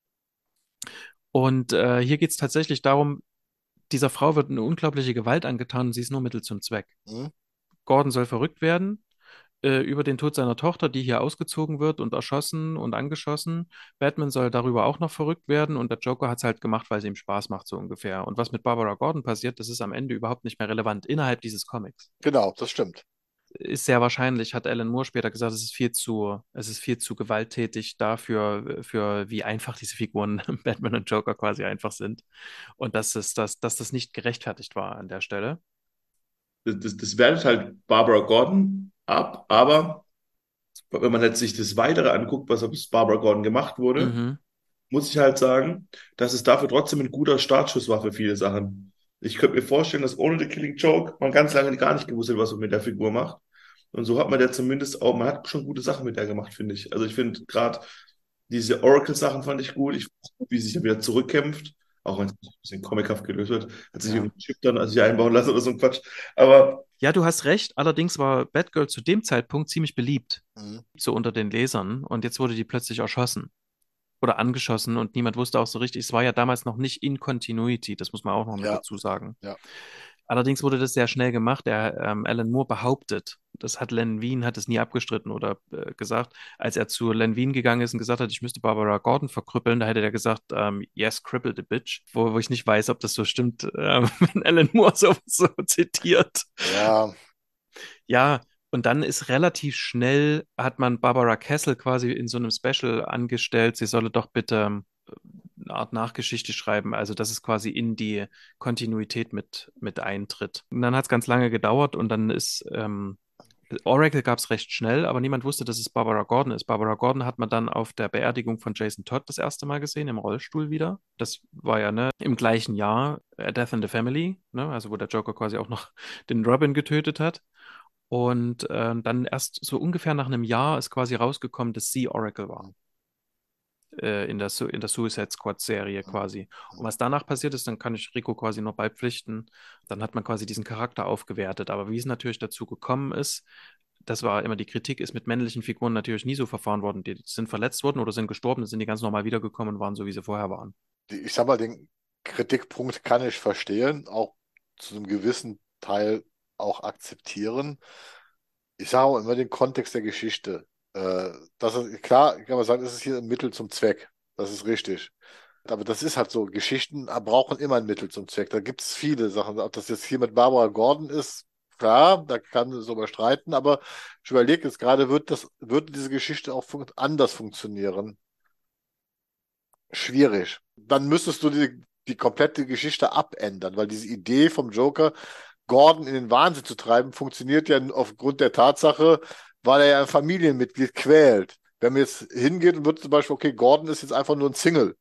Und äh, hier geht es tatsächlich darum, dieser Frau wird eine unglaubliche Gewalt angetan und sie ist nur Mittel zum Zweck. mh. Gordon soll verrückt werden äh, über den Tod seiner Tochter, die hier ausgezogen wird und erschossen und angeschossen. Batman soll darüber auch noch verrückt werden und der Joker hat es halt gemacht, weil es ihm Spaß macht, so ungefähr. Und was mit Barbara Gordon passiert, das ist am Ende überhaupt nicht mehr relevant innerhalb dieses Comics. Genau, das stimmt. ist sehr wahrscheinlich, hat Alan Moore später gesagt, es ist viel zu, es ist viel zu gewalttätig dafür, für wie einfach diese Figuren Batman und Joker quasi einfach sind. Und dass es, dass, dass das nicht gerechtfertigt war an der Stelle. Das, das, das wertet halt Barbara Gordon ab, aber wenn man jetzt sich das Weitere anguckt, was aus Barbara Gordon gemacht wurde, Mhm. muss ich halt sagen, dass es dafür trotzdem ein guter Startschuss war für viele Sachen. Ich könnte mir vorstellen, dass ohne The Killing Joke man ganz lange gar nicht gewusst hat, was man mit der Figur macht. Und so hat man ja zumindest auch, man hat schon gute Sachen mit der gemacht, finde ich. Also ich finde gerade diese Oracle-Sachen fand ich gut. Ich fand gut, wie sie sich ja wieder zurückkämpft, auch wenn es ein bisschen comichaft gelöst wird. Hat sich Ja. irgendwie einen Chip dann also sich einbauen lassen oder so ein Quatsch. Aber Ja, du hast recht. Allerdings war Batgirl zu dem Zeitpunkt ziemlich beliebt, Mhm. so unter den Lesern. Und jetzt wurde die plötzlich erschossen oder angeschossen und niemand wusste auch so richtig. Es war ja damals noch nicht in Continuity, das muss man auch noch mit Ja, dazu sagen. ja. Allerdings wurde das sehr schnell gemacht. Der ähm, Alan Moore behauptet, das hat Len Wein hat es nie abgestritten oder äh, gesagt, als er zu Len Wein gegangen ist und gesagt hat, ich müsste Barbara Gordon verkrüppeln, da hätte er gesagt, ähm, yes, cripple the bitch, wo, wo ich nicht weiß, ob das so stimmt, ähm, wenn Alan Moore so, so zitiert. Ja, Ja, und dann ist relativ schnell, hat man Barbara Castle quasi in so einem Special angestellt, sie solle doch bitte ähm, eine Art Nachgeschichte schreiben, also dass es quasi in die Kontinuität mit, mit eintritt. Und dann hat es ganz lange gedauert und dann ist ähm, Oracle gab es recht schnell, aber niemand wusste, dass es Barbara Gordon ist. Barbara Gordon hat man dann auf der Beerdigung von Jason Todd das erste Mal gesehen, im Rollstuhl wieder. Das war ja ne, im gleichen Jahr, A Death in the Family, ne, also wo der Joker quasi auch noch den Robin getötet hat. Und ähm, dann erst so ungefähr nach einem Jahr ist quasi rausgekommen, dass sie Oracle war. Äh, in der, Su in der Suicide Squad-Serie quasi. Und was danach passiert ist, dann kann ich Rico quasi noch beipflichten. Dann hat man quasi diesen Charakter aufgewertet. Aber wie es natürlich dazu gekommen ist, das war immer die Kritik, ist mit männlichen Figuren natürlich nie so verfahren worden. Die sind verletzt worden oder sind gestorben, dann sind die ganz normal wiedergekommen und waren so, wie sie vorher waren. die, ich sag mal, den Kritikpunkt kann ich verstehen, auch zu einem gewissen Teil auch akzeptieren. Ich sage auch immer den Kontext der Geschichte. Äh, das ist, klar, kann man sagen, es ist hier ein Mittel zum Zweck. Das ist richtig. Aber das ist halt so. Geschichten brauchen immer ein Mittel zum Zweck. Da gibt es viele Sachen. Ob das jetzt hier mit Barbara Gordon ist, klar, da kann man so überstreiten. Aber ich überlege jetzt gerade, wird das, wird diese Geschichte auch fun anders funktionieren? Schwierig. Dann müsstest du die, die komplette Geschichte abändern, weil diese Idee vom Joker, Gordon in den Wahnsinn zu treiben, funktioniert ja aufgrund der Tatsache, weil er ja ein Familienmitglied quält. Wenn man jetzt hingeht und wird zum Beispiel, okay, Gordon ist jetzt einfach nur ein Single.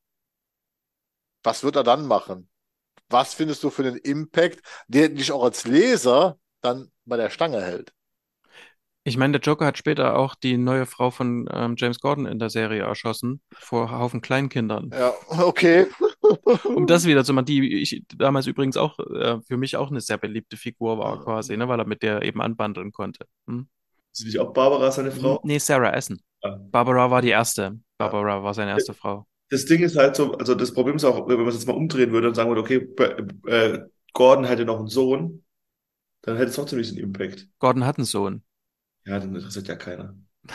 Was wird er dann machen? Was findest du für einen Impact, der dich auch als Leser dann bei der Stange hält? Ich meine, der Joker hat später auch die neue Frau von ähm, James Gordon in der Serie erschossen, vor Haufen Kleinkindern. Ja, okay. Um das wieder zu machen, die ich damals übrigens auch äh, für mich auch eine sehr beliebte Figur war, quasi, ne, weil er mit der eben anbandeln konnte. Hm? ist nicht auch Barbara seine Hm, Frau? nee, Sarah Essen. Ja. Barbara war die erste. Ja. Barbara war seine erste Frau. Das Ding ist halt so, also das Problem ist auch, wenn man es jetzt mal umdrehen würde und sagen würde, okay, äh, Gordon hätte noch einen Sohn, dann hätte es trotzdem nicht den Impact. Gordon hat einen Sohn. Ja, dann interessiert ja keiner.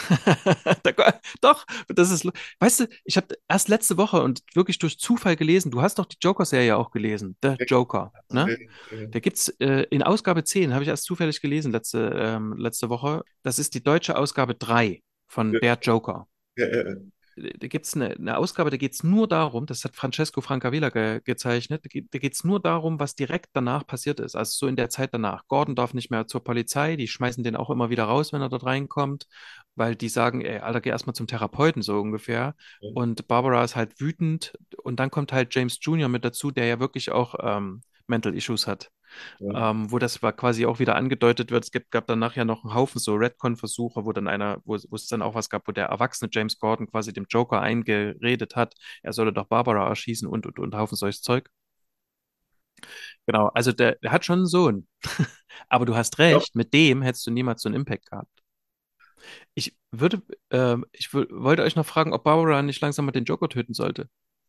Doch, das ist, weißt du, ich habe erst letzte Woche und wirklich durch Zufall gelesen, du hast doch die Joker-Serie auch gelesen, The Joker, ne? Da gibt's äh, in Ausgabe zehn habe ich erst zufällig gelesen letzte, ähm, letzte Woche, das ist die deutsche Ausgabe drei von Ja, Der Joker. ja, ja, Da gibt es eine, eine Ausgabe, da geht es nur darum, das hat Francesco Francavilla ge gezeichnet, da geht, da geht es nur darum, was direkt danach passiert ist, also so in der Zeit danach. Gordon darf nicht mehr zur Polizei, die schmeißen den auch immer wieder raus, wenn er dort reinkommt, weil die sagen, ey, Alter, geh erstmal zum Therapeuten, so ungefähr. ja. Und Barbara ist halt wütend und dann kommt halt James Junior mit dazu, der ja wirklich auch ähm, Mental Issues hat. Ja. Ähm, wo das war quasi auch wieder angedeutet wird. Es gibt, gab danach ja noch einen Haufen so Redcon-Versuche, wo dann einer, wo, wo es dann auch was gab, wo der erwachsene James Gordon quasi dem Joker eingeredet hat, er solle doch Barbara erschießen und und und Haufen solches Zeug. Genau, also der, der hat schon einen Sohn. Aber du hast Ja. recht, mit dem hättest du niemals so einen Impact gehabt. Ich würde, ähm, ich wür- wollte euch noch fragen, ob Barbara nicht langsam mal den Joker töten sollte.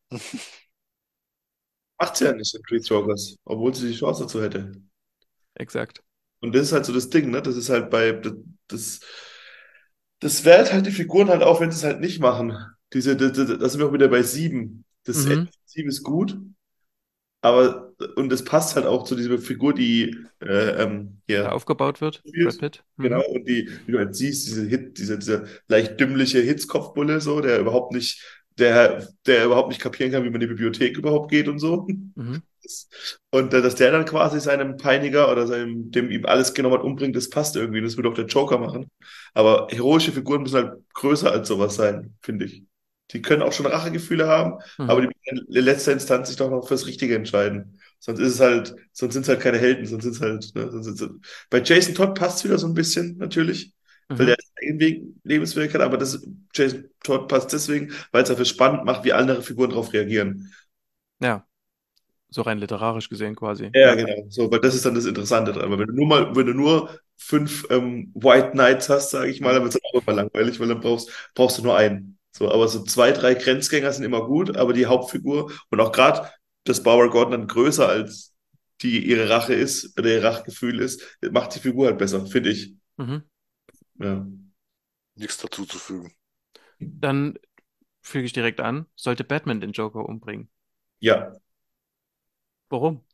Macht sie ja nicht in Three Jokers, obwohl sie die Chance dazu hätte. Exakt. Und das ist halt so das Ding, ne? Das ist halt bei, das, das, das wehrt halt die Figuren halt auch, wenn sie es halt nicht machen. Diese, das, das, das sind wir auch wieder bei sieben. Das Ende Mhm. von sieben ist gut, aber, und es passt halt auch zu dieser Figur, die äh, ähm, Da hier aufgebaut wird, Brad spielt. Pitt. Genau, Mhm. und die, wie du jetzt siehst, diese Hit, diese, diese leicht dümmliche Hitzkopfbulle, so, der überhaupt nicht, der, der überhaupt nicht kapieren kann, wie man in die Bibliothek überhaupt geht und so. Mhm. Und äh, dass der dann quasi seinem Peiniger oder seinem, dem ihm alles genommen hat, umbringt, das passt irgendwie. Das würde auch der Joker machen. Aber heroische Figuren müssen halt größer als sowas sein, finde ich. Die können auch schon Rachegefühle haben, aber Mhm. die müssen in letzter Instanz sich doch noch fürs Richtige entscheiden. Sonst ist es halt, sonst sind es halt keine Helden, sonst sind es halt, ne, sonst sind's, bei Jason Todd passt es wieder so ein bisschen, natürlich, weil Mhm. der seinen Weg, Lebensweg hat, aber das, Jason Todd passt deswegen, weil es dafür spannend macht, wie andere Figuren darauf reagieren. Ja, so rein literarisch gesehen quasi. Ja, Ja. genau. So, weil das ist dann das Interessante dran. Weil wenn du nur mal, wenn du nur fünf ähm, White Knights hast, sage ich mal, dann wird es auch immer langweilig, weil dann brauchst, brauchst du nur einen. So, aber so zwei, drei Grenzgänger sind immer gut, aber die Hauptfigur und auch gerade, dass Barbara Gordon dann größer als die ihre Rache ist oder ihr Rachgefühl ist, macht die Figur halt besser, finde ich. Mhm. Ja. Nichts dazu zu fügen. Dann füge ich direkt an, sollte Batman den Joker umbringen. Ja. Warum?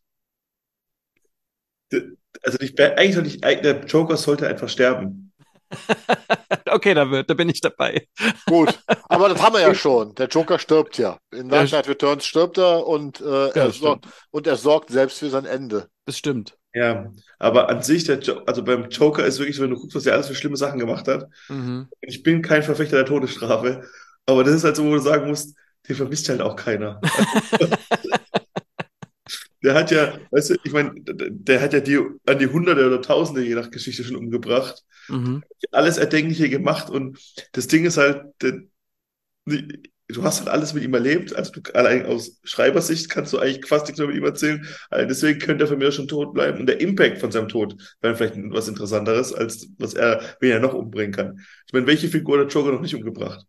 D- Also nicht, eigentlich soll nicht, der Joker sollte einfach sterben. Okay, da wird, da bin ich dabei. Gut, aber das haben wir ja schon. Der Joker stirbt ja. In Ja, Dark st- Knight Returns stirbt er und, äh, ja, er das sorgt, stimmt. und er sorgt selbst für sein Ende. Das stimmt. Ja, aber an sich, der jo also beim Joker ist wirklich so, wenn du guckst, was er alles für schlimme Sachen gemacht hat. Mhm. Ich bin kein Verfechter der Todesstrafe, aber das ist halt so, wo du sagen musst, den vermisst halt auch keiner. Also, der hat ja, weißt du, ich meine, der hat ja die an die Hunderte oder Tausende je nach Geschichte schon umgebracht, Mhm. alles Erdenkliche gemacht und das Ding ist halt, der, du hast halt alles mit ihm erlebt, also du, allein aus Schreibersicht kannst du eigentlich fast nichts mehr mit ihm erzählen, also deswegen könnte er für mich schon tot bleiben und der Impact von seinem Tod wäre vielleicht was Interessanteres, als was er, wen er noch umbringen kann. Ich meine, welche Figur hat der Joker noch nicht umgebracht?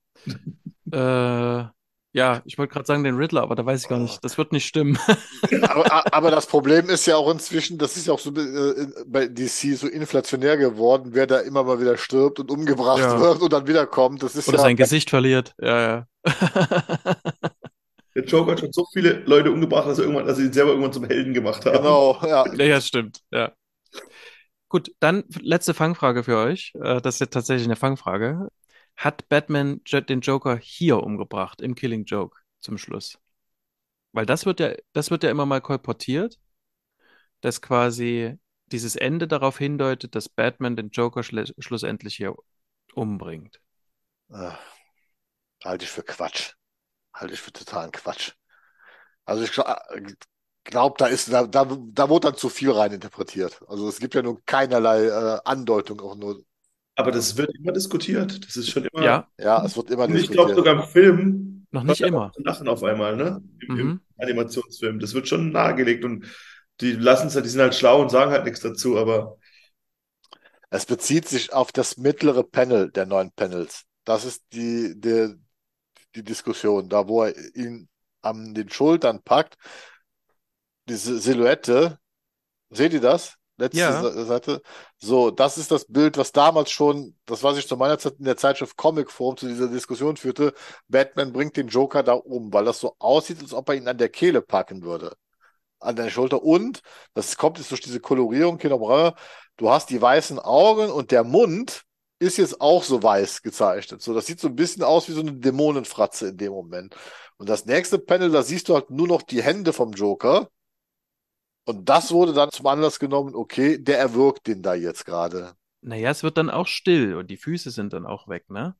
Äh, ja, ich wollte gerade sagen den Riddler, aber da weiß ich gar Oh. nicht. Das wird nicht stimmen. Aber, aber das Problem ist ja auch inzwischen, das ist ja auch so äh, bei D C so inflationär geworden, wer da immer mal wieder stirbt und umgebracht Ja. wird und dann wiederkommt. Das ist Oder ja sein Gesicht verliert. Ja, ja. Der Joker hat schon so viele Leute umgebracht, dass er irgendwann, dass sie ihn selber irgendwann zum Helden gemacht haben. genau, ja. Ja, ja, stimmt. Ja. Gut, dann letzte Fangfrage für euch. Äh, Das ist jetzt tatsächlich eine Fangfrage. Hat Batman Jo- den Joker hier umgebracht, im Killing Joke zum Schluss? Weil das wird ja, das wird ja immer mal kolportiert, dass quasi dieses Ende darauf hindeutet, dass Batman den Joker schle- schlussendlich hier umbringt. Äh, Halte ich für Quatsch. Halte ich für totalen Quatsch. Also ich glaube, da ist, da, da, da wurde dann zu viel rein interpretiert. Also es gibt ja nun keinerlei äh, Andeutung auch nur. Aber das wird immer diskutiert. Das ist schon immer. Ja, Ja, es wird immer Und ich glaube diskutiert. sogar im Film noch hört nicht er auf immer. zu lachen auf einmal, ne? Im, im Mhm. Animationsfilm. Das wird schon nahegelegt und die lassen es halt, die sind halt schlau und sagen halt nichts dazu, aber Es bezieht sich auf das mittlere Panel der neuen Panels. Das ist die, die, die Diskussion, da wo er ihn an den Schultern packt, diese Silhouette. Seht ihr das? Letzte Ja, Sa- Seite. So, das ist das Bild, was damals schon, das was ich zu meiner Zeit in der Zeitschrift Comic Forum zu dieser Diskussion führte. Batman bringt den Joker da um, weil das so aussieht, als ob er ihn an der Kehle packen würde. An der Schulter. Und, das kommt jetzt durch diese Kolorierung, Kino Brauer, du hast die weißen Augen und der Mund ist jetzt auch so weiß gezeichnet. So, das sieht so ein bisschen aus wie so eine Dämonenfratze in dem Moment. Und das nächste Panel, da siehst du halt nur noch die Hände vom Joker. Und das wurde dann zum Anlass genommen, okay, der erwürgt den da jetzt gerade. naja, es wird dann auch still und die Füße sind dann auch weg, ne?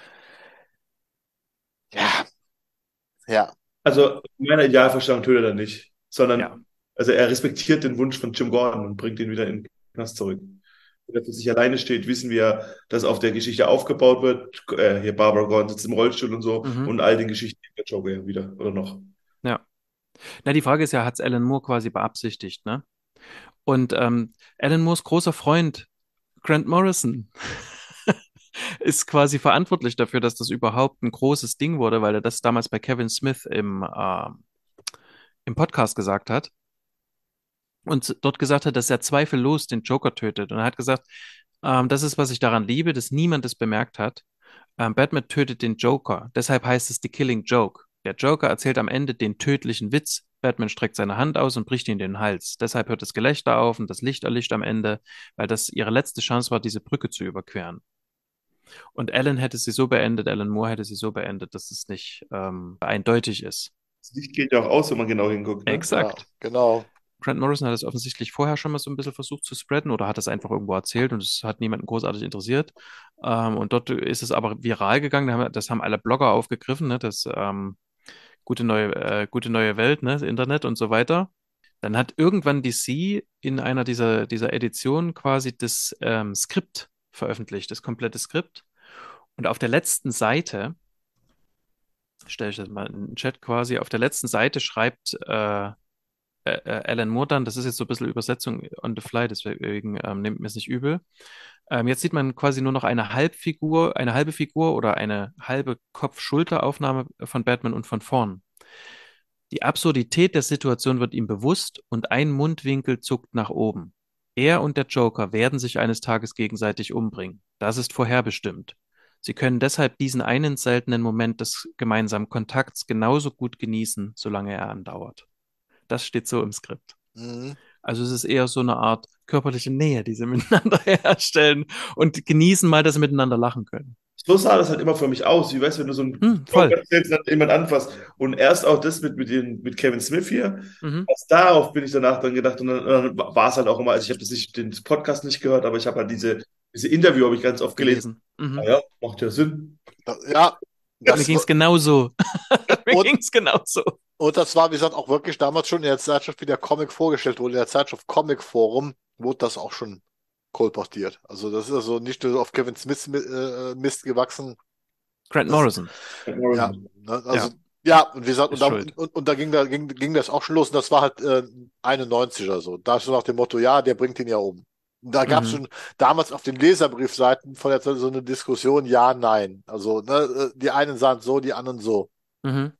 Ja, ja. also in meiner Idealvorstellung tötet er nicht, Ja. sondern also er respektiert den Wunsch von Jim Gordon und bringt ihn wieder in den Knast zurück. Wenn er für sich alleine steht, wissen wir, dass auf der Geschichte aufgebaut wird. Äh, hier Barbara Gordon sitzt im Rollstuhl und so Mhm. und all den Geschichten der Joker ja wieder oder noch. Ja. Na, die Frage ist ja, hat es Alan Moore quasi beabsichtigt, ne? Und ähm, Alan Moores großer Freund Grant Morrison ist quasi verantwortlich dafür, dass das überhaupt ein großes Ding wurde, weil er das damals bei Kevin Smith im, ähm, im Podcast gesagt hat und dort gesagt hat, dass er zweifellos den Joker tötet. Und er hat gesagt, ähm, das ist, was ich daran liebe, dass niemand es bemerkt hat. Ähm, Batman tötet den Joker. Deshalb heißt es The Killing Joke. Der Joker erzählt am Ende den tödlichen Witz, Batman streckt seine Hand aus und bricht ihm den Hals. Deshalb hört das Gelächter auf und das Licht erlischt am Ende, weil das ihre letzte Chance war, diese Brücke zu überqueren. Und Alan hätte sie so beendet, Alan Moore hätte sie so beendet, dass es nicht ähm, eindeutig ist. Das Licht geht ja auch aus, wenn man genau hinguckt, ne? Ja, Exakt. genau. Grant Morrison hat es offensichtlich vorher schon mal so ein bisschen versucht zu spreaden oder hat es einfach irgendwo erzählt und es hat niemanden großartig interessiert. Ähm, und dort ist es aber viral gegangen. Da haben- Das haben alle Blogger aufgegriffen, ne? Das ähm, gute neue, äh, gute neue Welt, ne? Das Internet und so weiter. Dann hat irgendwann D C in einer dieser, dieser Editionen quasi das ähm, Skript veröffentlicht, das komplette Skript. Und auf der letzten Seite, stelle ich das mal in den Chat quasi, auf der letzten Seite schreibt äh, äh, äh, Alan Moore dann, das ist jetzt so ein bisschen Übersetzung on the fly, deswegen ähm, nehmt mir es nicht übel. Ähm, jetzt sieht man quasi nur noch eine Halbfigur, eine halbe Figur oder eine halbe Kopf-Schulter-Aufnahme von Batman und von vorn. Die Absurdität der Situation wird ihm bewusst und ein Mundwinkel zuckt nach oben. Er und der Joker werden sich eines Tages gegenseitig umbringen. Das ist vorherbestimmt. Sie können deshalb diesen einen seltenen Moment des gemeinsamen Kontakts genauso gut genießen, solange er andauert. Das steht so im Skript. Mhm. Also es ist eher so eine Art körperliche Nähe, die sie miteinander herstellen und genießen mal, dass sie miteinander lachen können. So sah das halt immer für mich aus. Wie weißt du, wenn du so einen Hm, Joker voll. erzählst, dann jemand anfasst. Und erst auch das mit, mit, den, mit Kevin Smith hier, Mhm. erst darauf bin ich danach dann gedacht. Und dann, dann war es halt auch immer, also ich habe das nicht, den Podcast nicht gehört, aber ich habe halt diese, diese Interview habe ich ganz oft gelesen. Gelesen. Ah Mhm. ja, macht ja Sinn. Das, ja, Mir das, ging es genauso. Mir und, ging es genauso. und das war, wie gesagt, auch wirklich damals schon in der Zeitschrift, wie der Comic vorgestellt wurde, in der Zeitschrift Comic Forum, wurde das auch schon kolportiert. Also das ist also nicht nur auf Kevin Smith äh, Mist gewachsen. Grant Das, Morrison. ja, ne, also Ja, ja, und wie gesagt, und, ist da, schuld. und, und da ging da ging, ging das auch schon los. Und das war halt äh, einundneunzig oder so. Da ist so nach dem Motto, ja, der bringt ihn ja um. Und da gab es Mhm. schon damals auf den Leserbriefseiten von der Zeit so eine Diskussion, ja, nein. Also ne, äh, die einen sagen so, die anderen so. Mhm.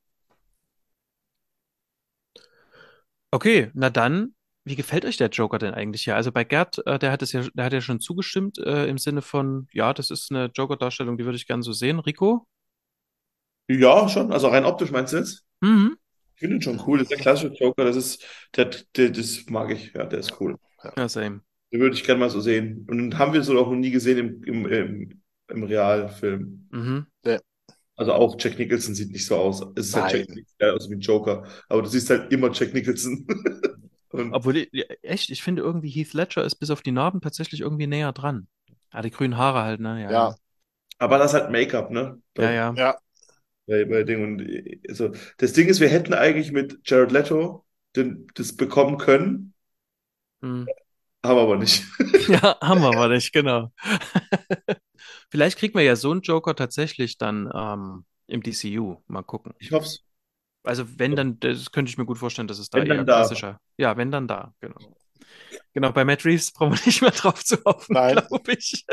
Okay, na dann, wie gefällt euch der Joker denn eigentlich hier? Also bei Gerd, äh, der hat es ja, der hat ja schon zugestimmt, äh, im Sinne von, ja, das ist eine Joker-Darstellung, die würde ich gern so sehen. Rico? Ja, schon. Also rein optisch meinst du jetzt? Mhm. Ich finde ihn schon cool. Das ist der klassische Joker. Das ist, der, der, das mag ich. Ja, der ist cool. Ja. Ja, same. Den würde ich gerne mal so sehen. Und den haben wir so auch noch nie gesehen im, im, im, im Realfilm. Mhm. Nee, Also auch Jack Nicholson sieht nicht so aus. Es ist halt Jack nein. Nicholson, der aus wie ein Joker. Aber du siehst halt immer Jack Nicholson. Und, Obwohl, ich- ja, echt, ich finde irgendwie Heath Ledger ist bis auf die Narben tatsächlich irgendwie näher dran. Ah, die grünen Haare halt, ne? Ja, Ja, ja. aber das ist halt Make-up, ne? Ja, Bei, ja. ja. bei, bei Ding. Und also, das Ding ist, wir hätten eigentlich mit Jared Leto den, das bekommen können, Hm. haben aber nicht. Ja, haben wir aber nicht, genau. Vielleicht kriegen wir ja so einen Joker tatsächlich dann ähm, im D C U. Mal gucken. Ich hoffe es. Also wenn dann, das könnte ich mir gut vorstellen, dass es da Wenn eher dann da. klassischer. Ja, wenn dann da, genau. Genau, bei Matt Reeves brauchen wir nicht mehr drauf zu hoffen, Nein. glaube ich.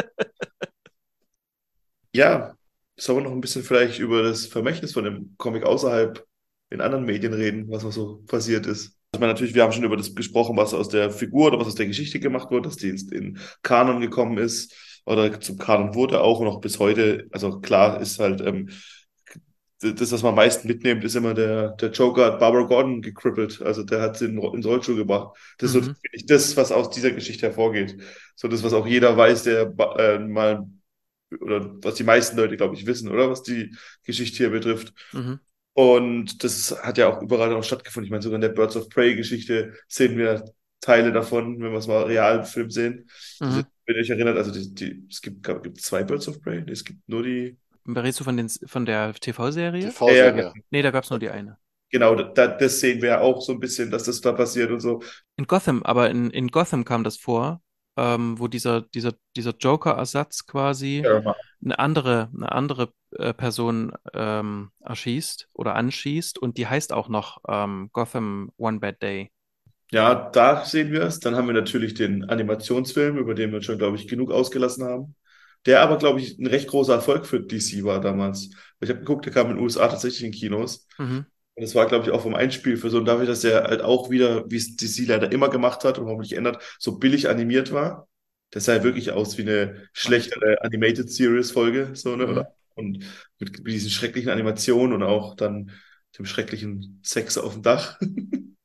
Ja, sollen wir noch ein bisschen vielleicht über das Vermächtnis von dem Comic außerhalb in anderen Medien reden, was noch so passiert ist. Ich meine, natürlich, wir haben schon über das gesprochen, was aus der Figur oder was aus der Geschichte gemacht wurde, dass die ins in Kanon gekommen ist oder zum Kanon wurde auch und auch bis heute. Also klar ist halt, ähm, das, was man am meisten mitnimmt, ist immer der, der Joker hat Barbara Gordon gecrippelt. Also der hat sie in, ins Rollstuhl gebracht. Das ist so, Mhm. finde ich, das, was aus dieser Geschichte hervorgeht. So das, was auch jeder weiß, der äh, mal oder was die meisten Leute, glaube ich, wissen, oder? Was die Geschichte hier betrifft. Mhm. Und das hat ja auch überall noch stattgefunden. Ich meine, sogar in der Birds of Prey-Geschichte sehen wir Teile davon, wenn wir es mal real im Film sehen. Diese, Mhm. wenn ihr euch erinnert, also die, die, es gibt, gibt zwei Birds of Prey, es gibt nur die. Redest du von den, von der T V-Serie? Ja, ja, T V-Serie. Nee, da gab es nur die eine. genau, da, das sehen wir ja auch so ein bisschen, dass das da passiert und so. In Gotham, aber in, in Gotham kam das vor, ähm, wo dieser, dieser, dieser Joker-Ersatz quasi Ja, eine andere, eine andere äh, Person ähm, erschießt oder anschießt und die heißt auch noch ähm, Gotham One Bad Day. ja, da sehen wir es. Dann haben wir natürlich den Animationsfilm, über den wir schon, glaube ich, genug ausgelassen haben. Der aber, glaube ich, ein recht großer Erfolg für D C war damals. Ich habe geguckt, der kam in den U S A tatsächlich in Kinos. Mhm. Und das war, glaube ich, auch vom Einspiel für so, und dafür, dass der halt auch wieder, wie es D C leider immer gemacht hat und hoffentlich ändert, so billig animiert war. Das sah ja wirklich aus wie eine War nicht gut. schlechtere Animated Series Folge, so, ne? Mhm. Oder, und mit, mit diesen schrecklichen Animationen und auch dann dem schrecklichen Sex auf dem Dach.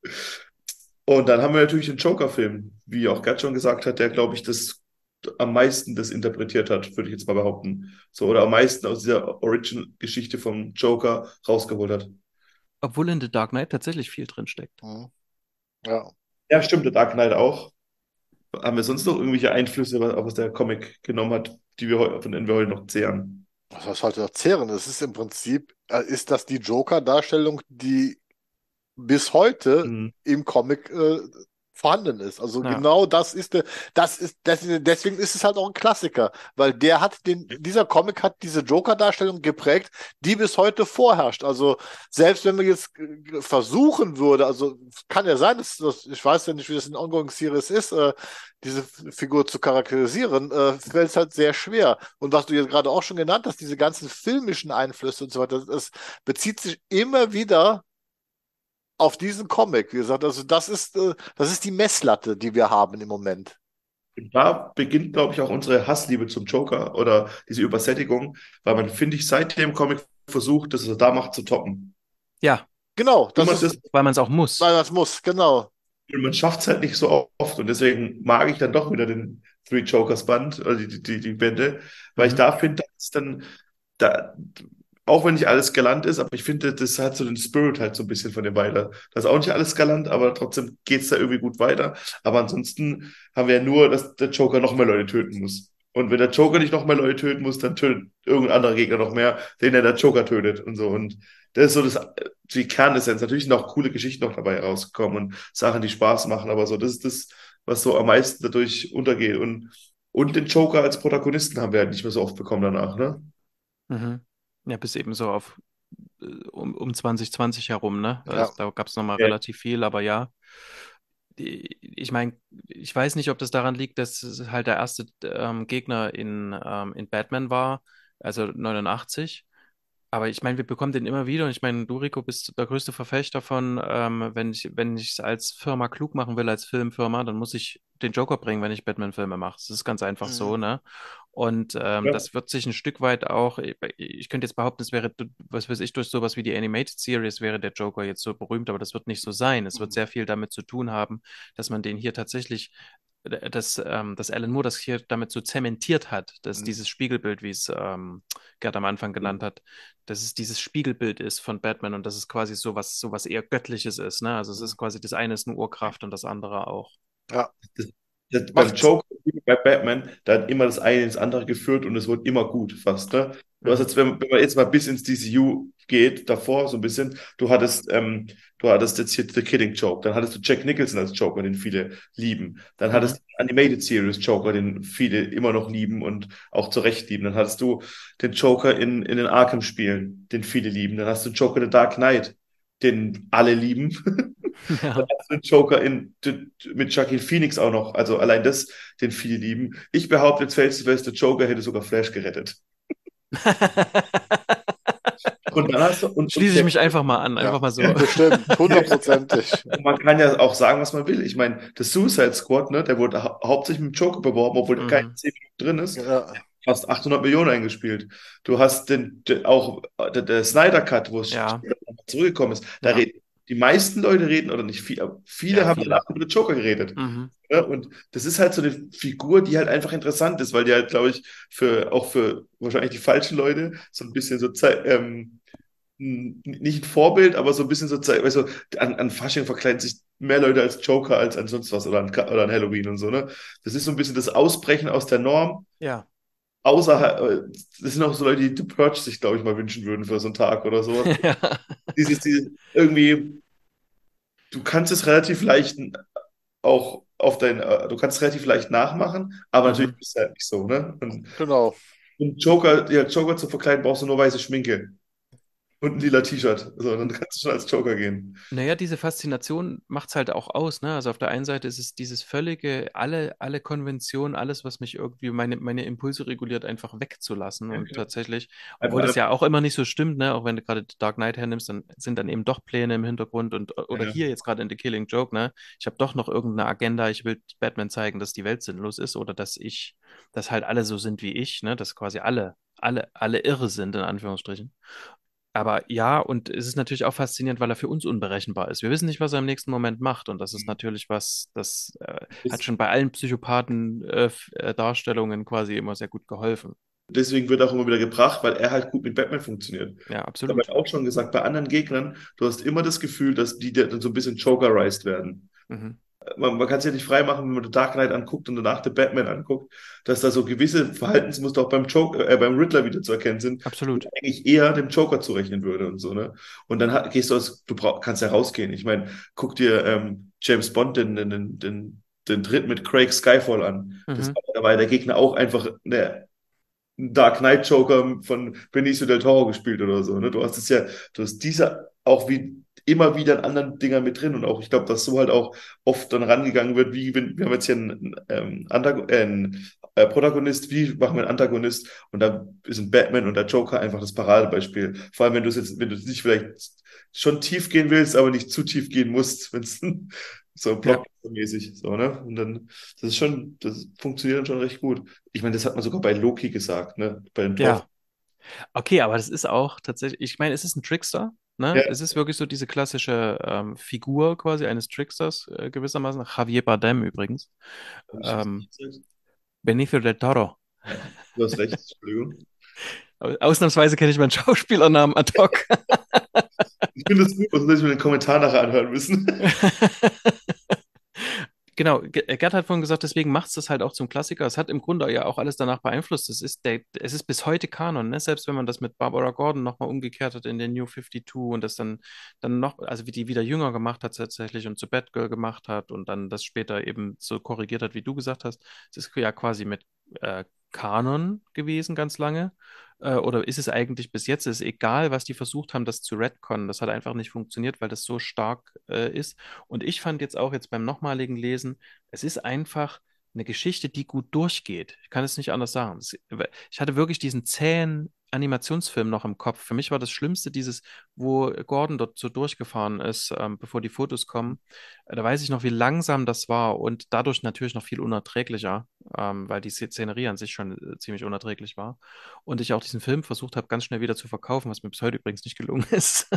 Und dann haben wir natürlich den Joker-Film, wie auch Gerd schon gesagt hat, der, glaube ich, das am meisten das interpretiert hat, würde ich jetzt mal behaupten. So, oder am meisten aus dieser Origin-Geschichte vom Joker rausgeholt hat. Obwohl in The Dark Knight tatsächlich viel drin steckt. Mhm. Ja. Ja, stimmt, der Dark Knight auch. Haben wir sonst noch irgendwelche Einflüsse, was, was der Comic genommen hat, die wir heu- von denen wir heute noch zehren? Was heißt heute erzählen? Das ist im Prinzip, äh, ist das die Joker-Darstellung, die bis heute Mhm. im Comic äh, vorhanden ist. Also Ja. genau das ist der, das ist, das, deswegen ist es halt auch ein Klassiker, weil der hat den, dieser Comic hat diese Joker-Darstellung geprägt, die bis heute vorherrscht. Also selbst wenn man jetzt äh, versuchen würde, also kann ja sein, dass, dass ich weiß ja nicht, wie das in Ongoing Series ist, äh, diese Figur zu charakterisieren, äh, fällt es halt sehr schwer. Und was du jetzt gerade auch schon genannt hast, diese ganzen filmischen Einflüsse und so weiter, das bezieht sich immer wieder auf diesen Comic. Wie gesagt, also das ist, äh, das ist die Messlatte, die wir haben im Moment. Und da beginnt, glaube ich, auch unsere Hassliebe zum Joker oder diese Übersättigung, weil man, finde ich, seit dem Comic versucht, das, was er da macht, zu toppen. Ja, Genau, das Immer ist, das, weil man es auch muss. weil das muss, genau. und man schafft es halt nicht so oft. Und deswegen mag ich dann doch wieder den Three Jokers Band, oder die, die, die Bände, weil ich Mhm. da finde, dass es dann, da, auch wenn nicht alles galant ist, aber ich finde, das hat so den Spirit halt so ein bisschen von dem weiter. Das ist auch nicht alles galant, aber trotzdem geht es da irgendwie gut weiter. Aber ansonsten haben wir ja nur, dass der Joker noch mehr Leute töten muss. Und wenn der Joker nicht noch mehr Leute töten muss, dann tötet irgendein anderer Gegner noch mehr, den er der Joker tötet und so. Und das ist so das, die Kernessenz. Natürlich sind auch coole Geschichten noch dabei rausgekommen und Sachen, die Spaß machen, aber so, das ist das, was so am meisten dadurch untergeht. Und, und den Joker als Protagonisten haben wir halt nicht mehr so oft bekommen danach, ne? Mhm. Ja, bis eben so auf äh, um, um zwanzig zwanzig herum, ne? Ja. Also da gab es nochmal Ja. relativ viel, aber ja. Die- Ich meine, ich weiß nicht, ob das daran liegt, dass es halt der erste ähm, Gegner in, ähm, in Batman war, also neunundachtzig. Aber ich meine, wir bekommen den immer wieder und ich meine, du, Rico, bist der größte Verfechter von, ähm, wenn ich, wenn ich es als Firma klug machen will, als Filmfirma, dann muss ich den Joker bringen, wenn ich Batman-Filme mache. Das ist ganz einfach so, Mhm. ne? Und ähm, Ja. das wird sich ein Stück weit auch, ich, ich könnte jetzt behaupten, es wäre, was weiß ich, durch sowas wie die Animated Series wäre der Joker jetzt so berühmt, aber das wird nicht so sein. Es wird Mhm. sehr viel damit zu tun haben, dass man den hier tatsächlich äh, dass, ähm, dass Alan Moore das hier damit so zementiert hat, dass Mhm. dieses Spiegelbild, wie es ähm, Gerd am Anfang genannt hat, dass es dieses Spiegelbild ist von Batman und dass es quasi so was, so was eher Göttliches ist, ne? Also es Mhm. ist quasi das eine ist eine Urkraft und das andere auch. Ja, Das, das, beim macht's. Joker, wie bei Batman, da hat immer das eine ins andere geführt und es wird immer gut, fast, ne? Du hast Mhm. jetzt, wenn, wenn man jetzt mal bis ins D C U geht, davor so ein bisschen, du hattest, ähm, du hattest jetzt hier The Killing Joke, dann hattest du Jack Nicholson als Joker, den viele lieben. Dann Mhm. hattest du den Animated Series Joker, den viele immer noch lieben und auch zu Recht lieben. Dann hattest du den Joker in, in den Arkham-Spielen, den viele lieben. Dann hast du Joker The Dark Knight, den alle lieben. Dann Ja. hast du den Joker in, mit Joaquin Phoenix auch noch. Also allein das, den viele lieben. Ich behaupte jetzt face to face, der Joker hätte sogar Flash gerettet. Und dann hast du, und, und Schließe ich der, mich einfach mal an, Ja, einfach mal so. bestimmt, hundertprozentig. man kann ja auch sagen, was man will. Ich meine, der Suicide Squad, ne, der wurde hau hauptsächlich mit dem Joker beworben, obwohl der keine Mhm. zehn Minuten drin ist. Ja. Fast achthundert Millionen eingespielt. Du hast den, den auch der, der Snyder Cut, wo es Ja, zurückgekommen ist. Da ja, reden die meisten Leute reden, oder nicht viele, aber viele ja, haben viele. danach über den Joker geredet. Mhm. Ja, und das ist halt so eine Figur, die halt einfach interessant ist, weil die halt, glaube ich, für auch für wahrscheinlich die falschen Leute so ein bisschen so Zeit, ähm, n- nicht ein Vorbild, aber so ein bisschen so Zeit, weißt du, an, an Fasching verkleiden sich mehr Leute als Joker als an sonst was oder an, Ka- oder an Halloween und so, ne? Das ist so ein bisschen das Ausbrechen aus der Norm. Ja. Außer, äh, das sind auch so Leute, die The Purge sich, glaube ich, mal wünschen würden für so einen Tag oder sowas. Ja. Dieses, dieses irgendwie, du kannst es relativ leicht auch auf dein, äh, du kannst es relativ leicht nachmachen, aber natürlich Mhm. ist es halt nicht so, ne? Und, Genau. und Joker, ja, Joker zu verkleiden, brauchst du nur weiße Schminke und ein lila T-Shirt. So, dann kannst du schon als Joker gehen. Naja, diese Faszination macht es halt auch aus, ne? Also auf der einen Seite ist es dieses völlige, alle, alle Konventionen, alles, was mich irgendwie meine, meine Impulse reguliert, einfach wegzulassen. Ja, Und klar. tatsächlich, obwohl das Einfach, ja auch immer nicht so stimmt, ne? Auch wenn du gerade Dark Knight hernimmst, dann sind dann eben doch Pläne im Hintergrund und oder ja, hier jetzt gerade in The Killing Joke, ne? Ich habe doch noch irgendeine Agenda, ich will Batman zeigen, dass die Welt sinnlos ist oder dass ich, dass halt alle so sind wie ich, ne? Dass quasi alle, alle, alle irre sind, in Anführungsstrichen. Aber ja, und es ist natürlich auch faszinierend, weil er für uns unberechenbar ist. Wir wissen nicht, was er im nächsten Moment macht. Und das ist natürlich was, das äh, hat Des- schon bei allen Psychopathen-Darstellungen quasi immer sehr gut geholfen. Deswegen wird er auch immer wieder gebracht, weil er halt gut mit Batman funktioniert. Ja, Ich habe absolut. halt auch schon gesagt, bei anderen Gegnern, du hast immer das Gefühl, dass die dann so ein bisschen Jokerized werden. Mhm. Man, man kann es ja nicht frei machen, wenn man The Dark Knight anguckt und danach The Batman anguckt, dass da so gewisse Verhaltensmuster auch beim Joker, äh, beim Riddler wieder zu erkennen sind, wo Absolut. ich eigentlich eher dem Joker zurechnen würde und so, ne? Und dann hat, gehst du aus, du brauch, kannst ja rausgehen. Ich meine, guck dir ähm, James Bond, den, den, den, den, den Dritt mit Craig Skyfall an. Das Mhm. war, da war der Gegner auch einfach ne, ein Dark Knight Joker von Benicio del Toro gespielt oder so, ne? Du hast es ja, du hast diese auch wie immer wieder in anderen Dingern mit drin und auch, ich glaube, dass so halt auch oft dann rangegangen wird, wie wenn, wir haben jetzt hier einen, ähm, Antago- äh, einen äh, Protagonist, wie machen wir einen Antagonist und da ist ein Batman und der Joker einfach das Paradebeispiel. Vor allem, wenn du es jetzt, wenn du es nicht vielleicht schon tief gehen willst, aber nicht zu tief gehen musst, wenn es so Ja. blockmäßig so, ne? Und dann, das ist schon, das funktioniert dann schon recht gut. Ich meine, das hat man sogar bei Loki gesagt, ne? Bei dem Teufel. Ja. Okay, aber das ist auch tatsächlich, ich meine, es ist ein Trickster, ne? Ja, Es ist wirklich so diese klassische ähm, Figur quasi eines Tricksters äh, gewissermaßen. Javier Bardem übrigens. hab ich das Ähm, nicht gesagt? Benicio del Toro. Ja, du hast recht, Entschuldigung. Au- Ausnahmsweise kenne ich meinen Schauspielernamen ad hoc. Ich finde das gut, sonst hätte ich mir den Kommentar nachher anhören müssen. Genau, Ge- äh, Gerd hat vorhin gesagt, deswegen macht es das halt auch zum Klassiker. Es hat im Grunde ja auch alles danach beeinflusst. Es ist, der, es ist bis heute Kanon, ne? Selbst wenn man das mit Barbara Gordon nochmal umgekehrt hat in den New fünfundfünfzig und das dann, dann noch, also wie die wieder jünger gemacht hat tatsächlich und zu Batgirl gemacht hat und dann das später eben so korrigiert hat, wie du gesagt hast. Es ist ja quasi mit äh, Kanon gewesen ganz lange. Äh, oder ist es eigentlich bis jetzt? Es ist egal, was die versucht haben, das zu retconnen. Das hat einfach nicht funktioniert, weil das so stark äh, ist. Und ich fand jetzt auch jetzt beim nochmaligen Lesen, es ist einfach eine Geschichte, die gut durchgeht. Ich kann es nicht anders sagen. Es, ich hatte wirklich diesen zähen Animationsfilm noch im Kopf. Für mich war das Schlimmste dieses, wo Gordon dort so durchgefahren ist, ähm, bevor die Fotos kommen. Äh, Da weiß ich noch, wie langsam das war und dadurch natürlich noch viel unerträglicher, ähm, weil die Szenerie an sich schon äh, ziemlich unerträglich war. Und ich auch diesen Film versucht habe, ganz schnell wieder zu verkaufen, was mir bis heute übrigens nicht gelungen ist.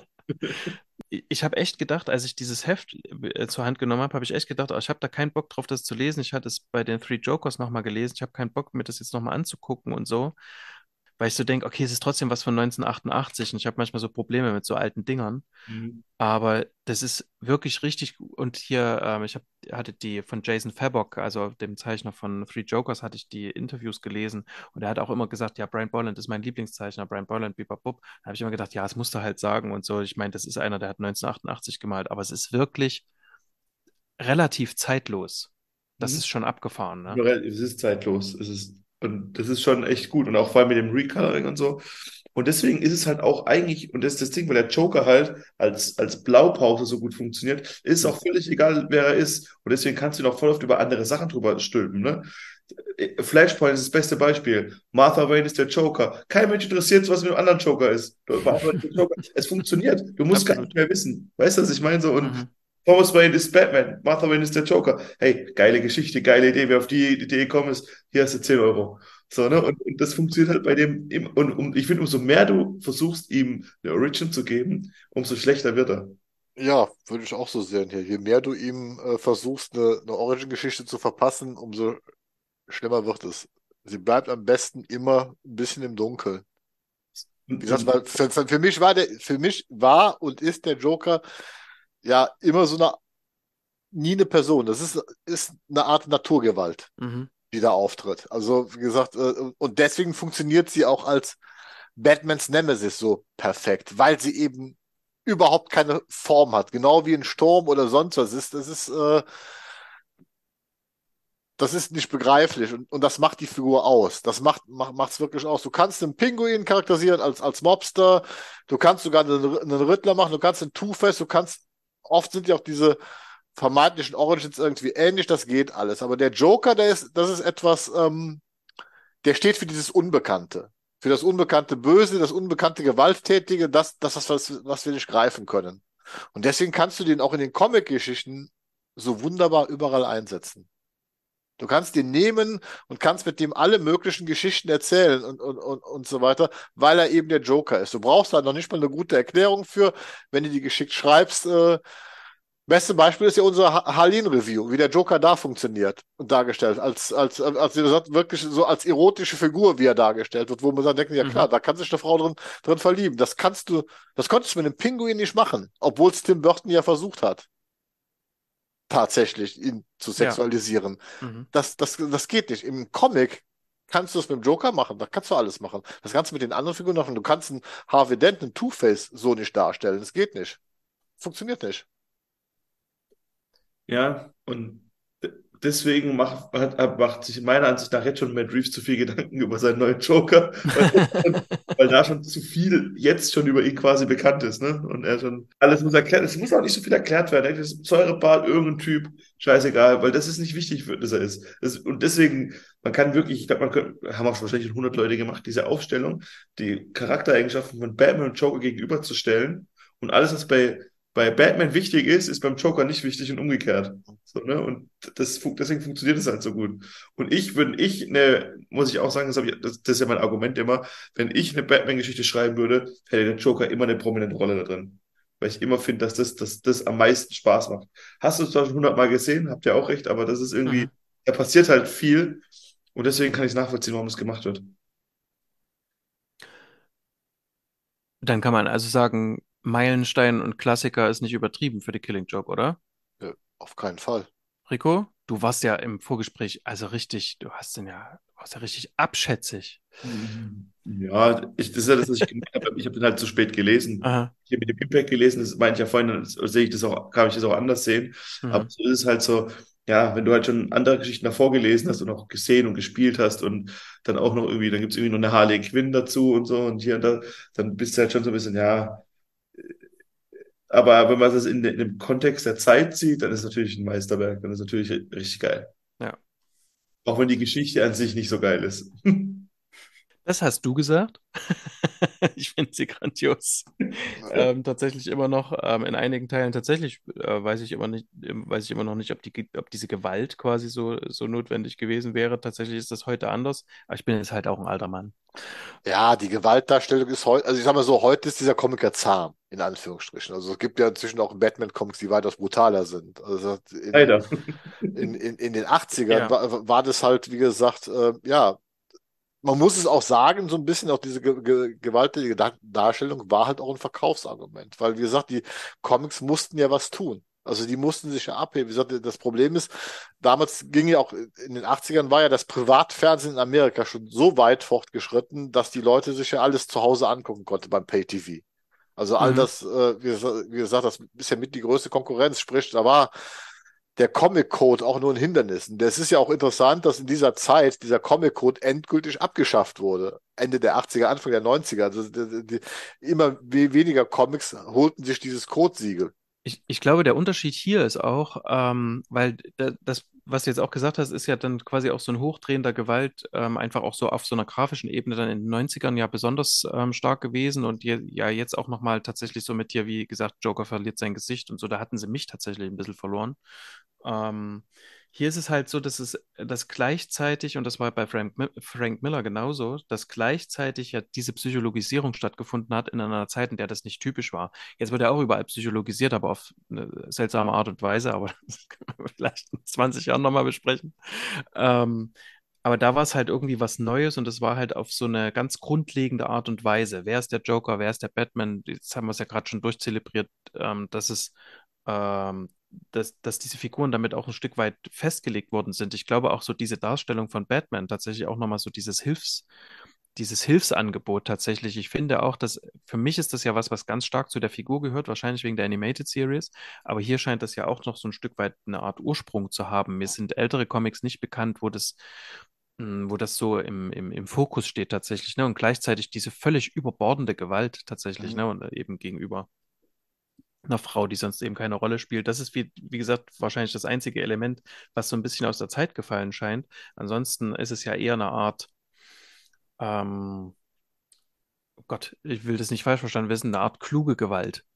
Ich habe echt gedacht, als ich dieses Heft äh, zur Hand genommen habe, habe ich echt gedacht, oh, ich habe da keinen Bock drauf, das zu lesen. Ich hatte es bei den Three Jokers nochmal gelesen. Ich habe keinen Bock, mir das jetzt nochmal anzugucken und so, weil ich so denke, okay, es ist trotzdem was von neunzehnhundertachtundachtzig und ich habe manchmal so Probleme mit so alten Dingern. Mhm. Aber das ist wirklich richtig gut. Und hier, ähm, ich hab, hatte die von Jason Fabok, also dem Zeichner von Three Jokers, hatte ich die Interviews gelesen. Und er hat auch immer gesagt, ja, Brian Boland ist mein Lieblingszeichner, Brian Boland, bibabub. Da habe ich immer gedacht, ja, das musst du halt sagen und so. Ich meine, das ist einer, der hat neunzehnhundertachtundachtzig gemalt, aber es ist wirklich relativ zeitlos. Das Mhm. ist schon abgefahren, ne? Es ist zeitlos. Es ist, und das ist schon echt gut. Und auch vor allem mit dem Recoloring und so. Und deswegen ist es halt auch eigentlich, und das ist das Ding, weil der Joker halt als, als Blaupause so gut funktioniert, ist es Hm. auch völlig egal, wer er ist. Und deswegen kannst du ihn auch voll oft über andere Sachen drüber stülpen, ne? Flashpoint ist das beste Beispiel. Martha Wayne ist der Joker. Kein Mensch interessiert, was mit dem anderen Joker ist. War einfach der Joker. Es funktioniert. Du musst gar nicht Absolut. mehr wissen. Weißt du, was ich meine? So, und Mhm. Thomas Wayne ist Batman. Martha Wayne ist der Joker. Hey, geile Geschichte, geile Idee. Wer auf die Idee gekommen ist, hier hast du zehn Euro. So, ne? Und, und das funktioniert halt bei dem. Im, und um, ich finde, umso mehr du versuchst, ihm eine Origin zu geben, umso schlechter wird er. Ja, würde ich auch so sehen hier. Je mehr du ihm äh, versuchst, eine, eine Origin-Geschichte zu verpassen, umso schlimmer wird es. Sie bleibt am besten immer ein bisschen im Dunkeln. Wie Und, gesagt, und weil für, für, für mich war der, für mich war und ist der Joker ja immer so eine, nie eine Person. Das ist, ist eine Art Naturgewalt, Mhm. die da auftritt. Also, wie gesagt, äh, und deswegen funktioniert sie auch als Batmans Nemesis so perfekt, weil sie eben überhaupt keine Form hat. Genau wie ein Sturm oder sonst was ist. Das ist, äh, das ist nicht begreiflich und, und das macht die Figur aus. Das macht macht macht's wirklich aus. Du kannst einen Pinguin charakterisieren als als Mobster, du kannst sogar einen, einen Riddler machen, du kannst einen Two-Face, du kannst oft sind ja auch diese vermeintlichen Origins irgendwie ähnlich, das geht alles. Aber der Joker, der ist, das ist etwas, ähm, der steht für dieses Unbekannte, für das unbekannte Böse, das unbekannte Gewalttätige, das, das, ist was, was wir nicht greifen können. Und deswegen kannst du den auch in den Comic-Geschichten so wunderbar überall einsetzen. Du kannst den nehmen und kannst mit dem alle möglichen Geschichten erzählen und, und, und, und so weiter, weil er eben der Joker ist. Du brauchst da noch nicht mal eine gute Erklärung für, wenn du die geschickt schreibst. Äh, beste Beispiel ist ja unser Ha- Harleen-Review, wie der Joker da funktioniert und dargestellt, als, als, als, wie gesagt, wirklich so als erotische Figur, wie er dargestellt wird, wo man dann denkt, ja Mhm. klar, da kann sich eine Frau drin, drin verlieben. Das kannst du, das konntest du mit einem Pinguin nicht machen, obwohl es Tim Burton ja versucht hat, tatsächlich ihn zu Ja. sexualisieren. Mhm. Das, das, das geht nicht. Im Comic kannst du es mit dem Joker machen, da kannst du alles machen. Das kannst du mit den anderen Figuren machen. Du kannst einen Harvey Dent, einen Two-Face so nicht darstellen. Das geht nicht. Funktioniert nicht. Ja, und d- deswegen macht, hat, hat- macht sich meiner Ansicht nach jetzt schon Matt Reeves zu viel Gedanken über seinen neuen Joker, weil, weil da schon zu viel jetzt schon über ihn quasi bekannt ist, ne? Und er schon, alles muss erklärt, es muss auch nicht so viel erklärt werden. Das ist ein Säurebart, irgendein Typ, scheißegal, weil das ist nicht wichtig, für, dass er ist. Das, und deswegen, man kann wirklich, ich glaube, man könnte, haben auch wahrscheinlich schon hundert Leute gemacht, diese Aufstellung, die Charaktereigenschaften von Batman und Joker gegenüberzustellen und alles, was bei bei Batman wichtig ist, ist beim Joker nicht wichtig und umgekehrt. So, ne? Und das, fun- deswegen funktioniert es halt so gut. Und ich, wenn ich eine, muss ich auch sagen, das, hab ich, das, das ist ja mein Argument immer, wenn ich eine Batman-Geschichte schreiben würde, hätte der Joker immer eine prominente Rolle da drin. Weil ich immer finde, dass das, dass das am meisten Spaß macht. Hast du es zwar schon hundertmal gesehen, habt ihr auch recht, aber das ist irgendwie, Mhm. da passiert halt viel und deswegen kann ich nachvollziehen, warum das gemacht wird. Dann kann man also sagen, Meilenstein und Klassiker ist nicht übertrieben für die Killing Joke, oder? Ja, auf keinen Fall. Rico, du warst ja im Vorgespräch, also richtig, du hast den ja, du warst ja richtig abschätzig. Mhm. Ja, ich, das ist ja das, was ich gemeint habe. Ich habe den halt zu spät gelesen. Aha. Ich habe mit dem Impact gelesen, das meinte ich ja vorhin, dann sehe ich das auch, kann ich das auch anders sehen. Aber Mhm. so ist es halt so, ja, wenn du halt schon andere Geschichten davor gelesen hast und auch gesehen und gespielt hast und dann auch noch irgendwie, dann gibt es irgendwie noch eine Harley Quinn dazu und so und hier und da, dann bist du halt schon so ein bisschen, ja, aber wenn man das in, in dem Kontext der Zeit sieht, dann ist es natürlich ein Meisterwerk, dann ist es natürlich richtig geil. Ja. Auch wenn die Geschichte an sich nicht so geil ist. Das hast du gesagt. Ich finde sie grandios. Ähm, tatsächlich immer noch, ähm, in einigen Teilen tatsächlich äh, weiß ich immer nicht, ähm, weiß ich immer noch nicht, ob die, Ge- ob diese Gewalt quasi so, so notwendig gewesen wäre. Tatsächlich ist das heute anders, aber ich bin jetzt halt auch ein alter Mann. Ja, die Gewaltdarstellung ist heute, also ich sag mal so, heute ist dieser Comic ja zahm, in Anführungsstrichen. Also es gibt ja inzwischen auch Batman-Comics, die weitaus brutaler sind. Also in, Leider. in, in, in den achtzigern Ja. war, war das halt, wie gesagt, äh, ja, man muss es auch sagen, so ein bisschen auch diese ge ge gewalttätige Dar Darstellung war halt auch ein Verkaufsargument, weil wie gesagt, die Comics mussten ja was tun. Also die mussten sich ja abheben. Wie gesagt, das Problem ist, damals ging ja auch in den achtzigern war ja das Privatfernsehen in Amerika schon so weit fortgeschritten, dass die Leute sich ja alles zu Hause angucken konnten beim Pay-T V. Also all Mhm. das, äh, wie, gesa- wie gesagt, das ist ja mit die größte Konkurrenz, sprich, da war der Comic-Code auch nur ein Hindernis. Und das ist ja auch interessant, dass in dieser Zeit dieser Comic-Code endgültig abgeschafft wurde. Ende der achtziger, Anfang der neunziger. Also die, die, immer we weniger Comics holten sich dieses Codesiegel. Ich, ich glaube, der Unterschied hier ist auch, ähm, weil da- das, was du jetzt auch gesagt hast, ist ja dann quasi auch so ein Hochdrehen der Gewalt, ähm, einfach auch so auf so einer grafischen Ebene dann in den Neunzigern ja besonders ähm, stark gewesen und je, ja jetzt auch nochmal tatsächlich so mit dir, wie gesagt, Joker verliert sein Gesicht und so, da hatten sie mich tatsächlich ein bisschen verloren. Ähm, Hier ist es halt so, dass es dass gleichzeitig, und das war bei Frank, Mi- Frank Miller genauso, dass gleichzeitig ja diese Psychologisierung stattgefunden hat in einer Zeit, in der das nicht typisch war. Jetzt wird er auch überall psychologisiert, aber auf eine seltsame Art und Weise, aber das können wir vielleicht in zwanzig Jahren nochmal besprechen. Ähm, aber da war es halt irgendwie was Neues und es war halt auf so eine ganz grundlegende Art und Weise. Wer ist der Joker, wer ist der Batman? Jetzt haben wir es ja gerade schon durchzelebriert, ähm, dass es, ähm, dass, dass diese Figuren damit auch ein Stück weit festgelegt worden sind. Ich glaube auch so diese Darstellung von Batman, tatsächlich auch nochmal so dieses Hilfs, dieses Hilfsangebot tatsächlich. Ich finde auch, dass für mich ist das ja was, was ganz stark zu der Figur gehört, wahrscheinlich wegen der Animated Series. Aber hier scheint das ja auch noch so ein Stück weit eine Art Ursprung zu haben. Mir sind ältere Comics nicht bekannt, wo das, mh, wo das so im, im, im Fokus steht tatsächlich, ne? Und gleichzeitig diese völlig überbordende Gewalt tatsächlich, Mhm. ne? Und eben gegenüber einer Frau, die sonst eben keine Rolle spielt. Das ist, wie, wie gesagt, wahrscheinlich das einzige Element, was so ein bisschen aus der Zeit gefallen scheint. Ansonsten ist es ja eher eine Art, ähm, oh Gott, ich will das nicht falsch verstanden wissen, eine Art kluge Gewalt.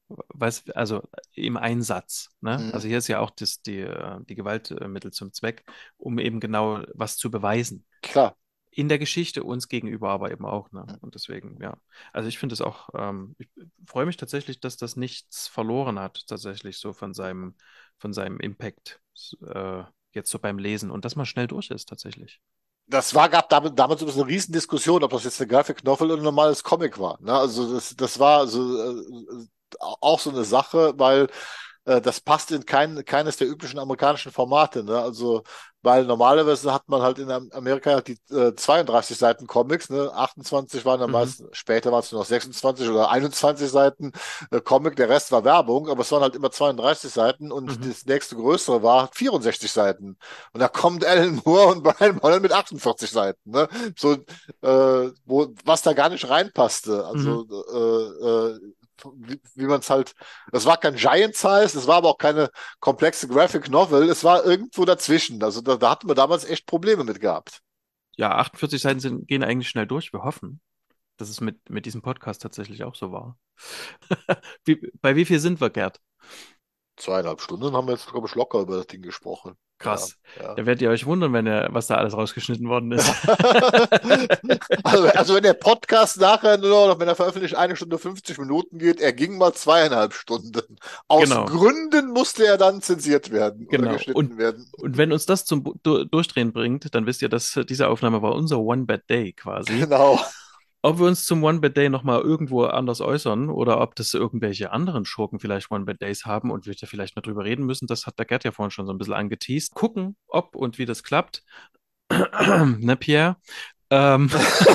weiß, also im Einsatz. Ne? Mhm. Also hier ist ja auch das, die, äh, die Gewaltmittel zum Zweck, um eben genau was zu beweisen. Klar. In der Geschichte uns gegenüber aber eben auch. Ne? Und deswegen, ja. Also ich finde es auch, ähm, ich freue mich tatsächlich, dass das nichts verloren hat, tatsächlich so von seinem, von seinem Impact äh, jetzt so beim Lesen und dass man schnell durch ist, tatsächlich. Das war, gab damals, damals so eine Riesendiskussion, ob das jetzt eine Graphic Novel oder ein normales Comic war. Ne? Also das, das war so, äh, auch so eine Sache, weil äh, das passt in kein, keines der üblichen amerikanischen Formate. Ne? Also, weil normalerweise hat man halt in Am- Amerika halt die äh, zweiunddreißig Seiten Comics, ne? achtundzwanzig waren dann Mhm. meistens, später waren es nur noch sechsundzwanzig oder einundzwanzig Seiten äh, Comic, der Rest war Werbung, aber es waren halt immer zweiunddreißig Seiten und Mhm. das nächste größere war vierundsechzig Seiten. Und da kommt Alan Moore und Brian Bolland mit achtundvierzig Seiten, ne? So, äh, wo, was da gar nicht reinpasste. Mhm. Also, äh, äh, wie, wie man es halt, es war kein Giant Size, es war aber auch keine komplexe Graphic Novel, es war irgendwo dazwischen. Also da, da hatten wir damals echt Probleme mit gehabt. Ja, achtundvierzig Seiten sind, gehen eigentlich schnell durch. Wir hoffen, dass es mit, mit diesem Podcast tatsächlich auch so war. Wie, bei wie viel sind wir, Gerd? Zweieinhalb Stunden haben wir jetzt, glaube ich, locker über das Ding gesprochen. Ja, Krass. ja. Da werdet ihr euch wundern, wenn ihr, was da alles rausgeschnitten worden ist. Also, also wenn der Podcast nachher nur noch, wenn er veröffentlicht, eine Stunde fünfzig Minuten geht, er ging mal zweieinhalb Stunden. Aus Genau, Gründen musste er dann zensiert werden oder genau. Und, geschnitten werden. und wenn uns das zum Bu- Du- Durchdrehen bringt, dann wisst ihr, dass diese Aufnahme war unser One-Bad-Day quasi. Genau. Ob wir uns zum One-Bad-Day nochmal irgendwo anders äußern oder ob das irgendwelche anderen Schurken vielleicht One-Bad-Days haben und wir da vielleicht mal drüber reden müssen, das hat der Gerd ja vorhin schon so ein bisschen angeteased. Gucken, ob und wie das klappt. Ne, Pierre? Ähm,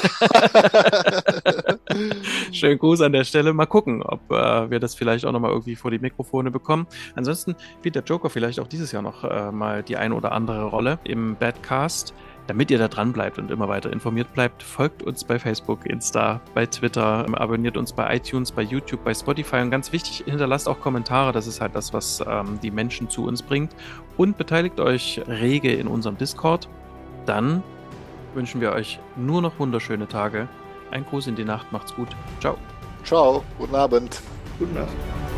schönen Gruß an der Stelle. Mal gucken, ob äh, wir das vielleicht auch nochmal irgendwie vor die Mikrofone bekommen. Ansonsten spielt der Joker vielleicht auch dieses Jahr noch äh, mal die ein oder andere Rolle im Badcast. Damit ihr da dran bleibt und immer weiter informiert bleibt, folgt uns bei Facebook, Insta, bei Twitter, ähm, abonniert uns bei iTunes, bei YouTube, bei Spotify und ganz wichtig, hinterlasst auch Kommentare. Das ist halt das, was ähm, die Menschen zu uns bringt. Und beteiligt euch rege in unserem Discord. Dann wünschen wir euch nur noch wunderschöne Tage. Ein Gruß in die Nacht, macht's gut. Ciao. Ciao, guten Abend. Gute Nacht.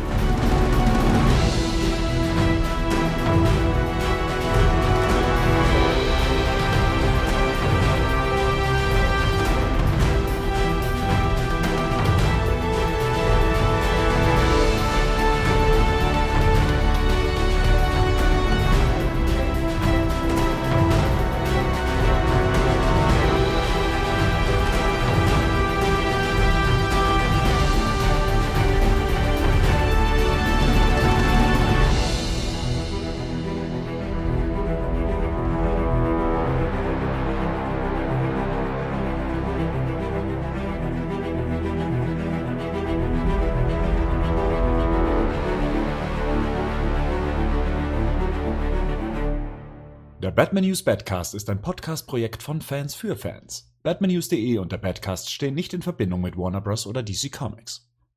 Der Batman News Badcast ist ein Podcast-Projekt von Fans für Fans. Batman News punkt de und der Badcast stehen nicht in Verbindung mit Warner Bros. Oder D C Comics.